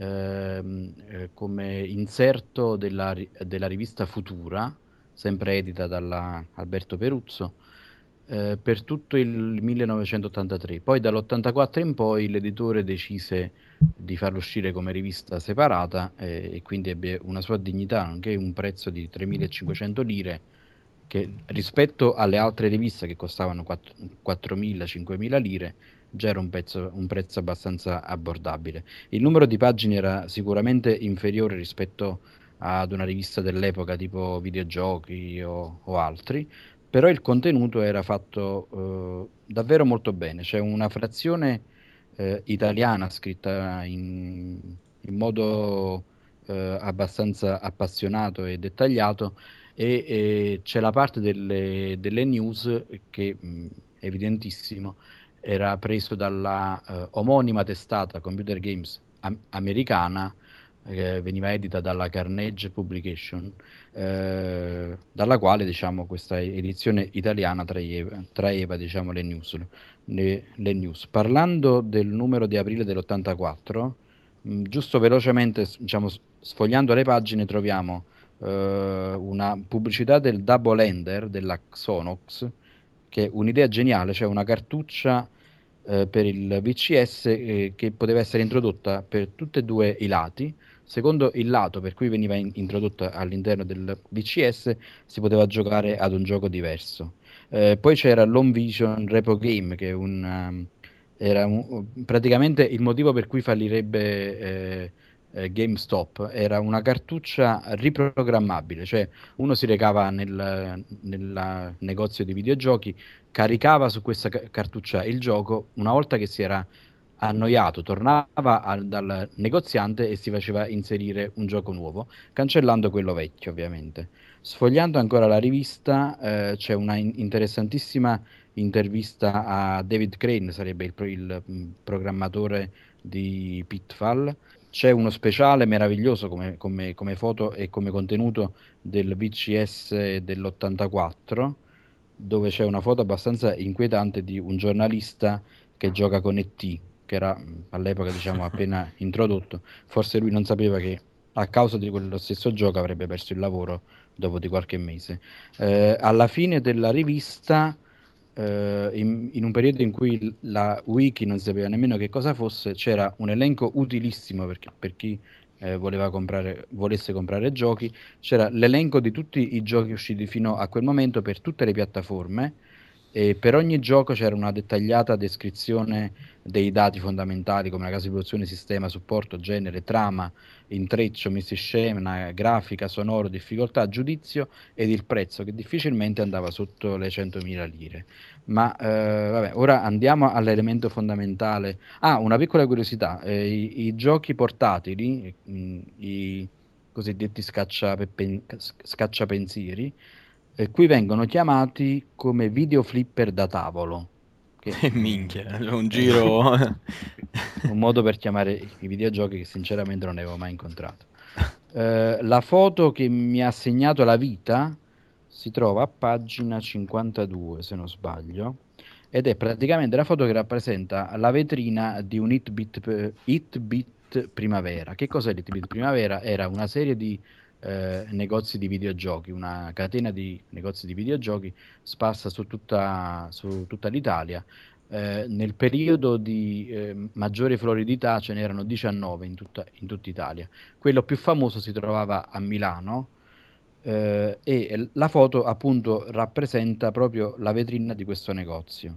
ehm, eh, come inserto della, ri- della rivista Futura, sempre edita da Alberto Peruzzo, eh, per tutto il millenovecentottantatré. Poi dall'ottantaquattro in poi l'editore decise di farlo uscire come rivista separata, eh, e quindi ebbe una sua dignità, nonché un prezzo di tremilacinquecento lire, che rispetto alle altre riviste che costavano quattromila-cinquemila lire già era un, pezzo, un prezzo abbastanza abbordabile. Il numero di pagine era sicuramente inferiore rispetto ad una rivista dell'epoca tipo videogiochi o, o altri, però il contenuto era fatto eh, davvero molto bene. C'è una frazione eh, italiana scritta in, in modo eh, abbastanza appassionato e dettagliato, e, e c'è la parte delle, delle news che, mh, evidentissimo, era preso dalla eh, omonima testata Computer Games am- americana, che veniva edita dalla Carnage Publication, eh, dalla quale, diciamo, questa edizione italiana traeva, traeva, diciamo, le news, le, le news. Parlando del numero di aprile dell'ottantaquattro, mh, giusto velocemente, s- diciamo, s- sfogliando le pagine, troviamo eh, una pubblicità del Double Ender della Xonox, che è un'idea geniale, cioè una cartuccia eh, per il V C S eh, che poteva essere introdotta per tutti e due i lati. Secondo il lato per cui veniva in- introdotta all'interno del V C S si poteva giocare ad un gioco diverso. Eh, poi c'era l'Home Vision Repo Game, che è un, um, era un- praticamente il motivo per cui fallirebbe eh, eh, GameStop. Era una cartuccia riprogrammabile, cioè uno si recava nel, nel negozio di videogiochi, caricava su questa ca- cartuccia il gioco, una volta che si era annoiato, tornava al- dal negoziante e si faceva inserire un gioco nuovo, cancellando quello vecchio, ovviamente. Sfogliando ancora la rivista, eh, c'è una in- interessantissima intervista a David Crane, sarebbe il, pro- il, mh, programmatore di Pitfall. C'è uno speciale meraviglioso come, come- come foto e come contenuto del V C S dell'ottantaquattro, dove c'è una foto abbastanza inquietante di un giornalista che gioca con E T, che era mh, all'epoca, diciamo, appena introdotto. Forse lui non sapeva che a causa di quello stesso gioco avrebbe perso il lavoro dopo di qualche mese. Eh, alla fine della rivista, eh, in, in un periodo in cui la wiki non sapeva nemmeno che cosa fosse, c'era un elenco utilissimo per, per chi eh, voleva comprare, volesse comprare giochi. C'era l'elenco di tutti i giochi usciti fino a quel momento per tutte le piattaforme, e per ogni gioco c'era una dettagliata descrizione dei dati fondamentali come la casa di produzione, sistema, supporto, genere, trama, intreccio, messinscena, grafica, sonoro, difficoltà, giudizio ed il prezzo, che difficilmente andava sotto le centomila lire. Ma eh, vabbè, ora andiamo all'elemento fondamentale. Ah, una piccola curiosità: eh, i, i giochi portatili, mh, i cosiddetti scacciape- scacciapensieri, eh, qui vengono chiamati come videoflipper da tavolo, che E mh, minchia, un è giro. un modo per chiamare i videogiochi che sinceramente non avevo mai incontrato. Eh, la foto che mi ha segnato la vita si trova a pagina cinquantadue, se non sbaglio, ed è praticamente la foto che rappresenta la vetrina di un Hitbit, Hitbit Primavera. Che cos'è l'Hitbit Primavera? Era una serie di eh, negozi di videogiochi, una catena di negozi di videogiochi sparsa su tutta, su tutta l'Italia. Eh, nel periodo di eh, maggiore floridità ce n'erano diciannove in tutta, in tutta Italia. Quello più famoso si trovava a Milano, eh, e la foto appunto rappresenta proprio la vetrina di questo negozio.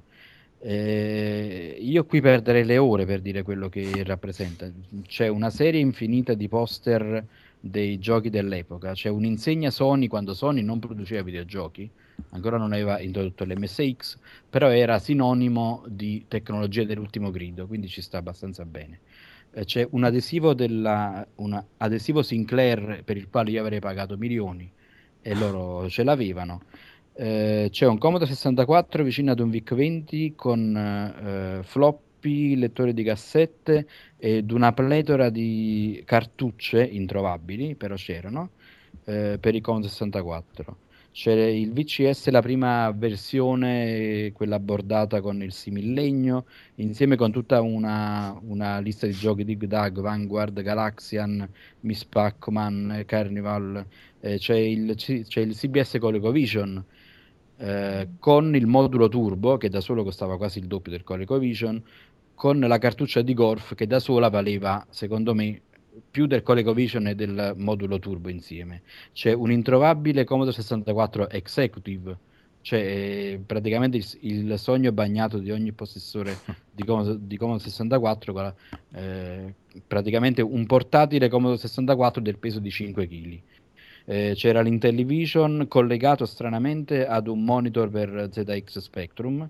Eh, io qui perderei le ore per dire quello che rappresenta. C'è una serie infinita di poster dei giochi dell'epoca. C'è un'insegna Sony quando Sony non produceva videogiochi, ancora non aveva introdotto l'M S X, però era sinonimo di tecnologia dell'ultimo grido, quindi ci sta abbastanza bene. Eh, c'è un adesivo della un adesivo Sinclair per il quale io avrei pagato milioni e loro ce l'avevano. Eh, c'è un Commodore sessantaquattro vicino ad un V I C venti con eh, floppy, lettore di cassette ed una pletora di cartucce introvabili, però c'erano, eh, per il Commodore sessantaquattro. C'è il V C S, la prima versione, quella bordata con il simillegno, insieme con tutta una, una lista di giochi Dig Dug, Vanguard, Galaxian, Miss Pac-Man, Carnival. Eh, c'è il, c'è il C B S ColecoVision eh, con il modulo turbo che da solo costava quasi il doppio del ColecoVision, con la cartuccia di Golf che da sola valeva, secondo me, più del ColecoVision e del modulo turbo insieme. C'è un introvabile Commodore sessantaquattro Executive, cioè eh, praticamente il, il sogno bagnato di ogni possessore di Commodore, di Commodore sessantaquattro, con la- eh, praticamente un portatile Commodore sessantaquattro del peso di cinque chili. Eh, c'era l'Intellivision collegato stranamente ad un monitor per Z X Spectrum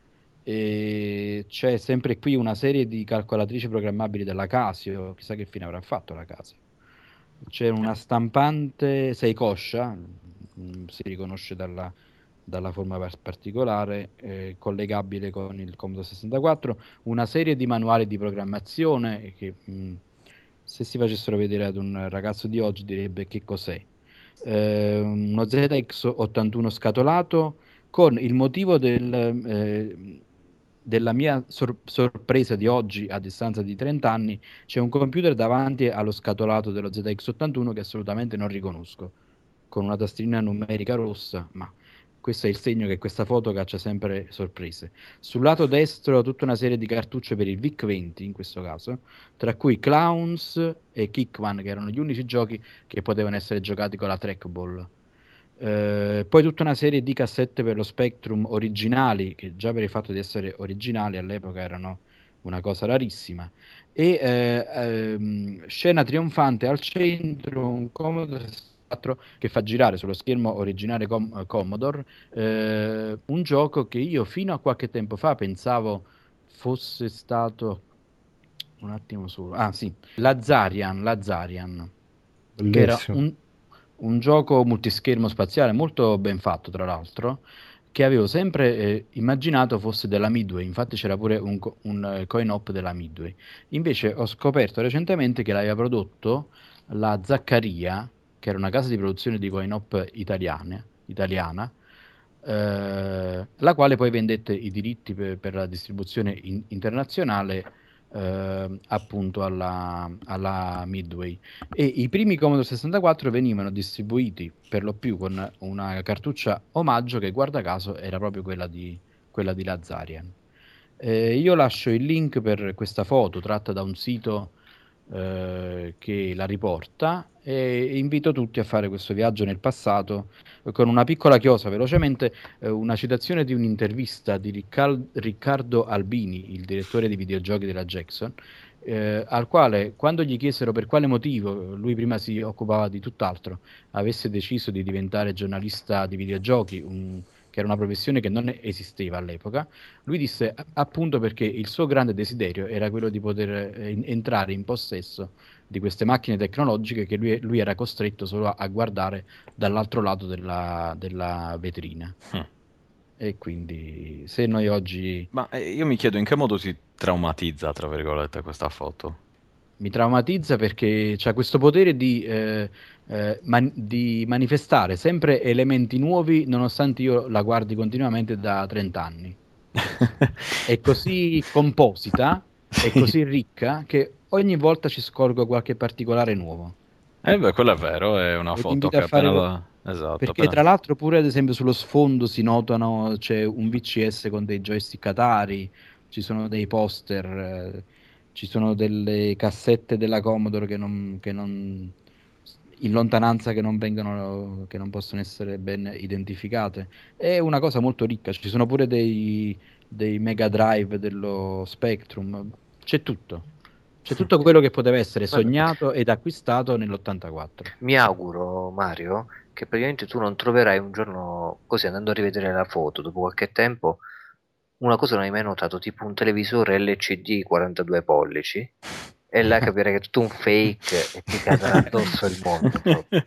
e c'è sempre qui una serie di calcolatrici programmabili della Casio, chissà che fine avrà fatto la Casio. C'è una stampante Seikosha, mm, si riconosce dalla, dalla forma par- particolare, eh, collegabile con il Commodore sessantaquattro, una serie di manuali di programmazione che mm, se si facessero vedere ad un ragazzo di oggi direbbe che cos'è. Eh, uno Z X ottantuno scatolato con il motivo del, eh, della mia sor- sorpresa di oggi a distanza di trenta anni. C'è un computer davanti allo scatolato dello Z X ottantuno che assolutamente non riconosco, con una tastierina numerica rossa, ma questo è il segno che questa foto caccia sempre sorprese. Sul lato destro tutta una serie di cartucce per il V I C venti, in questo caso, tra cui Clowns e Kickman, che erano gli unici giochi che potevano essere giocati con la trackball. Eh, poi tutta una serie di cassette per lo Spectrum originali, che già per il fatto di essere originali all'epoca erano una cosa rarissima. E eh, ehm, scena trionfante al centro, un Commodore sessantaquattro che fa girare sullo schermo originale Com- Commodore eh, un gioco che io fino a qualche tempo fa pensavo fosse stato un attimo solo. Ah, sì, Lazarian, Lazarian, che era Bellissimo. un, un gioco multischermo spaziale molto ben fatto, tra l'altro, che avevo sempre eh, immaginato fosse della Midway. Infatti c'era pure un, co- un eh, coin-op della Midway. Invece ho scoperto recentemente che l'aveva prodotto la Zaccaria, che era una casa di produzione di coin-op italiane, italiana, eh, la quale poi vendette i diritti per, per la distribuzione in- internazionale eh, appunto alla, alla Midway. E i primi Commodore sessantaquattro venivano distribuiti per lo più con una cartuccia omaggio che guarda caso era proprio quella di, quella di Lazarian. Eh, io lascio il link per questa foto tratta da un sito eh, che la riporta e invito tutti a fare questo viaggio nel passato eh, con una piccola chiosa velocemente, eh, una citazione di un'intervista di Riccal- Riccardo Albini, il direttore di videogiochi della Jackson, eh, al quale quando gli chiesero per quale motivo, lui prima si occupava di tutt'altro, avesse deciso di diventare giornalista di videogiochi, un- che era una professione che non esisteva all'epoca, lui disse "A- appunto perché il suo grande desiderio era quello di poter eh, in- entrare in possesso di queste macchine tecnologiche che lui, lui era costretto solo a, a guardare dall'altro lato della, della vetrina. Hm. E quindi se noi oggi Ma eh, io mi chiedo in che modo si traumatizza, tra virgolette, questa foto. mi traumatizza perché c'ha questo potere di, eh, eh, man- di manifestare sempre elementi nuovi nonostante io la guardi continuamente da trenta anni. È così composita, è Sì. così ricca che ogni volta ci scorgo qualche particolare nuovo. Eh beh, quello è vero, è una E ti foto invito a che appena... fare... que- da- Esatto, Perché appena... tra l'altro pure ad esempio sullo sfondo si notano, c'è un V C S con dei joystick Atari, ci sono dei poster, eh, ci sono delle cassette della Commodore che non, che non, in lontananza che non vengono, che non possono essere ben identificate. È una cosa molto ricca, ci sono pure dei, dei Mega Drive dello Spectrum, c'è tutto. C'è tutto quello che poteva essere Vabbè. sognato ed acquistato nell'ottantaquattro. Mi auguro, Mario, che praticamente tu non troverai un giorno, così andando a rivedere la foto dopo qualche tempo, una cosa non hai mai notato, tipo un televisore L C D quarantadue pollici, e là capirai che è tutto un fake e ti cadrà addosso il mondo proprio.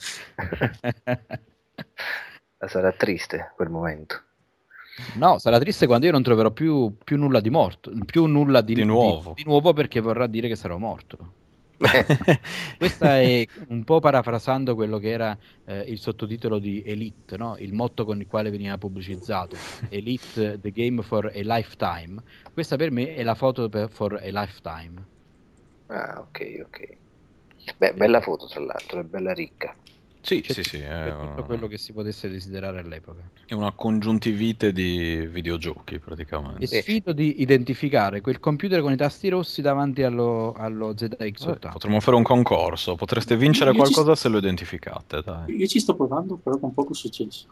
Sarà triste quel momento. No, sarà triste quando io non troverò più, più nulla di morto, più nulla di, Di nuovo. di, di nuovo, perché vorrà dire che sarò morto. Questa è un po' parafrasando quello che era eh, il sottotitolo di Elite, no? Il motto con il quale veniva pubblicizzato, Elite, the game for a lifetime. Questa per me è la foto per, for a lifetime. Ah, ok, ok. Beh, bella foto tra l'altro, è bella ricca. Sì, C'è sì, tutto- sì, c'è è, tutto una- quello che si potesse desiderare all'epoca. è una congiuntivite di videogiochi praticamente. E sfido di identificare quel computer con i tasti rossi davanti allo, allo Z X Eh, ottanta. potremmo fare un concorso, potreste vincere Io ci qualcosa sto- se lo identificate, dai. Io ci sto provando, però con poco successo.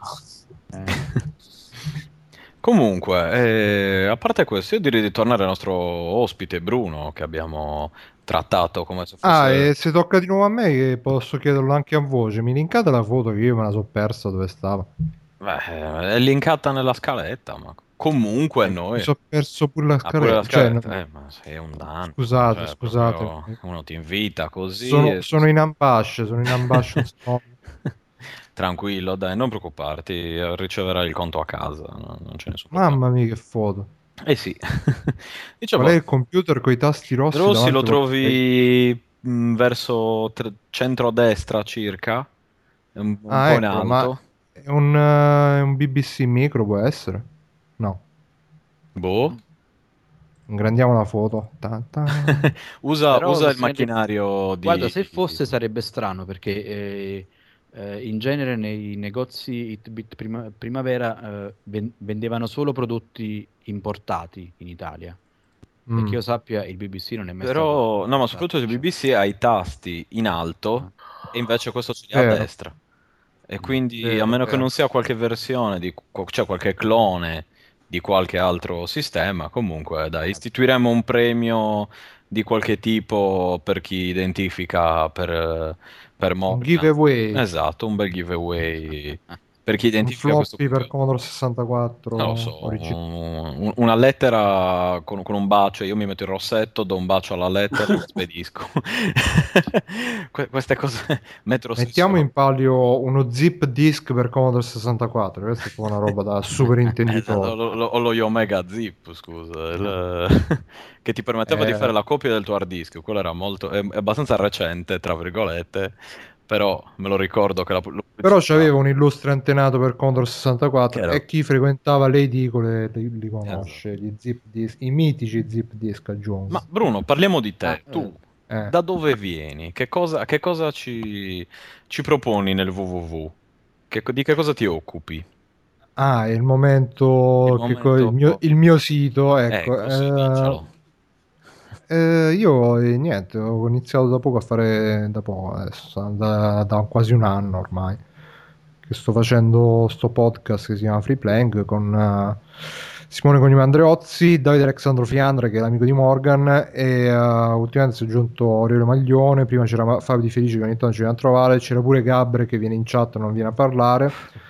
Eh. Comunque, eh, a parte questo, io direi di tornare al nostro ospite Bruno, che abbiamo trattato come se fosse... Ah, e se tocca di nuovo a me, che posso chiederlo anche a voce. Mi linkate la foto che io me la so persa dove stava. Beh, è linkata nella scaletta, ma comunque Eh, noi... Mi sono perso pure la Ah, pure la scaletta. Cioè, scaletta? no, Eh, ma sei un danno. scusate, Cioè, scusate. proprio uno ti invita così Sono, e- sono in ambasce, sono in ambasce. sono- Tranquillo, dai, non preoccuparti, riceverai il conto a casa, no- non c'è nessun problema. Mamma mia, che foto. Eh sì. Dicevo, Qual è il computer con i tasti rossi? Rossi lo davanti? trovi mh, verso tre- centro-destra circa, è un, un Ah, po' in eccolo, ma alto. è un, eh, è un B B C micro, può essere? No, Boh. ingrandiamo la foto. Ta ta. Usa, Però usa il se- macchinario di... Guarda, se fosse sarebbe strano perché eh, eh, in genere nei negozi Hitbit Prima- Primavera eh, ven- vendevano solo prodotti importati in Italia. Mm. Perché io sappia, il B B C non è mai Però, stato no, ma importato, soprattutto il cioè. B B C ha i tasti in alto e invece questo ce li ha a Vero. destra. E quindi, a Vero, meno che vero. non sia qualche versione, di, cioè qualche clone di qualche altro sistema, comunque, dai, istituiremo un premio di qualche tipo per chi identifica per, per Un Modena. giveaway, Esatto, un bel giveaway per chi un identifica questo floppy per computer. Commodore sessantaquattro Non lo so, originale. un- una lettera con, con un bacio, io mi metto il rossetto, do un bacio alla lettera e la spedisco. Que- queste cose metrosessuali. Mettiamo in palio uno zip disk per Commodore sessantaquattro. Questa è proprio una roba da super Esatto, intenditore. lo, lo- o lo Omega Zip, scusa, il- che ti permetteva di Eh, fare la copia del tuo hard disk. Quello era molto, è, è abbastanza recente, tra virgolette, però me lo ricordo che la, lo Però pubblicità- c'aveva un illustre antenato per Commodore sessantaquattro Che era- e chi frequentava le edicole li, li conosce, gli zip disk, i mitici zip disk aggiungo. Ma Bruno, parliamo di te. Ah, Tu Eh. da dove vieni? Che cosa, che cosa ci, ci proponi nel www? Che- di che cosa ti occupi? Ah, è il momento, Il che co- momento- il mio, il mio sito, ecco. Ecco, sì, eh, diccelo. eh, io eh, niente, ho iniziato da poco a fare, da poco adesso, da, da quasi un anno ormai, che sto facendo sto podcast che si chiama Free Playing con eh, Simone Cognome Andreozzi, Davide Alessandro Fiandra che è l'amico di Morgan e eh, ultimamente si è aggiunto Oriole Maglione, prima c'era Fabio Di Felice che ogni tanto ci viene a trovare, c'era pure Gabre che viene in chat e non viene a parlare.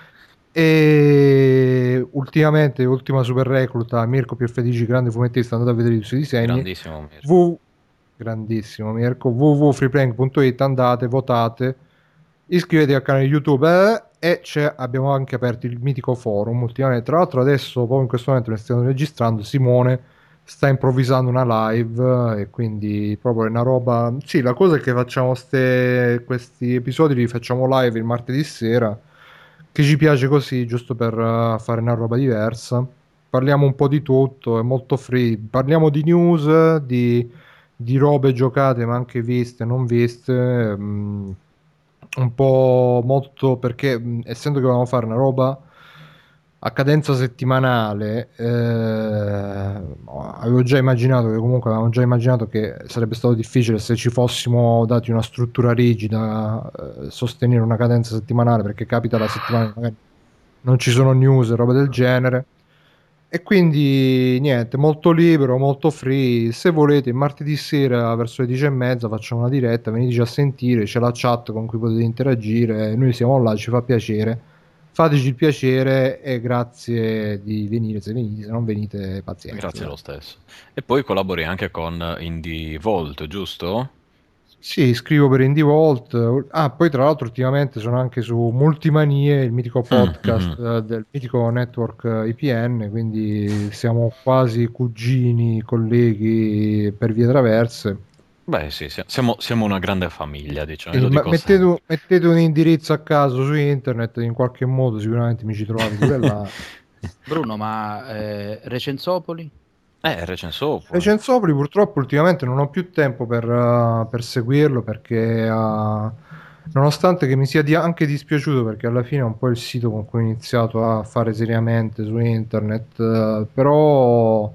E ultimamente, ultima super recluta, Mirko Pierfedici, grande fumettista, andate a vedere i suoi disegni. Grandissimo Mirko. V- grandissimo Mirko, w w w punto freeplank punto it, andate, votate, iscrivetevi al canale YouTube eh, e c'è, abbiamo anche aperto il mitico forum ultimamente. Tra l'altro adesso, proprio in questo momento, ne stiamo registrando, Simone sta improvvisando una live e quindi proprio è una roba. Sì, la cosa è che facciamo ste, questi episodi li facciamo live il martedì sera, che ci piace così, giusto per uh, fare una roba diversa. Parliamo un po' di tutto, è molto free. Parliamo di news, di, di robe giocate ma anche viste, non viste. mh, un po' molto perché mh, essendo che volevamo fare una roba a cadenza settimanale, eh, avevo già immaginato che comunque avevamo già immaginato che sarebbe stato difficile se ci fossimo dati una struttura rigida, eh, sostenere una cadenza settimanale, perché capita la settimana che magari non ci sono news e roba del genere. E quindi niente, molto libero, molto free. Se volete, martedì sera verso le dieci e mezza facciamo una diretta, veniteci a sentire, c'è la chat con cui potete interagire, noi siamo là, ci fa piacere. Fateci il piacere e grazie di venire se venite, se non venite pazienza. Grazie dai. lo stesso. E poi collabori anche con Indie Vault, giusto? Sì, scrivo per Indie Vault. Ah, poi tra l'altro ultimamente sono anche su Multimanie, il mitico Mm, podcast mhm. eh, del mitico network eh, I P N, quindi siamo quasi cugini, colleghi per vie traverse. Beh, sì, si- siamo, siamo una grande famiglia, diciamo, io Quindi lo ma- dico mettete, sempre. mettete un indirizzo a caso su internet, in qualche modo sicuramente mi ci trovate pure là. Bruno, ma eh, Recensopoli? Eh, Recensopoli. Recensopoli purtroppo ultimamente non ho più tempo per, eh, per seguirlo perché eh, nonostante che mi sia di- anche dispiaciuto perché alla fine è un po' il sito con cui ho iniziato a fare seriamente su internet, eh, però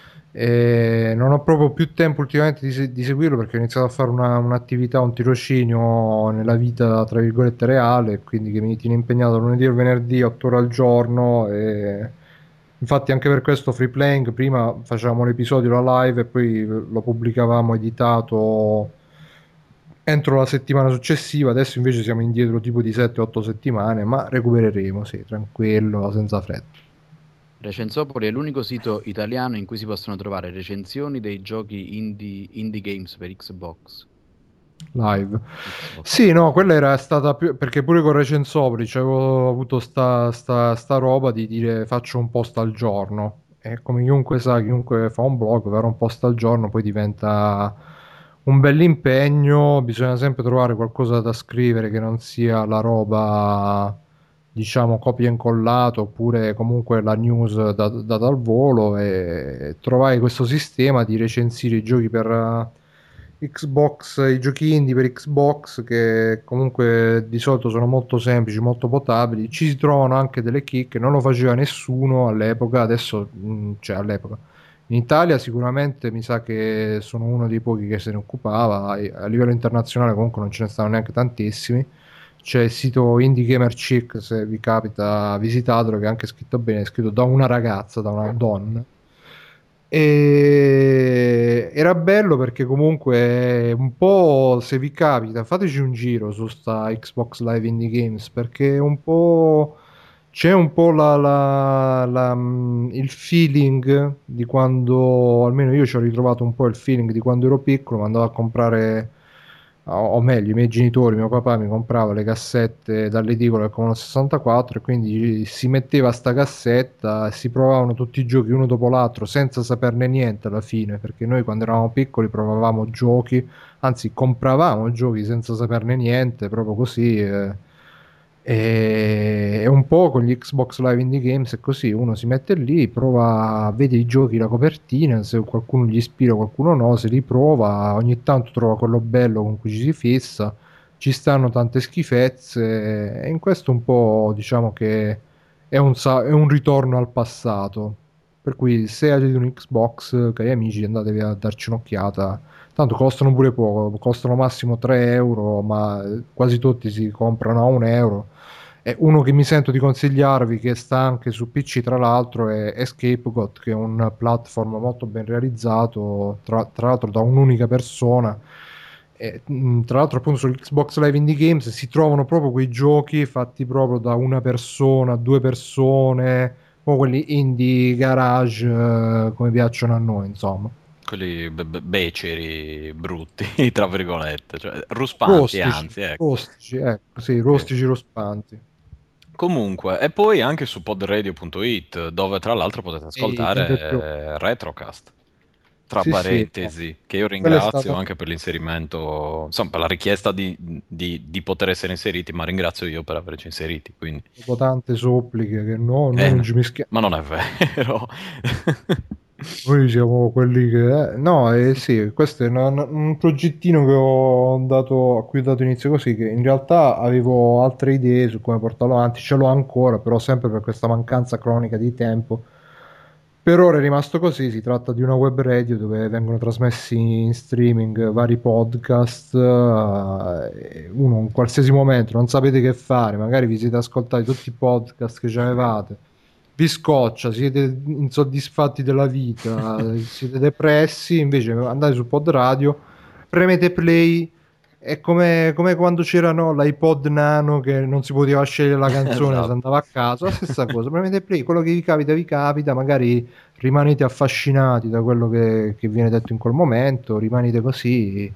eh, non ho proprio più tempo ultimamente di, se- di seguirlo perché ho iniziato a fare una- un'attività, un tirocinio nella vita tra virgolette reale, quindi che mi tiene impegnato lunedì e venerdì otto ore al giorno e infatti anche per questo Free Playing prima facevamo l'episodio la live e poi lo pubblicavamo editato entro la settimana successiva, adesso invece siamo indietro tipo di sette otto settimane, ma recupereremo, sì, tranquillo, senza fretta. Recensopoli è l'unico sito italiano in cui si possono trovare recensioni dei giochi indie, indie games per Xbox. Live. Xbox. Sì, no, quella era stata più perché pure con Recensopoli c'avevo avuto sta, sta, sta roba di dire faccio un post al giorno e come chiunque sa, chiunque fa un blog, fare un post al giorno poi diventa un bell'impegno, bisogna sempre trovare qualcosa da scrivere che non sia la roba diciamo copia e incollato oppure comunque la news da- data al volo e trovai questo sistema di recensire i giochi per eh, Xbox, i giochi indie per Xbox che comunque di solito sono molto semplici, molto potabili, ci si trovano anche delle chicche, non lo faceva nessuno all'epoca, adesso mh, cioè all'epoca in Italia sicuramente mi sa che sono uno dei pochi che se ne occupava, a a livello internazionale comunque non ce ne stanno neanche tantissimi. C'è il sito Indie Gamer Chick, se vi capita visitatelo, che è anche scritto bene, è scritto da una ragazza, da una donna. E era bello perché comunque un po' se vi capita fateci un giro su sta Xbox Live Indie Games perché un po' c'è un po' la, la- la, mm, il feeling di quando almeno io ci ho ritrovato un po' il feeling di quando ero piccolo, andavo a comprare o o meglio, i miei genitori, mio papà mi comprava le cassette dall'edicola del Commodore sessantaquattro e quindi si metteva sta cassetta e si provavano tutti i giochi uno dopo l'altro senza saperne niente alla fine, perché noi quando eravamo piccoli provavamo giochi, anzi compravamo giochi senza saperne niente, proprio così. eh. E, e un po' con gli Xbox Live Indie Games è così, uno si mette lì, prova, vede i giochi, la copertina, se qualcuno gli ispira, qualcuno no, se li prova, ogni tanto trova quello bello con cui ci si fissa, ci stanno tante schifezze e in questo un po' diciamo che è un, sa- è un ritorno al passato. Per cui se avete un Xbox, cari amici, andatevi a darci un'occhiata. Tanto costano pure poco, costano massimo tre euro, ma eh, quasi tutti si comprano a un euro. E uno che mi sento di consigliarvi, che sta anche su P C tra l'altro, è Scapegoat, che è un platform molto ben realizzato, tra, tra l'altro da un'unica persona. E, mh, tra l'altro appunto su Xbox Live Indie Games si trovano proprio quei giochi fatti proprio da una persona, due persone, o quelli indie garage eh, come piacciono a noi, insomma. Quelli be- be- beceri, brutti, tra virgolette, cioè ruspanti, Rostici, anzi, ecco. rostici, ecco, sì, Sì. rostici rospanti. Comunque, e poi anche su podradio punto it, dove tra l'altro potete E niente più. ascoltare eh, Retrocast. Tra Sì, sì, no. parentesi, che io Quella è ringrazio stata anche per l'inserimento, insomma, per la richiesta di, di- di poter essere inseriti, ma ringrazio io per averci inseriti, quindi... dopo tante suppliche che no, noi Eh, non no, ci mischiamo. ma non è vero. Noi siamo quelli che... eh, no, eh, sì, questo è una- una- un progettino che ho dato, a cui ho dato inizio così, che in realtà avevo altre idee su come portarlo avanti, ce l'ho ancora, però sempre per questa mancanza cronica di tempo. Per ora è rimasto così, si tratta di una web radio dove vengono trasmessi in streaming vari podcast, eh, uno in qualsiasi momento, non sapete che fare, magari vi siete ascoltati tutti i podcast che già avevate, vi scoccia, siete insoddisfatti della vita, siete depressi, invece andate su Pod Radio, premete play, è come, come quando c'erano l'iPod Nano che non si poteva scegliere la canzone, Esatto. si andava a casa, la stessa cosa, premete play, quello che vi capita vi capita, magari rimanete affascinati da quello che, che viene detto in quel momento, rimanete così.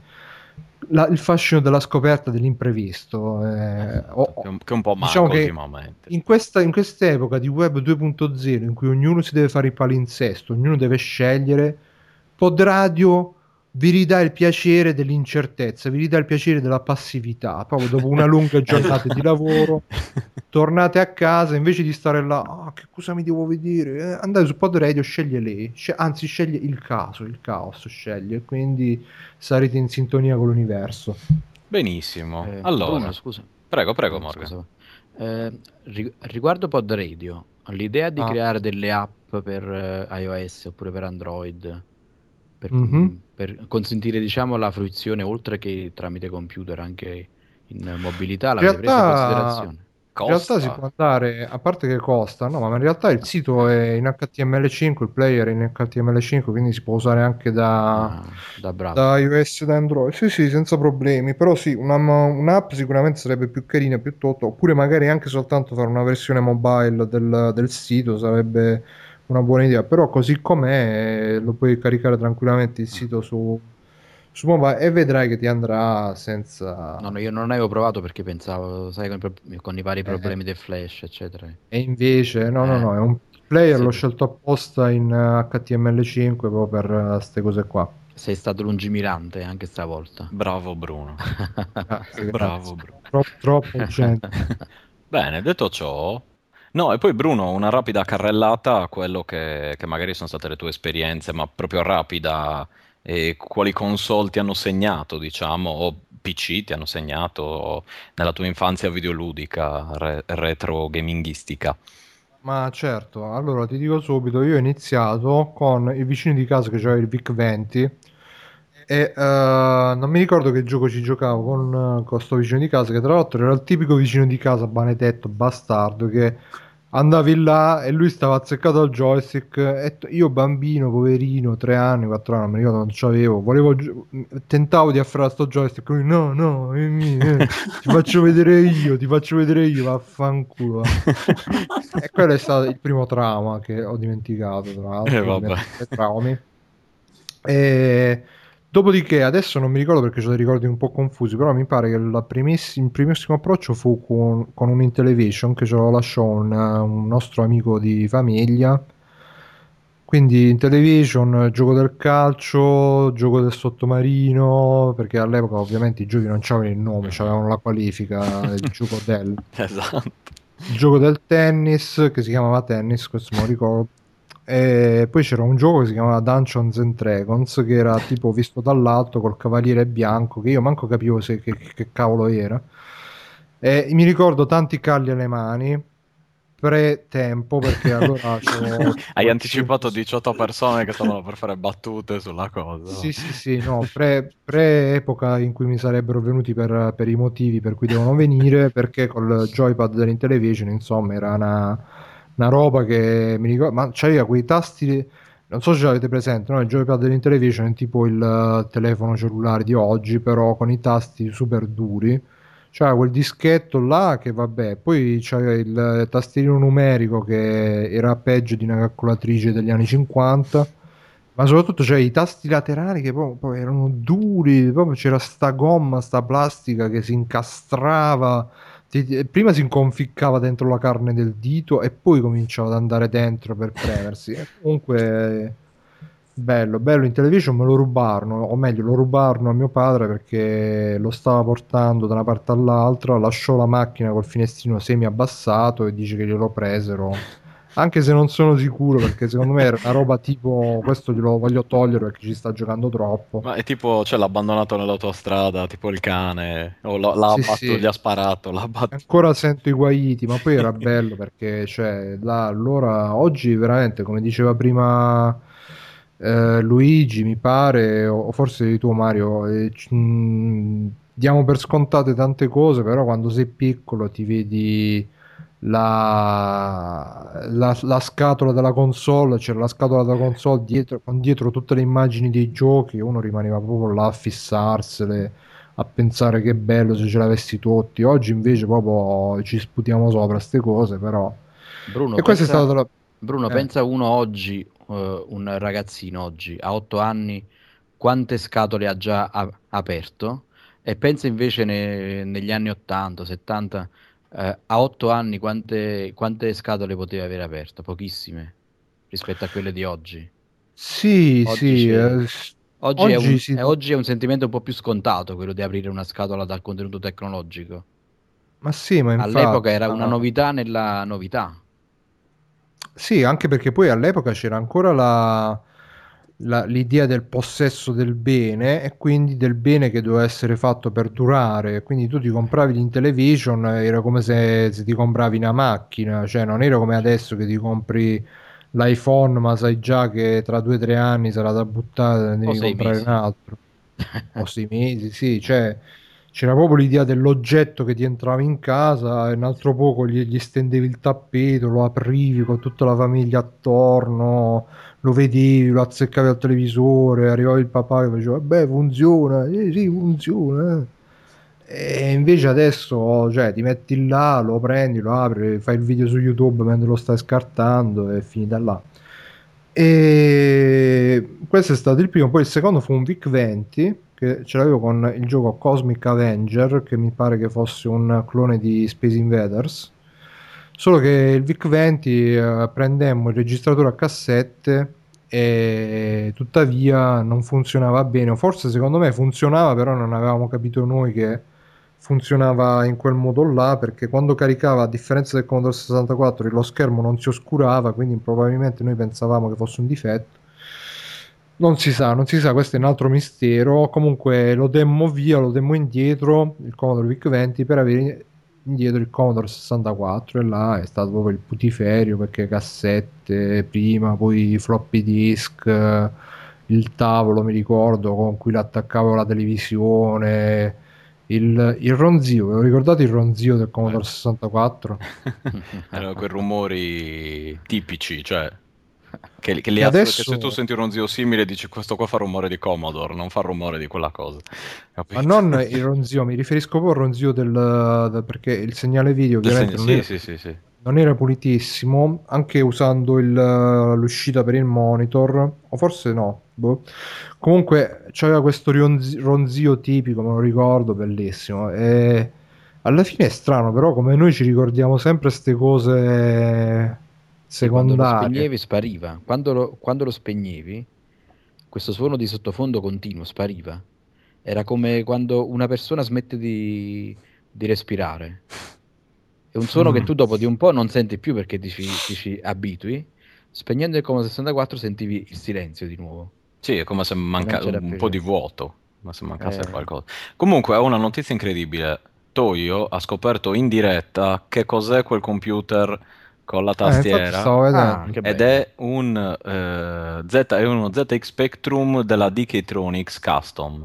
La- il fascino della scoperta dell'imprevisto, eh, o- Che, un, che un po' diciamo manca che ultimamente. in questa, in quest'epoca di web due punto zero in cui ognuno si deve fare il palinsesto, ognuno deve scegliere, Pod Radio vi ridà il piacere dell'incertezza, vi ridà il piacere della passività, proprio dopo una lunga giornata di lavoro tornate a casa, invece di stare là, "Ah, che cosa mi devo vedere?" Eh, andate su Pod Radio, sceglie lei, Sce- anzi sceglie il caso, il caos sceglie, quindi sarete in sintonia con l'universo. Benissimo. Eh, Allora, Bruno, scusa. prego, prego, Bruno, Morgan. scusa. Eh, ri- riguardo Pod Radio, l'idea di Ah. creare delle app per eh, iOS oppure per Android per, Mhm. per consentire, diciamo, la fruizione oltre che tramite computer anche in mobilità, In l'avete presa in realtà, considerazione? in realtà si Costa? può andare, a parte che costa, no, ma in realtà il sito è in H T M L cinque, il player è in H T M L cinque, quindi si può usare anche da, Ah, da bravo. da iOS e da Android. Sì, sì, senza problemi. Però sì, una, un'app sicuramente sarebbe più carina, più tutto, oppure magari anche soltanto fare una versione mobile del, del sito sarebbe una buona idea. Però così com'è, eh, lo puoi caricare tranquillamente il sito su, su mobile e vedrai che ti andrà senza... No, no, io non avevo provato perché pensavo, sai, con, i pro- con i vari Eh, problemi del flash, eccetera. E invece, no, no, Eh, no, è un player, sì, l'ho scelto apposta in eh, H T M L cinque proprio per queste cose qua. sei stato lungimirante anche stavolta. Bravo Bruno. Grazie, Bravo grazie. Bruno. Troppo, troppo gente. Bene, detto ciò, no, e poi Bruno, una rapida carrellata a quello che, che magari sono state le tue esperienze, ma proprio rapida, e quali console ti hanno segnato, diciamo, o P C ti hanno segnato nella tua infanzia videoludica, re- retro gaminghistica. Ma certo, allora ti dico subito, io ho iniziato con i vicini di casa che c'aveva il VIC venti e eh, non mi ricordo che gioco ci giocavo con, eh, con sto vicino di casa che tra l'altro era il tipico vicino di casa benedetto, bastardo che andavi là e lui stava azzeccato al joystick e t- io bambino, poverino, tre anni, quattro anni, non mi ricordo, non c'avevo, volevo gio- tentavo di afferrare sto joystick, lui no, no, è mio, eh, ti faccio vedere io, ti faccio vedere io, vaffanculo. E quello è stato il primo trauma che ho dimenticato, tra E l'altro, vabbè. dimenticare traumi. E dopodiché, adesso non mi ricordo perché ho dei ricordi un po' confusi, però mi pare che la primissi- il primissimo approccio fu con, con un Intellivision che ce lo lasciò un, un nostro amico di famiglia. Quindi Intellivision, gioco del calcio, gioco del sottomarino, perché all'epoca ovviamente i giochi non c'avevano il nome, c'avevano la qualifica, il gioco del Esatto. il gioco del tennis che si chiamava tennis, questo me lo ricordo. E poi c'era un gioco che si chiamava Dungeons and Dragons che era tipo visto dall'alto col cavaliere bianco che io manco capivo se, che, che cavolo era. E mi ricordo tanti calli alle mani pre-tempo perché allora c'avevo Hai tipo anticipato cinque diciotto persone che stavano per fare battute sulla cosa. Sì, sì, sì, no, pre, pre-epoca in cui mi sarebbero venuti per, per i motivi per cui devono venire, perché col joypad dell'Intellivision, insomma, era una, una roba che mi ricordo, ma c'aveva quei tasti, non so se avete presente, no? Il joypad dell'Intellivision è tipo il eh, telefono cellulare di oggi, però con i tasti super duri. C'era quel dischetto là che vabbè, poi c'era il tastierino numerico che era peggio di una calcolatrice degli anni cinquanta, ma soprattutto c'è i tasti laterali che proprio, proprio erano duri, proprio c'era sta gomma, sta plastica che si incastrava, ti- ti- prima si inconficcava dentro la carne del dito e poi cominciava ad andare dentro per premersi. E comunque bello, bello, in television me lo rubarono, o meglio lo rubarono a mio padre perché lo stava portando da una parte all'altra, lasciò la macchina col finestrino semi abbassato e dice che glielo presero. Anche se non sono sicuro, perché secondo me era una roba tipo questo glielo voglio togliere perché ci sta giocando troppo. Ma è tipo, cioè, l'ha abbandonato nell'autostrada, tipo il cane, o l'ha l'ha Sì, abbattuto, sì, gli ha sparato, l'ha abbattuto. ancora sento i guaiti, ma poi era bello perché, cioè, là, allora, oggi veramente, come diceva prima eh, Luigi, mi pare, o o forse di tuo Mario, eh, c- mh, diamo per scontate tante cose, però quando sei piccolo ti vedi la, la, la scatola della console, c'era la scatola della console dietro, con dietro tutte le immagini dei giochi, uno rimaneva proprio là a fissarsele, a pensare che bello se ce l'avessi tutti. Oggi invece proprio ci sputiamo sopra ste cose, però. Bruno, E questa è pensa, stata la... Bruno, eh. pensa uno oggi, eh, un ragazzino oggi, a otto anni, quante scatole ha già a- aperto, e pensa invece ne- negli anni ottanta, settanta, eh, a otto anni quante, quante scatole poteva aver aperto? Pochissime rispetto a quelle di oggi. Sì, Oggi sì, c'è, eh, oggi è oggi un, si... è- oggi è un sentimento un po' più scontato quello di aprire una scatola dal contenuto tecnologico. Ma sì, ma All'epoca infatti, era una ma... novità nella novità. Sì, anche perché poi all'epoca c'era ancora la, la- l'idea del possesso del bene e quindi del bene che doveva essere fatto per durare. Quindi tu ti compravi l'Intellivision, era come se, se ti compravi una macchina, cioè non era come adesso che ti compri l'iPhone, ma sai già che tra due o tre anni sarà da buttare, ne O devi sei comprare un mesi. altro. O sei mesi, sì, cioè c'era proprio l'idea dell'oggetto che ti entrava in casa e un altro poco gli, gli stendevi il tappeto, lo aprivi con tutta la famiglia attorno, lo vedevi, lo azzeccavi al televisore, arrivava il papà che faceva, beh, funziona, eh, sì, funziona. eh." E invece adesso, cioè, ti metti là, lo prendi, lo apri, fai il video su YouTube mentre lo stai scartando e è finita là. E questo è stato il primo. Poi il secondo fu un VIC venti che ce l'avevo con il gioco Cosmic Avenger, che mi pare che fosse un clone di Space Invaders. Solo che il VIC venti eh, prendemmo il registratore a cassette e tuttavia non funzionava bene. O forse secondo me funzionava, però non avevamo capito noi che funzionava in quel modo là, perché quando caricava, a differenza del Commodore sessantaquattro, lo schermo non si oscurava, quindi probabilmente noi pensavamo che fosse un difetto. Non si sa, non si sa, questo è un altro mistero. Comunque lo demmo via, lo demmo indietro, il Commodore VIC venti, per avere indietro il Commodore sessantaquattro, e là è stato proprio il putiferio, perché cassette prima, poi floppy disk, eh, il tavolo mi ricordo con cui l'attaccavo alla televisione, il, il ronzio, ve lo ricordate il ronzio del Commodore Beh, sessantaquattro? erano quei rumori tipici, cioè che, che, li Che asso- che se tu adesso, senti un ronzio simile dici questo qua fa rumore di Commodore, non fa rumore di quella cosa, ma capito? non il ronzio, mi riferisco proprio al ronzio del, del- perché il segnale video Del segno- ovviamente non Sì, era, sì, sì, sì. non era pulitissimo, anche usando il, l'uscita per il monitor, o forse no, boh. Comunque c'aveva questo ronzi- ronzio tipico, me lo ricordo, bellissimo. E alla fine è strano, però come noi ci ricordiamo sempre queste cose Sì, quando lo secondarie. spegnevi spariva. Quando lo, quando lo spegnevi, questo suono di sottofondo continuo spariva. Era come quando una persona smette di, di respirare. È un suono che Mm. tu dopo di un po' non senti più perché ti ci, ti ci abitui. Spegnendo il Commodore sessantaquattro sentivi il silenzio di nuovo. Sì, è come se E non manca c'era un più po' di niente. vuoto, ma se mancasse Eh, qualcosa. Comunque, ho una notizia incredibile. Toyo ha scoperto in diretta che cos'è quel computer con la Eh, infatti tastiera stavo Ah, vedendo. che ed bello. è un, eh, Z, è uno Z X Spectrum della D K Tronics Custom.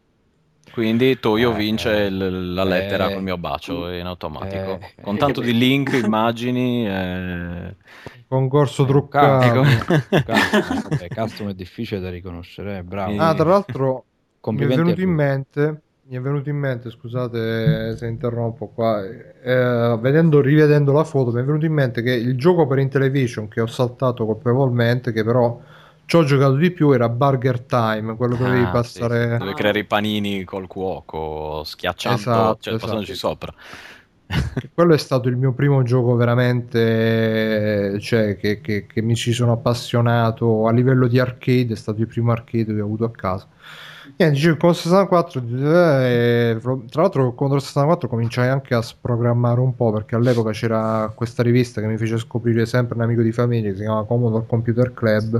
Quindi Toyo vince Eh, il- la lettera col eh, mio bacio in eh, automatico. Con E che tanto di bello. link, immagini, eh, Un concorso è un custom. ecco. truccato. Un custom, eh, vabbè, custom è difficile da riconoscere, eh, bravo. Ah, E- tra l'altro mi è Complimenti a venuto in lui. mente, mi è venuto in mente, scusate se interrompo qua, eh, vedendo, rivedendo la foto, mi è venuto in mente che il gioco per Intellivision che ho saltato colpevolmente, che però ci ho giocato di più, era Burger Time, quello dove dovevi Ah, sì, sì. passare... Dove creare Ah, i panini col cuoco, schiacciando, Esatto, cioè passandoci esatto. sopra. Che quello è stato il mio primo gioco veramente, cioè, che, che- che mi ci sono appassionato a livello di arcade, è stato il primo arcade che ho avuto a casa. Niente, dicevo, con sessantaquattro, eh, tra l'altro con il sessantaquattro cominciai anche a sprogrammare un po', perché all'epoca c'era questa rivista che mi fece scoprire sempre un amico di famiglia, che si chiama Commodore Computer Club,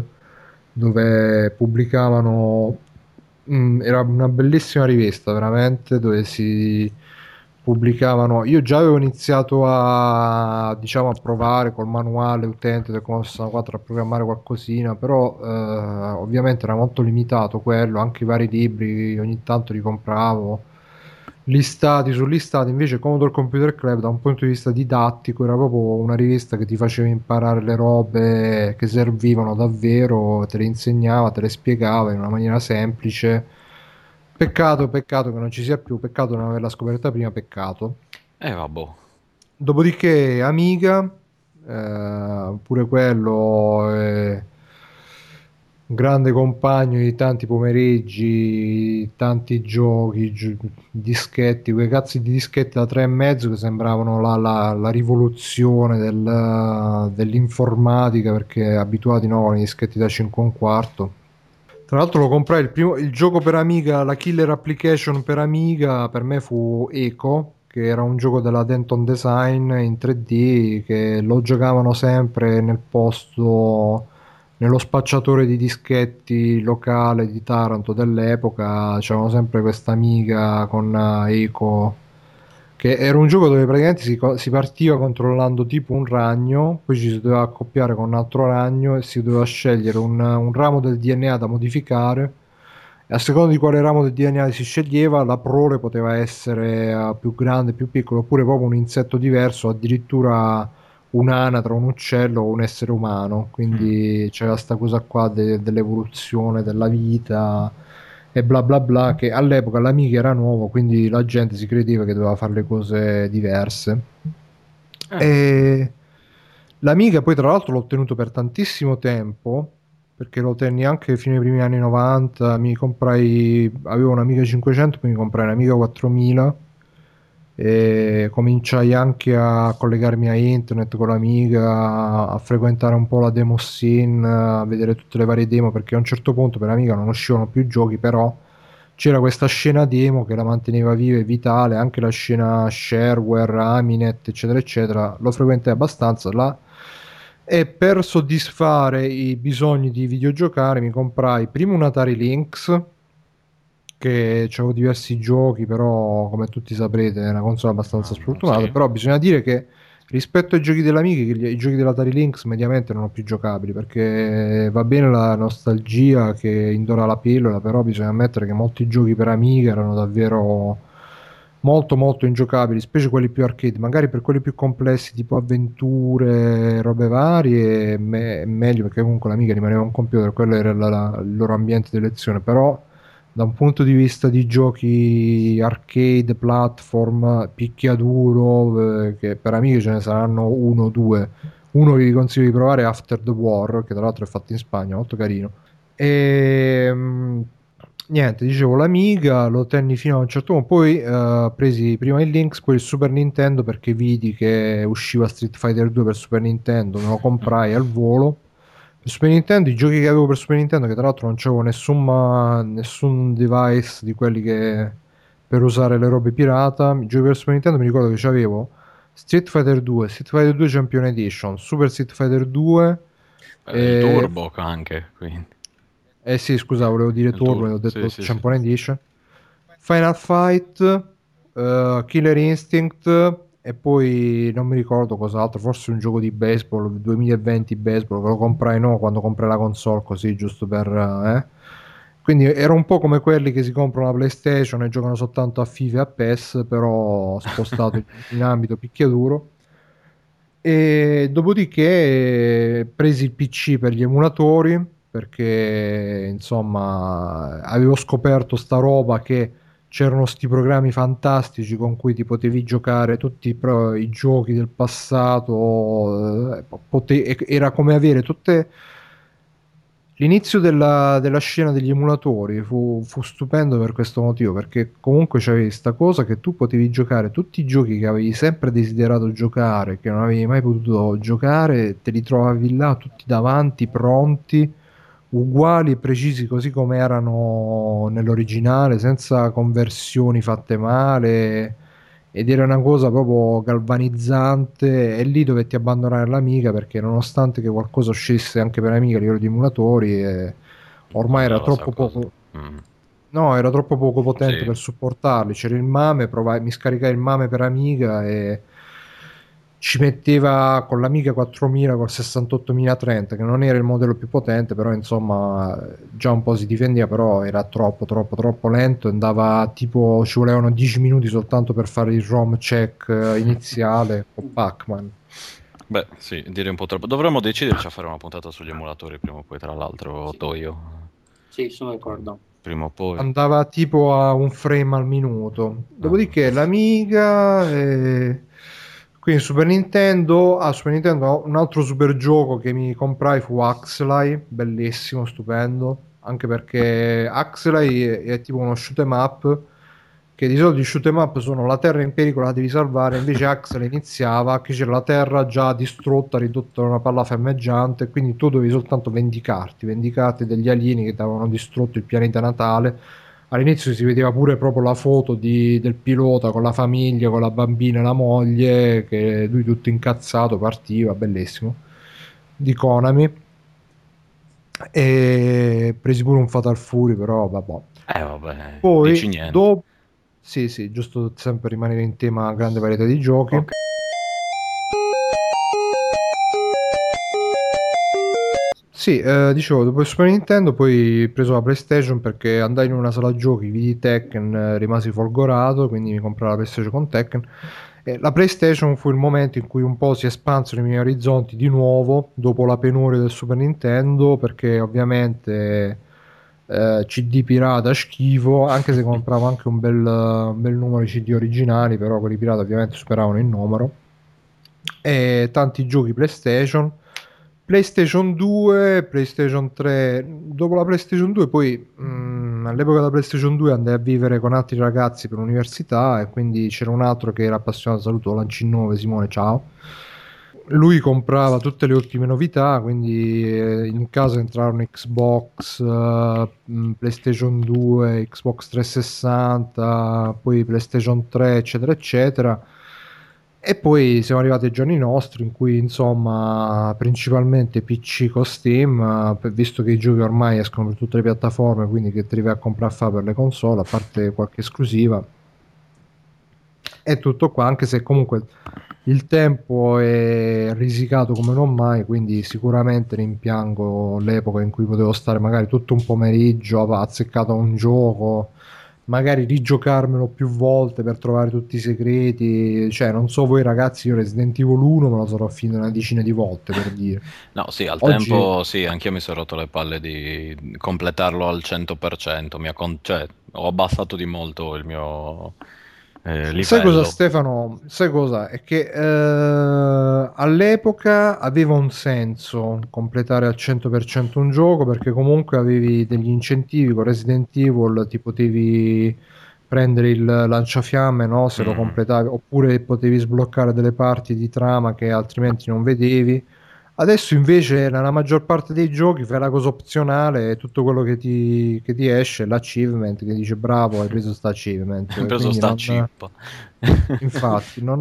dove pubblicavano, mm, era una bellissima rivista veramente, dove si pubblicavano, io già avevo iniziato a, diciamo, a provare col manuale utente del Commodore sessantaquattro a programmare qualcosina, però eh, ovviamente era molto limitato quello, anche i vari libri ogni tanto li compravo, listati su listati. Invece Commodore Computer Club da un punto di vista didattico era proprio una rivista che ti faceva imparare le robe che servivano davvero, te le insegnava, te le spiegava in una maniera semplice. Peccato, peccato che non ci sia più, peccato non averla scoperta prima, peccato. Eh vabbè. Dopodiché Amiga, eh, pure quello è un grande compagno di tanti pomeriggi, tanti giochi, gi- dischetti, quei cazzi di dischetti da tre e mezzo che sembravano la, la- la rivoluzione del- dell'informatica, perché abituati no, ai dischetti da cinque e un quarto. Tra l'altro lo comprai il primo, il gioco per Amiga, la killer application per Amiga per me fu Eco, che era un gioco della Denton Design in tre D che lo giocavano sempre nel posto, nello spacciatore di dischetti locale di Taranto dell'epoca. C'erano sempre questa Amiga con eh, Eco, che era un gioco dove praticamente si, co- si partiva controllando tipo un ragno, poi ci si doveva accoppiare con un altro ragno e si doveva scegliere un, un ramo del D N A da modificare, e a seconda di quale ramo del D N A si sceglieva la prole poteva essere eh, più grande, più piccolo, oppure proprio un insetto diverso, addirittura un'anatra, un uccello o un essere umano. Quindi c'era sta cosa qua de- dell'evoluzione della vita e bla bla bla, che all'epoca l'Amiga era nuovo, quindi la gente si credeva che doveva fare le cose diverse. Eh. E l'Amiga poi tra l'altro l'ho tenuto per tantissimo tempo, perché lo tenni anche fino ai primi anni novanta. Mi comprai, avevo un'Amiga cinquecento, poi mi comprai un'Amiga quattromila e cominciai anche a collegarmi a internet con l'Amiga, a frequentare un po' la demo scene, a vedere tutte le varie demo, perché a un certo punto per Amiga non uscivano più giochi, però c'era questa scena demo che la manteneva viva e vitale, anche la scena shareware, Aminet, eccetera, eccetera. Lo frequentai abbastanza là, e per soddisfare i bisogni di videogiocare mi comprai prima un Atari Lynx, che c'avevo diversi giochi, però come tutti saprete è una console abbastanza Ah, sfortunata. sì. Però bisogna dire che rispetto ai giochi dell'Amiga, che gli- i giochi dell'Atari Lynx mediamente erano più giocabili, perché va bene la nostalgia che indora la pillola, però bisogna ammettere che molti giochi per Amiga erano davvero molto molto ingiocabili, specie quelli più arcade. Magari per quelli più complessi tipo avventure, robe varie è me- è meglio, perché comunque l'Amiga rimaneva un computer, quello era la- la- il loro ambiente di lezione. Però da un punto di vista di giochi arcade, platform, picchiaduro, eh, che per amici ce ne saranno uno o due. Uno che vi consiglio di provare è After the War, che tra l'altro è fatto in Spagna, molto carino. E mm, niente, dicevo, l'Amiga lo tenni fino a un certo punto, poi eh, presi prima il Lynx, poi il Super Nintendo, perché vidi che usciva Street Fighter due per Super Nintendo, me lo comprai al volo. Per Super Nintendo, i giochi che avevo per Super Nintendo, che tra l'altro non c'avevo nessun, ma- nessun device di quelli che per usare le robe pirata, i giochi per Super Nintendo mi ricordo che c'avevo Street Fighter due, Street Fighter due Champion Edition, Super Street Fighter due, Eh, il e... Turbo anche, quindi. eh sì, scusa, volevo dire Il Turbo, Turbo, ho sì, detto sì, sì. Champion Edition, Final Fight, eh, Killer Instinct, e poi non mi ricordo cos'altro, forse un gioco di baseball, duemilaventi baseball, che lo comprai no quando comprai la console, così giusto per... eh. Quindi era un po' come quelli che si comprano la PlayStation e giocano soltanto a FIFA e a PES, però spostato in, in ambito picchiaduro. E dopodiché presi il P C per gli emulatori, perché insomma avevo scoperto sta roba, che c'erano sti programmi fantastici con cui ti potevi giocare tutti i, pro- i giochi del passato, eh, pote- era come avere tutte... L'inizio della, della scena degli emulatori fu, fu stupendo per questo motivo, perché comunque c'avevi sta cosa che tu potevi giocare tutti i giochi che avevi sempre desiderato giocare, che non avevi mai potuto giocare, te li trovavi là tutti davanti, pronti, uguali e precisi così come erano nell'originale, senza conversioni fatte male, ed era una cosa proprio galvanizzante. E lì dovetti abbandonare l'Amiga, perché nonostante che qualcosa uscisse anche per Amiga a livello di emulatori, eh, Non ormai era era la stessa troppo cosa. poco. Mm. No, era troppo poco potente Sì. per supportarli. C'era il MAME, provai, mi scaricai il MAME per Amiga e ci metteva con l'Amiga quattromila col sessantottomila trenta, che non era il modello più potente, però insomma già un po' si difendeva, però era troppo troppo troppo lento, andava tipo, ci volevano dieci minuti soltanto per fare il ROM check eh, iniziale con Pac-Man. Beh, sì, direi un po' troppo. Dovremmo deciderci a fare una puntata sugli emulatori prima o poi, tra l'altro, Sì. Toio. Sì, sono d'accordo. Prima o poi. Andava tipo a un frame al minuto. Dopodiché l'Amiga e... quindi Super Nintendo, a Super Nintendo un altro super gioco che mi comprai fu Axelay, bellissimo, stupendo, anche perché Axelay è, è tipo uno shoot 'em up, che di solito i shoot 'em up sono la terra in pericolo, la devi salvare, invece Axelay iniziava che c'era la terra già distrutta, ridotta da una palla fiammeggiante, quindi tu dovevi soltanto vendicarti, vendicarti degli alieni che ti avevano distrutto il pianeta natale. All'inizio si vedeva pure proprio la foto di- del pilota con la famiglia, con la bambina e la moglie, che lui tutto incazzato partiva, bellissimo, di Konami. E presi pure un Fatal Fury, però vabbè. Eh, vabbè, dici Poi, niente. dopo... Sì, sì, giusto sempre rimanere in tema grande varietà di giochi. Ok. Sì, eh, dicevo, dopo il Super Nintendo poi ho preso la PlayStation perché andai in una sala giochi, vidi Tekken, eh, rimasi folgorato, quindi mi comprai la PlayStation con Tekken. E la PlayStation fu il momento in cui un po' si espansero i miei orizzonti di nuovo, dopo la penuria del Super Nintendo, perché ovviamente eh, C D pirata schifo, anche se compravo anche un bel, un bel numero di C D originali, però quelli pirata ovviamente superavano il numero. E tanti giochi PlayStation. PlayStation due, PlayStation tre. Dopo la PlayStation due poi mh, all'epoca della PlayStation due andai a vivere con altri ragazzi per l'università e quindi c'era un altro che era appassionato, saluto Lancinove, Simone, ciao. Lui comprava tutte le ultime novità, quindi eh, in casa entrarono Xbox, eh, mh, PlayStation due, Xbox trecentosessanta, poi PlayStation tre, eccetera, eccetera. E poi siamo arrivati ai giorni nostri in cui, insomma, principalmente P C con Steam, eh, per- visto che i giochi ormai escono per tutte le piattaforme, quindi che te li vai a comprare a fare per le console, a parte qualche esclusiva. È tutto qua, anche se comunque il tempo è risicato come non mai, quindi sicuramente rimpiango l'epoca in cui potevo stare magari tutto un pomeriggio azzeccato a un gioco, magari rigiocarmelo più volte per trovare tutti i segreti. Cioè, non so voi ragazzi, io Resident Evil uno me lo sarò finito una decina di volte, per dire. No, sì, al Oggi tempo sì, anch'io mi sono rotto le palle di completarlo al cento per cento. Mi ha con- cioè, ho abbassato di molto il mio eh, sai cosa, livello. Stefano? Sai cosa? È che eh, all'epoca aveva un senso completare al cento per cento un gioco perché comunque avevi degli incentivi con Resident Evil, ti potevi prendere il lanciafiamme, no? Se lo Mm. completavi, oppure potevi sbloccare delle parti di trama che altrimenti non vedevi. Adesso invece nella maggior parte dei giochi fai la cosa opzionale e tutto quello che ti, che ti esce è l'achievement che dice bravo, hai preso sta Ho achievement, preso quindi sta non, chip. infatti non,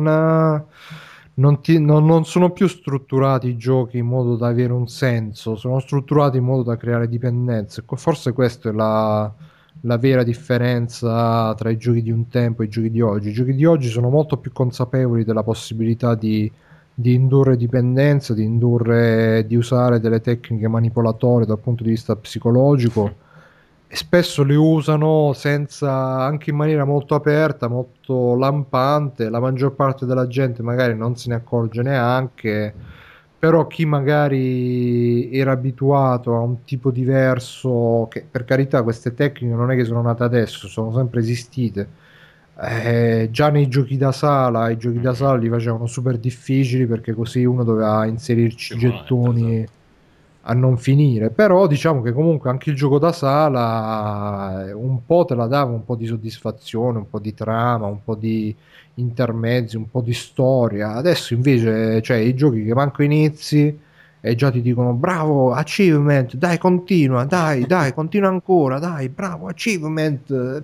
non, ti- non- non sono più strutturati i giochi in modo da avere un senso, sono strutturati in modo da creare dipendenze. Co- Forse questa è la, la vera differenza tra i giochi di un tempo e i giochi di oggi. I giochi di oggi sono molto più consapevoli della possibilità di di indurre dipendenza, di indurre, di usare delle tecniche manipolatorie dal punto di vista psicologico e spesso le usano senza, anche in maniera molto aperta, molto lampante. La maggior parte della gente magari non se ne accorge neanche, però chi magari era abituato a un tipo diverso, che per carità queste tecniche non è che sono nate adesso, sono sempre esistite. Eh, già nei giochi da sala, i giochi da Mhm. sala li facevano super difficili perché così uno doveva inserirci i Sicuramente, esatto. gettoni a non finire. Però diciamo che comunque anche il gioco da sala eh, un po' te la dava, un po' di soddisfazione, un po' di trama, un po' di intermezzi, un po' di storia. Adesso invece, cioè, i giochi che manco inizi e già ti dicono bravo, achievement, dai, continua, dai, dai, continua ancora, dai, bravo, achievement.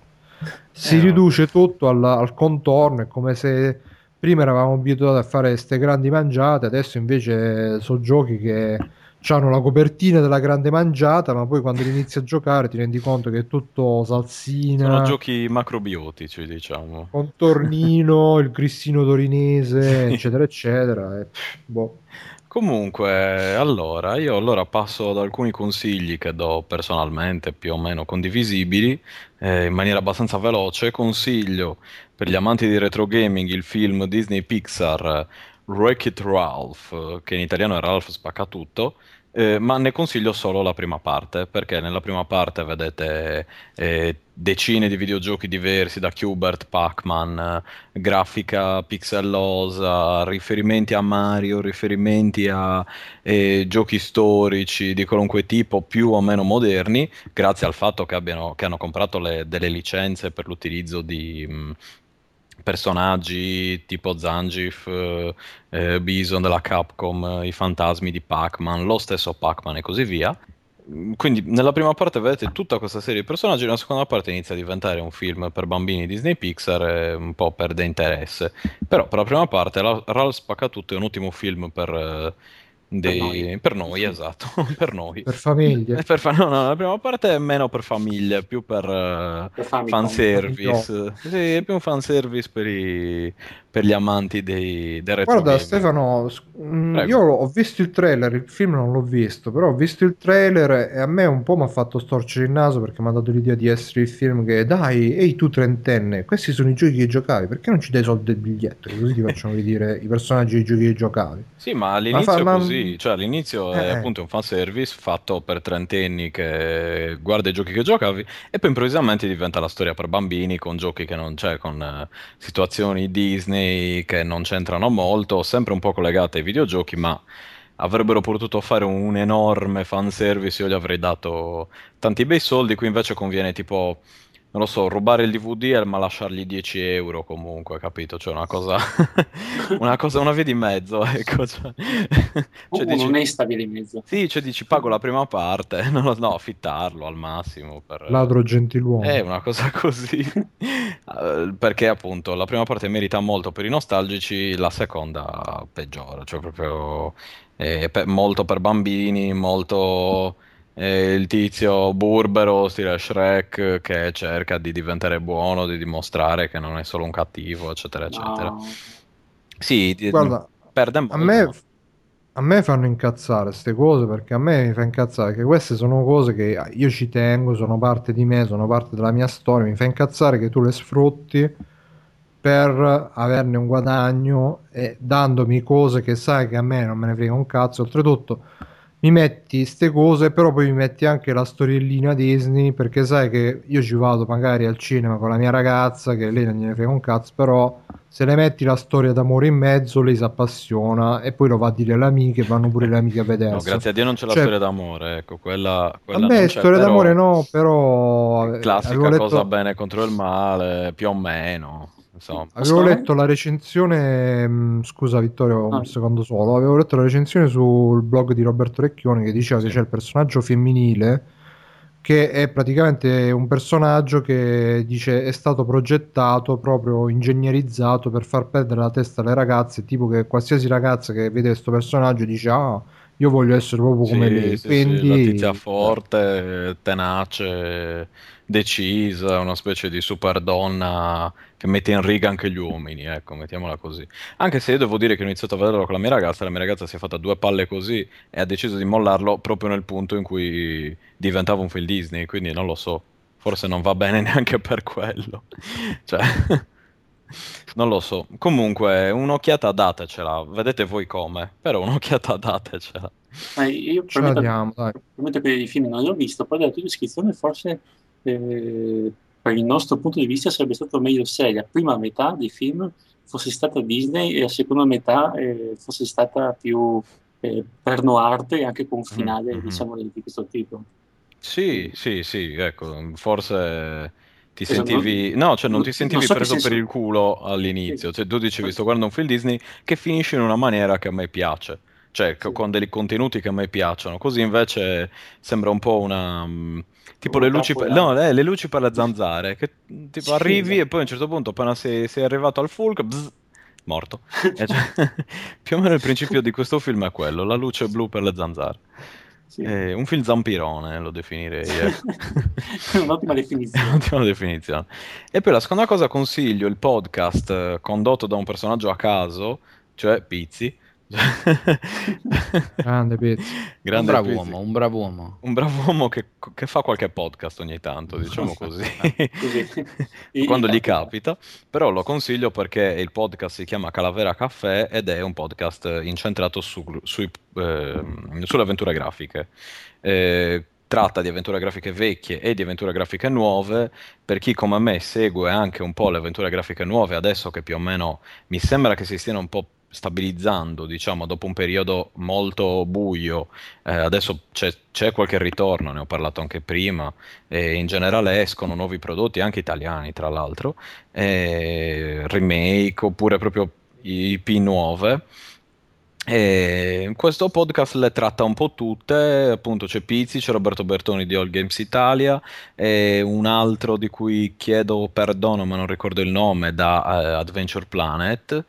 Si Eh, vabbè. riduce tutto al, al contorno, è come se prima eravamo abituati a fare queste grandi mangiate, adesso invece sono giochi che hanno la copertina della grande mangiata, ma poi quando inizi a giocare ti rendi conto che è tutto Sono salsina, giochi macrobiotici, diciamo. contornino, il grissino torinese, Sì. eccetera, eccetera. E, pff, boh. Comunque, allora, io allora passo ad alcuni consigli che do personalmente, più o meno condivisibili, eh, in maniera abbastanza veloce. Consiglio per gli amanti di retro gaming il film Disney Pixar eh, Wreck-It Ralph, eh, che in italiano è Ralph Spaccatutto, eh, ma ne consiglio solo la prima parte, perché nella prima parte vedete eh, decine di videogiochi diversi, da Qbert, Pac-Man, eh, grafica pixellosa, riferimenti a Mario, riferimenti a eh, giochi storici di qualunque tipo, più o meno moderni, grazie al fatto che abbiano, che hanno comprato le- delle licenze per l'utilizzo di mh, personaggi tipo Zangief, eh, eh, Bison della Capcom, eh, i fantasmi di Pac-Man, lo stesso Pac-Man e così via. Mm, Quindi nella prima parte vedete tutta questa serie di personaggi, nella seconda parte inizia a diventare un film per bambini Disney Pixar e un po' perde interesse. Però per la prima parte la- Ralph Spaccatutto è un ottimo film per, eh, Per noi. dei- per noi, esatto, per noi. Per famiglie. E per fa- no, no, la prima parte è meno per famiglie, più per eh, Per Famicom. fanservice. Sì, è più un fanservice per, i- per gli amanti dei, del retro Guarda gaming. Stefano, s- mm, Prego. io ho visto il trailer, il film non l'ho visto, però ho visto il trailer e a me un po' mi ha fatto storcere il naso perché mi ha dato l'idea di essere il film che dai, ehi tu trentenne, questi sono i giochi che giocavi, perché non ci dai soldi del biglietto? Che così ti facciano vedere i personaggi dei giochi che giocavi. Sì, ma Ma all'inizio fa, è ma... così, cioè all'inizio è eh, eh. appunto un fanservice fatto per trentenni che guarda i giochi che giocavi e poi improvvisamente diventa la storia per bambini con giochi che non c'è, con eh, situazioni Disney che non c'entrano molto, sempre un po' collegate ai videogiochi, ma avrebbero potuto fare un enorme fanservice, io gli avrei dato tanti bei soldi, qui invece conviene tipo, non lo so, rubare il D V D ma lasciargli dieci euro comunque, capito? Cioè una cosa, una cosa, una via di mezzo, ecco. Cioè, cioè dici, Un'onesta via di mezzo. sì, cioè dici pago la prima parte, no, no, no, affittarlo al massimo per... Ladro È gentiluomo. una cosa così. Eh, perché appunto la prima parte merita molto per i nostalgici, la seconda peggiora, cioè proprio è pe- molto per bambini, molto eh, il tizio burbero, stile Shrek, che cerca di diventare buono, di dimostrare che non è solo un cattivo, eccetera, eccetera. No. Sì, di- Guarda, perde a molto, me, ma... a me fanno incazzare queste cose perché a me mi fa incazzare che queste sono cose che io ci tengo, sono parte di me, sono parte della mia storia. Mi fa incazzare che tu le sfrutti per averne un guadagno e dandomi cose che sai che a me non me ne frega un cazzo. Oltretutto mi metti ste cose, però poi mi metti anche la storiellina Disney perché sai che io ci vado magari al cinema con la mia ragazza che lei non gliene frega un cazzo, però se le metti la storia d'amore in mezzo lei si appassiona e poi lo va a dire alle amiche, vanno pure le amiche a No, vederselo. grazie a Dio non c'è la Cioè, storia d'amore, ecco, quella, a quella non me c'è, storia d'amore però no, però eh, avevo classica cosa letto bene contro il male, più o meno, insomma. Ma Avevo secondo me... letto la recensione, mh, scusa Vittorio, un no, secondo solo, avevo letto la recensione sul blog di Roberto Recchioni che diceva che Sì. c'è il personaggio femminile che è praticamente un personaggio che dice è stato progettato, proprio ingegnerizzato per far perdere la testa alle ragazze, tipo che qualsiasi ragazza che vede questo personaggio dice ah, io voglio essere proprio come Sì, lei, sì, sì, la tizia quindi... eh, forte, tenace, decisa, una specie di super donna che mette in riga anche gli uomini, ecco, mettiamola così. Anche se io devo dire che ho iniziato a vederlo con la mia ragazza, la mia ragazza si è fatta due palle così e ha deciso di mollarlo proprio nel punto in cui diventava un film Disney, quindi non lo so, forse non va bene neanche per quello. Cioè, non lo so. Comunque, un'occhiata datecela, vedete voi come, però un'occhiata datecela. ma io ce la prometto, diamo, dai. prometto che i film non li ho visto, poi dalla tua descrizione forse eh, per il nostro punto di vista sarebbe stato meglio se la prima metà dei film fosse stata Disney e la seconda metà eh, fosse stata più eh, perno arte, anche con un Mm, finale, mhm. diciamo, di di questo tipo. Sì, Quindi, sì, sì, ecco, forse ti esatto, non, sentivi, no, cioè non non- ti non sentivi so che preso per senso... il culo Sì, all'inizio, cioè tu dicevi sto guardando un film Disney che finisce in una maniera che a me piace, cioè co- sì, con dei contenuti che a me piacciono, così invece sembra un po' una... mm, tipo una le luci per, trappola. no, eh, le luci per le zanzare, che mm, tipo Sì, arrivi e esatto. poi a un certo punto appena sei, sei arrivato al fulcro, bzz, morto. E cioè, più o meno il principio di questo film è quello, la luce blu per le zanzare. Sì. Eh, un film zampirone, lo definirei, ecco. Un'ottima È definizione. un'ottima definizione. E poi la seconda cosa consiglio il podcast eh, condotto da un personaggio a caso, cioè Pizzi, Grande pezzo. Grande un bravo Pizzi. uomo, un bravo uomo. Un bravo uomo che, che fa qualche podcast ogni tanto, diciamo così. Così. Quando gli capita. capita. Però lo consiglio perché il podcast si chiama Calavera Caffè ed è un podcast incentrato su, sui, eh, sulle avventure grafiche. Eh, tratta di avventure grafiche vecchie e di avventure grafiche nuove. Per chi come me segue anche un po' le avventure grafiche nuove, adesso che più o meno mi sembra che si stiano un po' stabilizzando, diciamo, dopo un periodo molto buio. Eh, adesso c'è, c'è qualche ritorno, ne ho parlato anche prima, e in generale escono nuovi prodotti, anche italiani tra l'altro, eh, remake oppure proprio I P nuove. E questo podcast le tratta un po' tutte, appunto c'è Pizzi, c'è Roberto Bertoni di All Games Italia e un altro di cui chiedo perdono ma non ricordo il nome, da eh, Adventure Planet,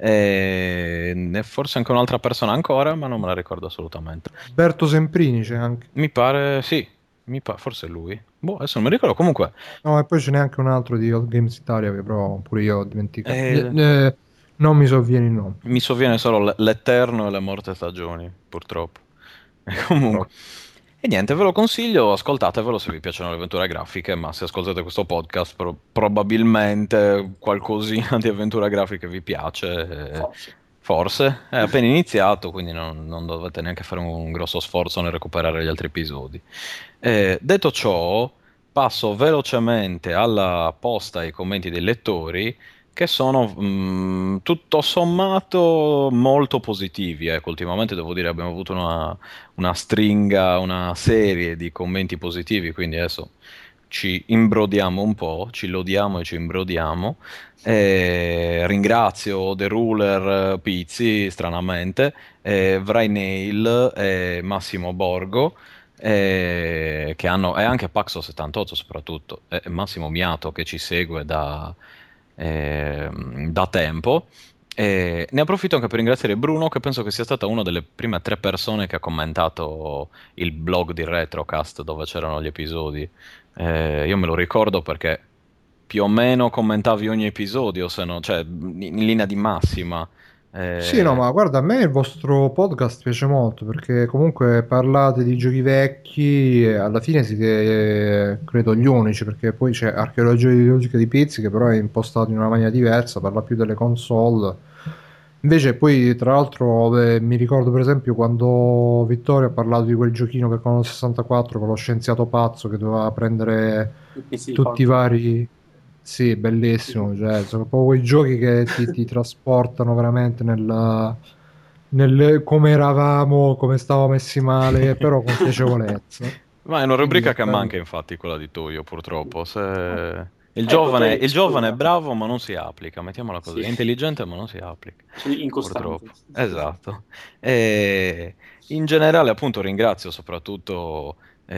e e forse anche un'altra persona ancora ma non me la ricordo assolutamente. Alberto Semprini c'è anche. Mi pare, sì, mi pa- forse è lui. Boh, adesso non mi ricordo, comunque No, e poi ce n'è anche un altro di Old Games Italia che però pure io ho dimenticato. eh, Eh, eh, non mi sovviene il nome. mi sovviene solo l- l'Eterno e le Morte Stagioni, purtroppo. E comunque. E niente, ve lo consiglio, ascoltatevelo se vi piacciono le avventure grafiche, ma se ascoltate questo podcast pro- probabilmente qualcosina di avventure grafiche vi piace. eh, Forse. Forse, è appena iniziato, quindi non, non dovete neanche fare un grosso sforzo nel recuperare gli altri episodi. Eh, detto ciò, passo velocemente alla posta e ai commenti dei lettori, che sono mh, tutto sommato molto positivi. Ecco, ultimamente devo dire abbiamo avuto una, una stringa, una serie di commenti positivi, quindi adesso ci imbrodiamo un po', ci lodiamo e ci imbrodiamo. Eh, ringrazio The Ruler, eh, Pizzi, stranamente, eh, Vray Nail e Massimo Borgo, eh, che hanno, e anche Paxo settantotto soprattutto, e Massimo Miato che ci segue da, ehm, da tempo. E ne approfitto anche per ringraziare Bruno, che penso che sia stata una delle prime tre persone che ha commentato il blog di Retrocast dove c'erano gli episodi. Eh, io me lo ricordo perché più o meno commentavi ogni episodio, se no, cioè in in linea di massima. Sì, no, Eh, ma guarda, a me il vostro podcast piace molto perché comunque parlate di giochi vecchi e alla fine siete, eh, credo, gli unici, perché poi c'è Archeologia ideologica di Pizzi che però è impostato in una maniera diversa, parla più delle console. Invece poi, tra l'altro, eh, mi ricordo per esempio quando Vittorio ha parlato di quel giochino per Commodore sessantaquattro con lo scienziato pazzo che doveva prendere Il P C tutti i Control. vari... Sì, bellissimo, cioè, sono proprio quei giochi che ti, ti trasportano veramente nel, nel come eravamo, come stavamo messi male, però con piacevolezza. ma è una Quindi rubrica è che bello. manca, infatti, quella di Toyo, purtroppo. Se... Il Eh, giovane, potrei il giovane è esplorare. bravo, ma non si applica, mettiamola così. Sì, È intelligente, ma non si applica. sono incostante. Purtroppo. Esatto. E in generale, appunto, ringrazio soprattutto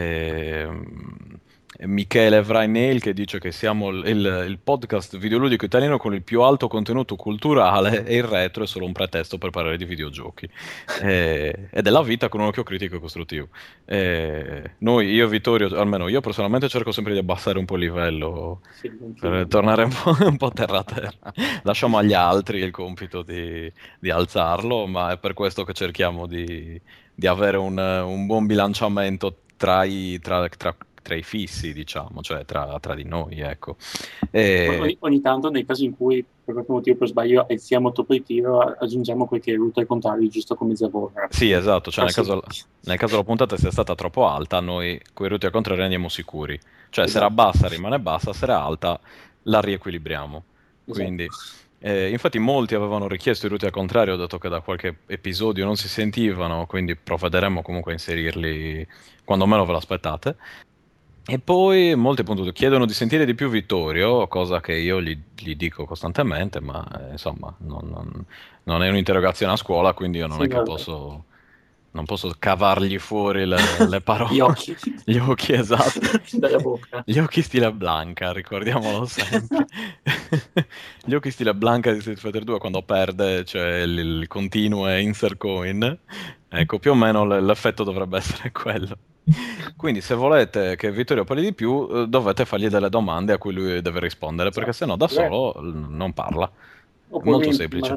ehm, Michele Vrainel che dice che siamo il, il- il podcast videoludico italiano con il più alto contenuto culturale e il retro è solo un pretesto per parlare di videogiochi. Eh, e della vita con un occhio critico e costruttivo. Eh, noi, io e Vittorio, almeno io personalmente cerco sempre di abbassare un po' il livello Sì, anche per io. tornare un po', un po' terra a terra. Lasciamo agli altri il compito di, di alzarlo, ma è per questo che cerchiamo di, di avere un, un buon bilanciamento tra i, tra, tra- tra i fissi, diciamo, cioè tra, tra di noi, ecco. Poi E- ogni, ogni tanto, nei casi in cui per qualche motivo per sbaglio alziamo troppo il tiro, aggiungiamo qualche ruota al contrario, giusto come Zavora. Sì, esatto, cioè Ah, nel sì. caso, nel caso la puntata sia stata troppo alta, noi coi ruoti al contrario andiamo sicuri. Cioè se era Esatto. bassa rimane bassa, se era alta la riequilibriamo. Quindi, Esatto. eh, infatti molti avevano richiesto i ruoti al contrario, dato che da qualche episodio non si sentivano, quindi provvederemo comunque a inserirli quando meno ve l'aspettate. E poi molti appunto chiedono di sentire di più Vittorio, cosa che io gli, gli dico costantemente, ma eh, insomma non, non- non è un'interrogazione a scuola, quindi io non Sì, è che guarda. posso, non posso cavargli fuori le, le parole. Gli occhi. Gli occhi, esatto. Dalla bocca. Gli occhi stile Blanca, ricordiamolo sempre. Gli occhi stile Blanca di Street Fighter due quando perde, cioè il, il continuo e insert coin. Ecco, più o meno l- l'effetto dovrebbe essere quello. Quindi, se volete che Vittorio parli di più, eh, dovete fargli delle domande a cui lui deve rispondere, perché Esatto. sennò da Beh, solo l- non parla. È oppure molto mi, ma- semplice.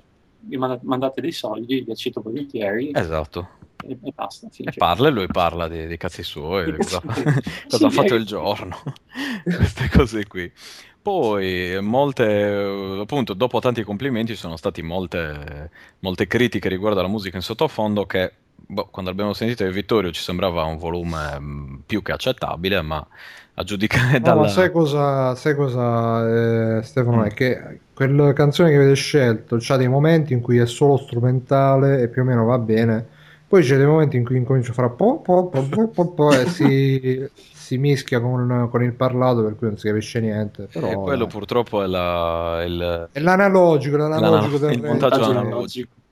mi manda- mandate dei soldi, vi accetto volentieri Esatto. e, e basta. Sì, E cioè, parla e lui parla dei, dei cazzi suoi, che cosa, cazzo- cosa sì, ha fatto eh, il giorno, queste cose qui. Poi, molte, eh, appunto, dopo tanti complimenti, ci sono state molte, molte critiche riguardo alla musica in sottofondo che, boh, quando abbiamo sentito di Vittorio ci sembrava un volume mh, più che accettabile, ma a giudicare No, ma dalla... sai cosa, sai cosa eh, Stefano? Mm. È che quella canzone che avete scelto c'ha dei momenti in cui è solo strumentale e più o meno va bene, poi c'è dei momenti in cui incomincia a fare po, po, po, po, po, po, e si, si mischia con, con il parlato per cui non si capisce niente, E però quello dai. purtroppo è la, il, È l'analogico, l'analo- l'analogico del il montaggio montaggio retro. analogico. analogico.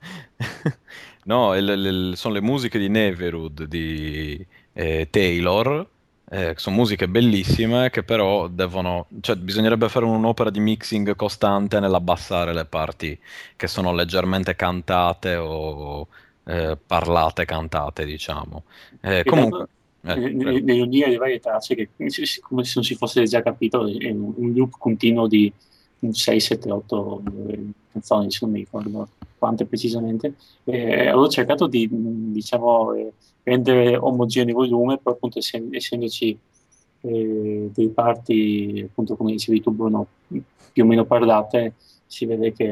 No, il- il- sono le musiche di Neverwood di eh, Taylor, eh, che sono musiche bellissime che però devono, cioè bisognerebbe fare un'opera di mixing costante nell'abbassare le parti che sono leggermente cantate o eh, parlate cantate, diciamo. Eh, E dato comunque, eh, prego. nell'unire le varie tracce, che si- si- come se non si fosse già capito, è un, un loop continuo di sei, sette, otto canzoni, se non mi ricordo quante precisamente. Eh, avevo cercato di, mh, diciamo, eh, rendere omogeneo il volume, però appunto essen- essendoci eh, dei parti, appunto come dicevi tu Bruno, più o meno parlate, si vede che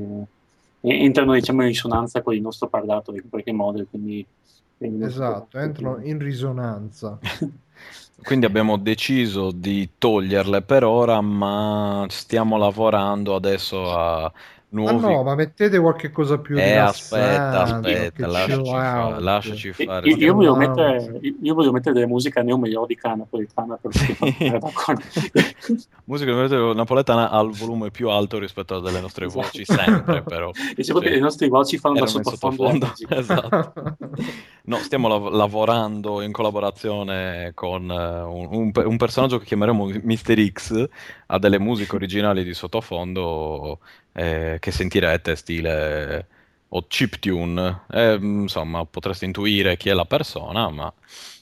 eh, entrano diciamo in risonanza con il nostro parlato in qualche modo, e quindi vengono tutto Esatto, quanto entrano più. in risonanza. Quindi abbiamo deciso di toglierle per ora, ma stiamo lavorando adesso a Ma nuovi... no, ma mettete qualche cosa più Eh, aspetta, rilassante, aspetta, qualche chill lasciaci fare, out, lasciaci E- fare, e- Io stiamo... chill volevo out. mettere, io volevo mettere della musica neomelodica napoletana per Sì. per andare d'accordo. Musica napoletana al volume più alto rispetto a delle nostre voci, sempre Esatto. però. E se proprio Cioè, le nostre voci fanno da erano in sottofondo alla sottofondo, musica. esatto. No, stiamo lav- lavorando in collaborazione con eh, un, un pe- un personaggio che chiameremo mister X, ha delle musiche originali di sottofondo eh, che sentirete, stile o chiptune. Eh, insomma, potreste intuire chi è la persona, ma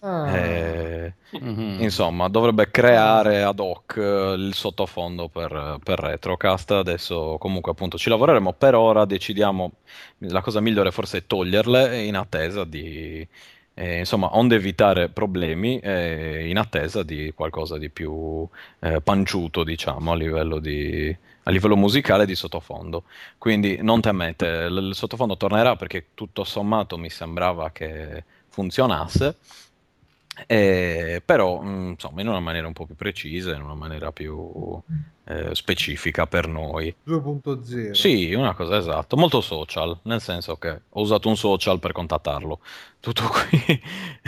Ah, eh, Mhm. insomma, dovrebbe ah. creare ad hoc eh, il sottofondo per, per Retrocast. Adesso comunque appunto ci lavoreremo. Per ora decidiamo, la cosa migliore forse è toglierle in attesa di, eh, insomma, onde evitare problemi, eh, in attesa di qualcosa di più eh, panciuto, diciamo, a livello di, a livello musicale di sottofondo. Quindi non temete, l- il sottofondo tornerà perché tutto sommato mi sembrava che funzionasse. Eh, però, mh, insomma, in una maniera un po' più precisa, in una maniera più eh, specifica per noi. due punto zero. Sì, una cosa esatta, molto social, nel senso che ho usato un social per contattarlo. Tutto qui.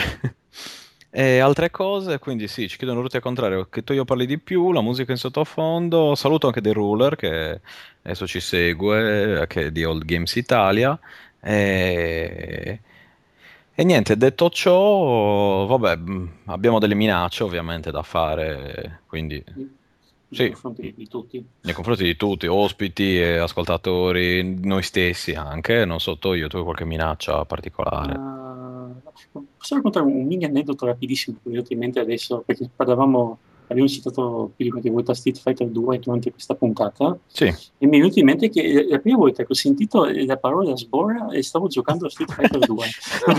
E altre cose, quindi sì, ci chiedono Ruti al contrario che tu io parli di più, la musica in sottofondo. Saluto anche The Ruler che adesso ci segue, che è di Old Games Italia. E, e niente, detto ciò, vabbè, mh, abbiamo delle minacce ovviamente da fare, quindi Nei sì, confronti di, di tutti. nei confronti di tutti, ospiti e ascoltatori, noi stessi anche, non so, tu, io, tu hai qualche minaccia particolare. Ah, posso raccontare un mini aneddoto rapidissimo che mi è venuto in mente adesso, perché parlavamo, abbiamo citato più di qualche volta Street Fighter due durante questa puntata, Sì. e mi è venuto in mente che la prima volta che ho sentito la parola sborra e stavo giocando a Street Fighter due.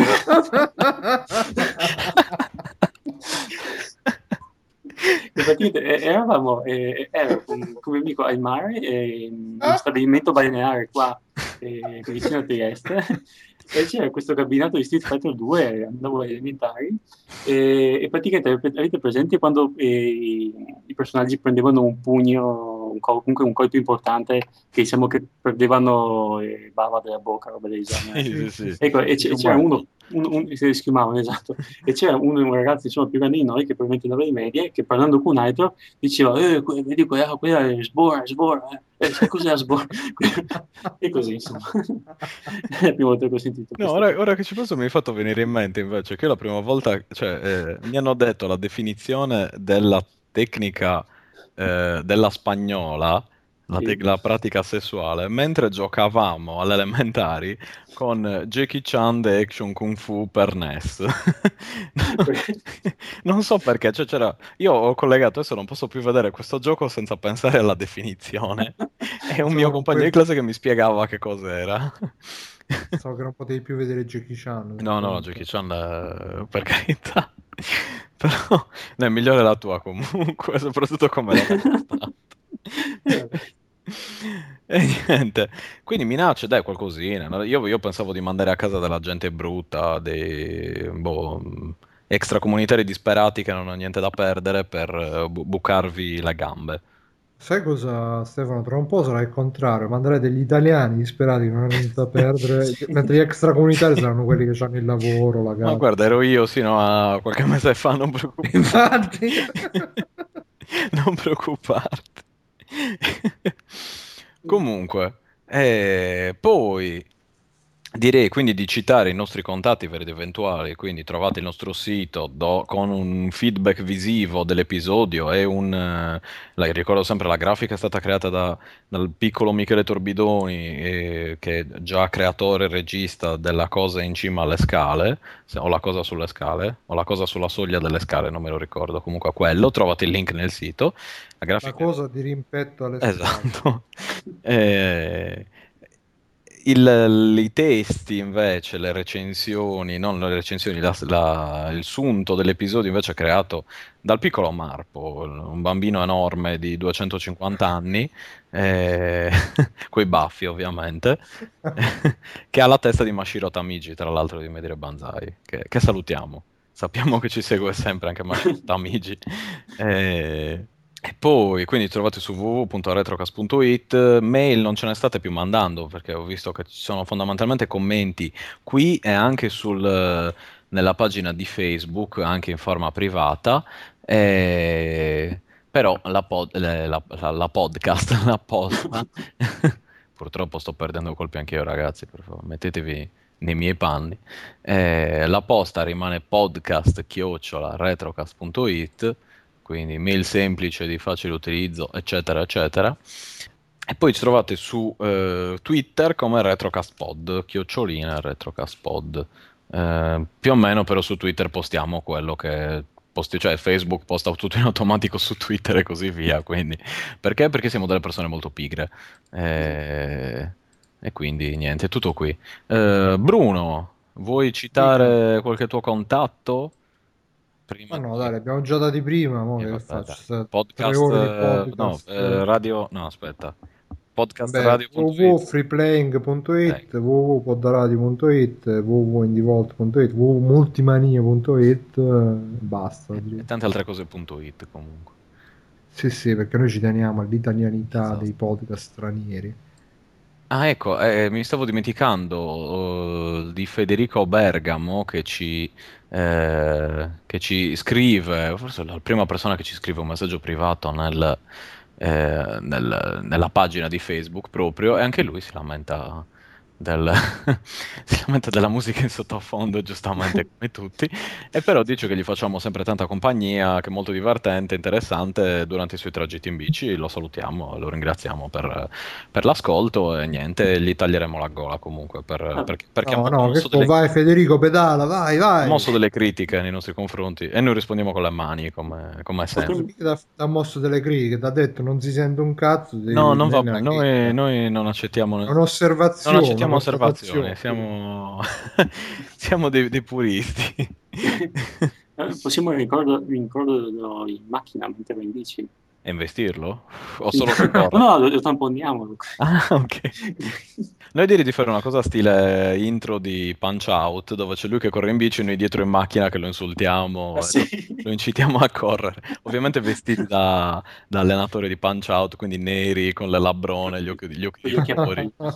E praticamente eh, eravamo, eh, ero con, con mio amico al mare, eh, in uno stabilimento balneare qua eh, vicino a Trieste, e c'era questo cabinato di Street Fighter due, andavo alle elementari, e, e praticamente avete avete presente quando eh, i, i personaggi prendevano un pugno, un col- comunque un colpo importante, che diciamo che perdevano eh, bava della bocca, roba del genere. Sì, Sì, sì, sì, sì. sì, Ecco, sì, e sì. c'è- c'era uno, un, un, si schiumavano, esatto, e c'era uno, un ragazzo insomma più grande di noi che probabilmente andava in medie, che parlando con un altro diceva eh, que- vedi quella, quella è sbora, sbora, eh. Eh, sai cos'è la sbora? E così insomma è la prima volta che ho sentito No, questa ora, cosa. ora che ci penso mi hai fatto venire in mente invece che io la prima volta, cioè, eh, mi hanno detto la definizione della tecnica eh, della spagnola, la, Sì. te- la pratica sessuale, mentre giocavamo alle elementari con Jackie Chan The Action Kung Fu per N E S. Non so perché, cioè c'era... io ho collegato, adesso non posso più vedere questo gioco senza pensare alla definizione. E un So mio che non compagno di puoi- classe che mi spiegava che cos'era. so che non potevi più vedere Jackie Chan. No, no, no, praticamente. Jackie Chan, eh, per carità. Però no, è migliore la tua comunque, soprattutto come l'ho raccontato. E niente, quindi minacce, dai, qualcosina. No? Io, io pensavo di mandare a casa della gente brutta, dei boh, extracomunitari disperati che non hanno niente da perdere per eh, bu- bucarvi le gambe. Sai cosa, Stefano? Tra un po' sarà il contrario, manderai degli italiani disperati che non hanno niente da perdere, mentre gli extracomunitari saranno quelli che hanno il lavoro, la Ma casa. guarda, ero io sino a qualche mese fa, non preoccuparti. Infatti. Non preoccuparti. Comunque, eh, poi direi quindi di citare i nostri contatti per ed eventuali, quindi trovate il nostro sito do- con un feedback visivo dell'episodio e un... eh, la, ricordo sempre la grafica è stata creata da- dal piccolo Michele Torbidoni, eh, che è già creatore e regista della cosa in cima alle scale, se- o la cosa sulle scale, o la cosa sulla soglia delle scale, non me lo ricordo, comunque a quello, trovate il link nel sito. La La grafica... cosa di rimpetto alle scale. Esatto. Eh, il- I testi invece, le recensioni, non le recensioni, la- la- il sunto dell'episodio invece è creato dal piccolo Marpo, un bambino enorme di duecentocinquanta anni, eh, coi baffi ovviamente, che ha la testa di Mashiro Tamigi, tra l'altro di Medire Banzai, che, che salutiamo. Sappiamo che ci segue sempre anche Mashiro Tamigi. Eh, e poi, quindi trovate su w w w punto retrocast punto i t, mail non ce ne state più mandando perché ho visto che ci sono fondamentalmente commenti qui e anche sul, eh, nella pagina di Facebook, anche in forma privata, eh, però la, pod- le- la- la- la podcast, la posta, purtroppo sto perdendo colpi anch'io ragazzi, per favore, mettetevi nei miei panni, eh, la posta rimane podcast chiocciola retrocast punto i t, quindi mail semplice di facile utilizzo, eccetera, eccetera. E poi ci trovate su eh, Twitter come RetrocastPod, chiocciolina RetrocastPod. Eh, più o meno però su Twitter postiamo quello che posti, cioè Facebook posta tutto in automatico su Twitter e così via, quindi perché? Perché siamo delle persone molto pigre. Eh, e quindi niente, è tutto qui. Eh, Bruno, vuoi Dica. citare qualche tuo contatto? Ma Prima no, di... dai, li abbiamo già dati prima, mo Eh, che vabbè, faccio? dai. Sta tre Podcast, ore di eh, no, podcast. eh, radio, no, aspetta. Vabbè, podcastradio.it. www.freeplaying.it, Ecco. www.poddaradio.it, www.indievolt.it, www.multimania.it, eh, basta. E, direi. e tante altre cose.it comunque. Sì, sì, perché noi ci teniamo all'italianità Esatto. dei podcast stranieri. Ah, ecco, eh, mi stavo dimenticando eh, di Federico Bergamo che ci, eh, che ci scrive, forse è la prima persona che ci scrive un messaggio privato nel, eh, nel- nella pagina di Facebook proprio, e anche lui si lamenta del- si lamenta della musica in sottofondo, giustamente come tutti, e però dice che gli facciamo sempre tanta compagnia, che è molto divertente, interessante durante i suoi tragitti in bici. Lo salutiamo, lo ringraziamo per, per l'ascolto e niente, gli taglieremo la gola comunque per- perché, perché ha No, mo- ha no, che mosso co- delle, vai Federico, pedala, vai, ha vai. mosso delle critiche nei nostri confronti e noi rispondiamo con le mani come, come sempre. Mica T'ha mosso delle critiche, ti ha detto non si sente un cazzo, No, di, non non è va una bene, noi, critica, noi non accettiamo, è non un'osservazione, una accettiamo osservazioni, constatazione. siamo, siamo dei, dei puristi. Eh, Possiamo ricordo- rincorrerlo in macchina mentre va in bici. E investirlo? O Sì. solo se No, corre? no, lo, lo tamponiamo. Ah, ok. Noi direi di fare una cosa stile intro di Punch Out, dove c'è lui che corre in bici e noi dietro in macchina che lo insultiamo Ah, e lo, sì. lo incitiamo a correre. Ovviamente vestiti da, da allenatore di Punch Out, quindi neri, con le labbrone, gli occhi, gli occhi Con di gli occhi a fuori. porino.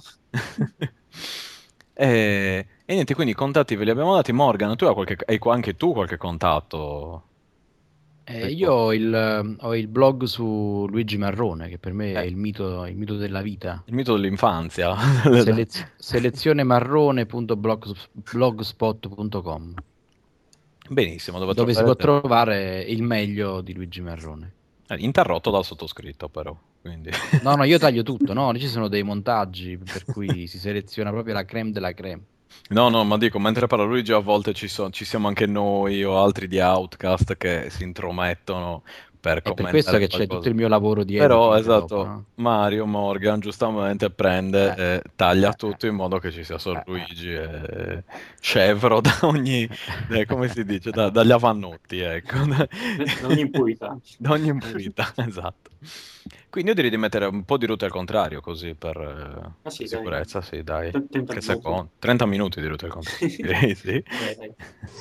E, e niente, quindi i contatti ve li abbiamo dati. Morgan, tu hai, qualche, hai anche tu qualche contatto? Eh, Per io ho il, ehm, ho il blog su Luigi Marrone, che per me è eh, il mito, il mito della vita. il mito dell'infanzia. Selez- selezionemarrone punto blogspot punto com, Benissimo, dove dove si può troverete... trovare il meglio di Luigi Marrone. Eh, interrotto dal sottoscritto, però. Quindi... No, no, io taglio tutto, no? Ci sono dei montaggi per cui si seleziona proprio la creme della creme. No, no, ma dico, mentre parla Luigi, a volte ci, so- ci siamo anche noi o altri di Outcast che si intromettono per È per questo commentare che c'è qualcosa. tutto il mio lavoro di Però, editing dopo, esatto, no? Mario Morgan giustamente prende Eh, e taglia eh, tutto in modo che ci sia solo eh, eh, Luigi e scevro da ogni, eh, come si dice, da- dagli avannotti, ecco, da, Da ogni impurità. da ogni impurità, esatto. Quindi io direi di mettere un po' di route al contrario, così per, eh, Ah sì, per dai. sicurezza, sì, dai. T- trenta Che minuti. secondo? trenta minuti di route al contrario, direi, sì. Dai, dai.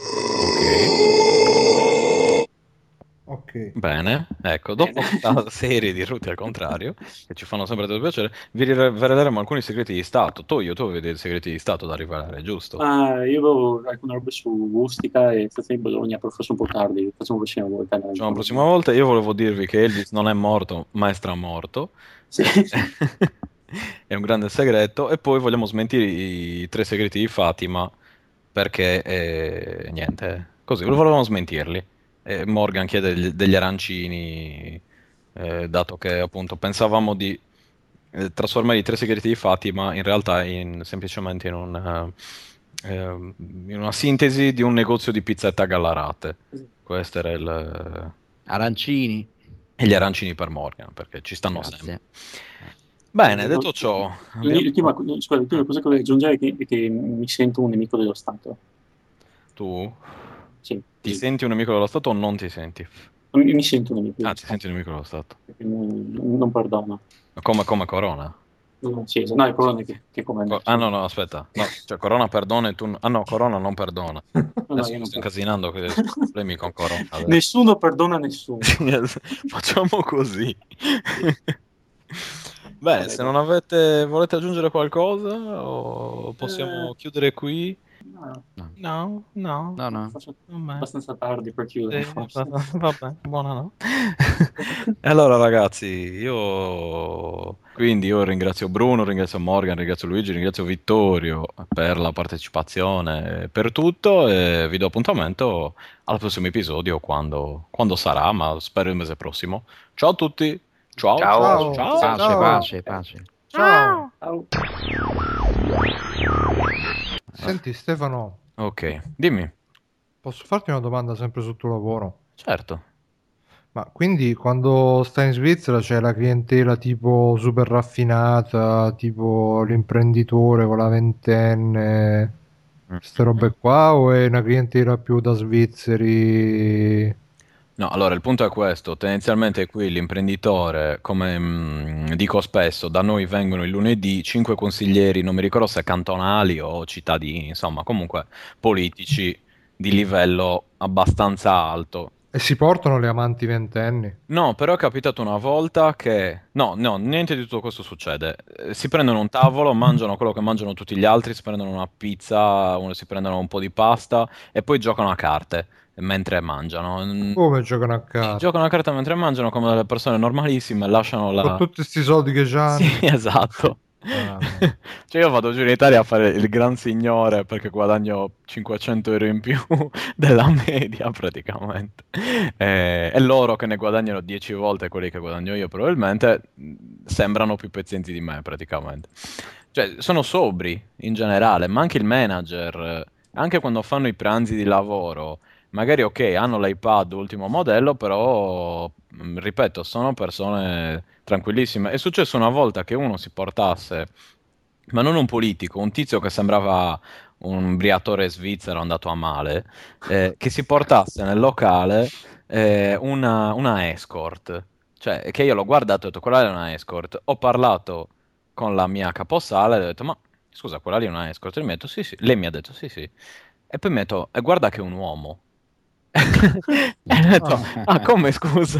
Ok. Ok. Bene, ecco, dopo Bene. questa serie di route al contrario, che ci fanno sempre tanto piacere, vi riveleremo alcuni segreti di Stato. Toglio, tu avevi dei segreti di Stato da rivelare, giusto? Ah, io avevo alcune robe su Ustica e Stazione di Bologna, però forse un po' tardi, facciamo la prossima volta. dai. Facciamo la prossima volta. Io volevo dirvi che Elvis non è morto, ma è stramorto. Sì. È un grande segreto. E poi vogliamo smentire i tre segreti di Fatima, perché eh, niente, così, volevamo smentirli. E Morgan chiede degli, degli arancini, eh, dato che appunto pensavamo di eh, trasformare i tre segreti di Fatima in realtà in, semplicemente in, un, eh, ehm, in una sintesi di un negozio di pizzetta a Gallarate. Questo era il... Arancini. E gli arancini per Morgan, perché ci stanno Grazie. sempre. Bene, detto No, ciò, abbiamo... L'ultima, scusa, l'ultima cosa che volevo aggiungere è che, è che mi sento un nemico dello Stato. Tu Sì, ti sì. senti un nemico dello Stato o non ti senti? Mi, mi sento un nemico dello Ah, ti Stato, senti un nemico dello Stato. perché non, non perdono. Come, come Corona? No, sì, no, è Corona che, che comanda. Co- ah no, no, aspetta. No, cioè Corona perdona e tu... n- Ah no, Corona non perdona. No, no, Adesso io mi non sto perdono. incasinando con i problemi con Corona. adesso. Nessuno perdona nessuno. Facciamo così. Sì. Bene, Vabbè, se dai. non avete... volete aggiungere qualcosa o possiamo Eh, chiudere qui? no, No, No, no. no. no. forse Vabbè. abbastanza tardi per chiudere, Sì, forse. vabbè, buonanotte. E allora ragazzi, io quindi io ringrazio Bruno, ringrazio Morgan, ringrazio Luigi, ringrazio Vittorio per la partecipazione, per tutto e vi do appuntamento al prossimo episodio quando, quando sarà, ma spero il mese prossimo. Ciao a tutti, ciao ciao Ciao. Ciao, ciao. Pace, ciao, pace, pace. ciao. Ciao. Senti Stefano, Ok, dimmi, posso farti una domanda sempre sul tuo lavoro? certo. Ma quindi quando stai in Svizzera c'è la clientela tipo super raffinata, tipo l'imprenditore con la ventenne, queste robe qua, o è una clientela più da svizzeri? No, allora il punto è questo, tendenzialmente qui l'imprenditore, come mh, dico spesso, da noi vengono il lunedì cinque consiglieri, non mi ricordo se cantonali o cittadini, insomma, comunque politici di livello abbastanza alto. E si portano le amanti ventenni? No, però è capitato una volta che... No, no, niente di tutto questo succede. Eh, Si prendono un tavolo, mangiano quello che mangiano tutti gli altri, si prendono una pizza, uno si prendono un po' di pasta e poi giocano a carte mentre mangiano. Mm, Come giocano a sì, carte? giocano a carte mentre mangiano come delle persone normalissime, lasciano Con la... tutti questi soldi che Sì, hanno? esatto. Ah, no. Cioè io vado giù in Italia a fare il gran signore perché guadagno cinquecento euro in più della media praticamente. Eh, e loro che ne guadagnano dieci volte quelli che guadagno io probabilmente mh, sembrano più pezzenti di me praticamente. Cioè sono sobri in generale, ma anche il manager, eh, anche quando fanno i pranzi di lavoro, magari ok, hanno l'iPad ultimo modello, però mh, ripeto, sono persone tranquillissime. È successo una volta che uno si portasse, ma non un politico, un tizio che sembrava un briatore svizzero andato a male, eh, che si portasse nel locale eh, una, una escort. Cioè, che io l'ho guardato e ho detto, quella è una escort. Ho parlato con la mia caposala e ho detto, ma scusa, quella lì è una escort? E mi ha detto, sì, sì. Lei mi ha detto, sì, sì. E poi mi ha detto, e guarda che è un uomo. E ho detto, ah, come scusa?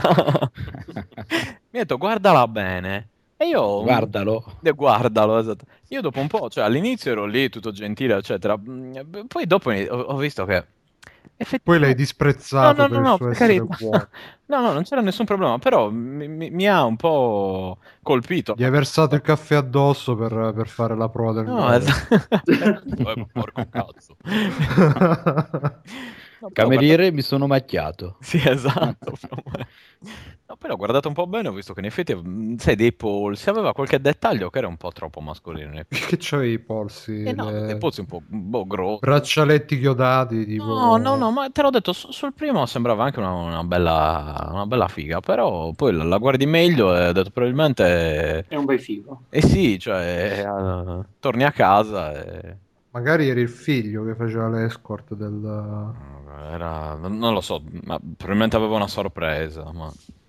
Mi ha detto, guardala bene. E io, mm, Guardalo. eh, guardalo, esatto. Io dopo un po', cioè all'inizio ero lì tutto gentile, eccetera. Mm, Poi dopo ho, ho visto che Poi l'hai effettivamente... No, disprezzato no, per no, il no, suo per essere carità. buono. No, no, non c'era nessun problema, però mi, mi- mi ha un po' colpito. Gli hai versato il caffè addosso per, per fare la prova del No, nove. esatto. Eh, porco cazzo. No, però Cameriere, mi sono macchiato. Sì, esatto. No, però ho guardato un po' bene, ho visto che in effetti, mh, sai, dei polsi, aveva qualche dettaglio che era un po' troppo mascolino. in effetti. Che c'avevi i polsi, Eh no, le- dei polsi un po' boh, grossi. braccialetti chiodati, tipo... No, no, no, ma te l'ho detto, su- sul primo sembrava anche una, una bella, una bella figa, però poi la, la guardi meglio e ho detto probabilmente... È un bel figo. Eh sì, cioè, eh, torni a casa e... Magari eri il figlio che faceva l'escort del... Era, non lo so, ma probabilmente aveva una sorpresa, ma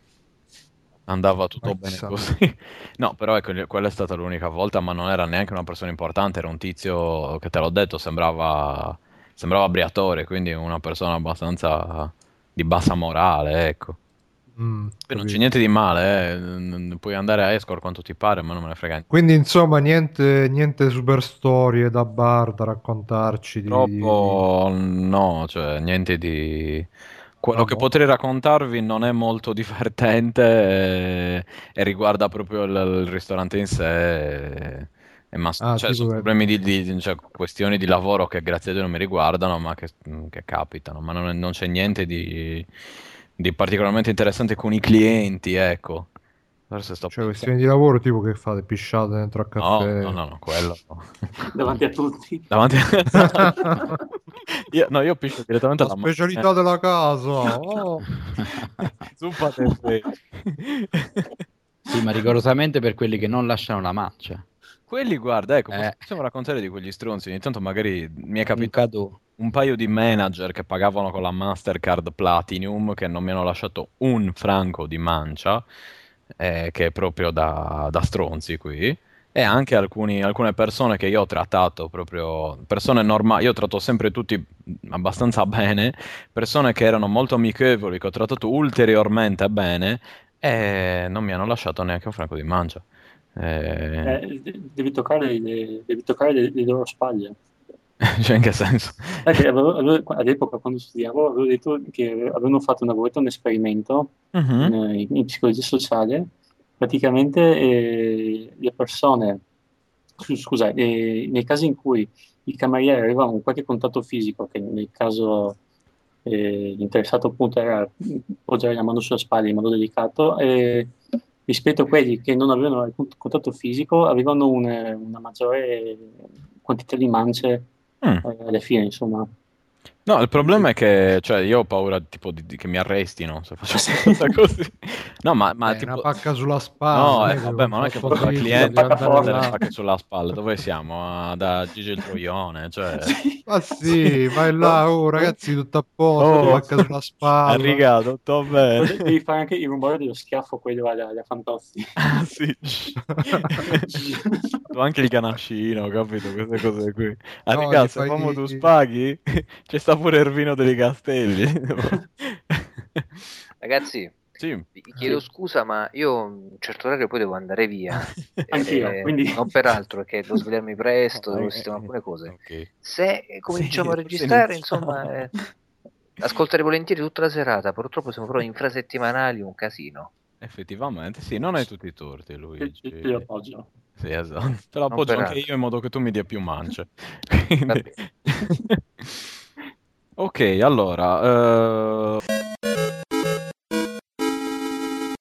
andava tutto Ma bene chissà. così. No, però ecco, quella è stata l'unica volta, ma non era neanche una persona importante, era un tizio che te l'ho detto, sembrava, sembrava Briatore, quindi una persona abbastanza di bassa morale, ecco. Mm, Poi non c'è capito. niente di male, eh, n- puoi andare a escort quanto ti pare, ma non me ne frega niente. Quindi insomma niente, niente super storie da bar da raccontarci di... di- Purtroppo no, cioè niente di... Quello Ah, che boh. potrei raccontarvi non è molto divertente e, e riguarda proprio il, il ristorante in sé. E, e ma- Ah, cioè, tipo sono che... problemi di, di- cioè, questioni di lavoro che grazie a Dio non mi riguardano, ma che, che capitano. Ma non, non c'è niente di, di particolarmente interessante con i clienti, ecco. Forse sto Cioè pensando. questioni di lavoro tipo che fate? Pisciate dentro al No, no, caffè? no, no, quello no. Davanti a tutti. Davanti a... Io, no, io piscio direttamente La alla specialità macchina. della casa! Oh. Zuppate e feci. Sì, ma rigorosamente per quelli che non lasciano la mancia. Quelli, guarda, ecco, Eh, possiamo raccontare di quegli stronzi. Ogni tanto magari mi è un capitato cadeau. un paio di manager che pagavano con la Mastercard Platinum che non mi hanno lasciato un franco di mancia, eh, che è proprio da, da stronzi qui. E anche alcuni- alcune persone che io ho trattato proprio, persone normali, io tratto sempre tutti abbastanza bene, persone che erano molto amichevoli, che ho trattato ulteriormente bene e non mi hanno lasciato neanche un franco di mancia. Eh, Eh, de- devi toccare, le, devi toccare le, le loro spalle. cioè, in che senso? Perché avevo- avevo- all'epoca, quando studiavo, avevo detto che avevano fatto una volta un esperimento in, Mhm. in psicologia sociale. Praticamente eh, le persone, scu- scusa, eh, nei casi in cui i camerieri avevano qualche contatto fisico, che nel caso eh, l'interessato appunto era poggiare la mano sulla spalla in modo delicato, eh, rispetto a quelli che non avevano alcun contatto fisico, avevano un- una maggiore quantità di mance Mm. eh, alla fine, insomma. No, il problema è che, cioè, io ho paura tipo di, di che mi arrestino se faccio qualcosa così. No, ma, ma Eh, una tipo... pacca sulla spalla, No, non eh, è che vabbè, un ma non è che colpo vado da fisico, cliente devi per andare prendere le là. pacche sulla spalla. Dove siamo? Ah, da Gigi il Troione, cioè... Sì. Ma sì, vai là, oh ragazzi, tutto a posto, Oh, pacca sulla spalla. Enrica, tutto Poi bene? devi fare anche il rumore dello schiaffo, quello alla, alla Fantozzi. Ah, sì. Tu anche il ganascino, capito? Queste cose qui. No, Enrica, gli se fai... famo tu spaghi, c'è sta pure Ervino dei Castelli. Ragazzi, Sì. vi chiedo scusa, ma io a un certo orario poi devo andare via. Anch'io, Eh, quindi... non per altro, che devo svegliarmi presto, Ah, devo eh, sistemare alcune cose. ok. Se cominciamo a Sì, forse registrare, iniziamo. insomma, eh, ascolterei volentieri tutta la serata. Purtroppo siamo proprio infrasettimanali, un casino. Effettivamente, sì, non hai tutti i torti, Te, Luigi. te- te lo appoggio. Sì, esatto. Te lo Non appoggio per anche altro. io in modo che tu mi dia più mance. Va Quindi... bene. Ok, allora... eh,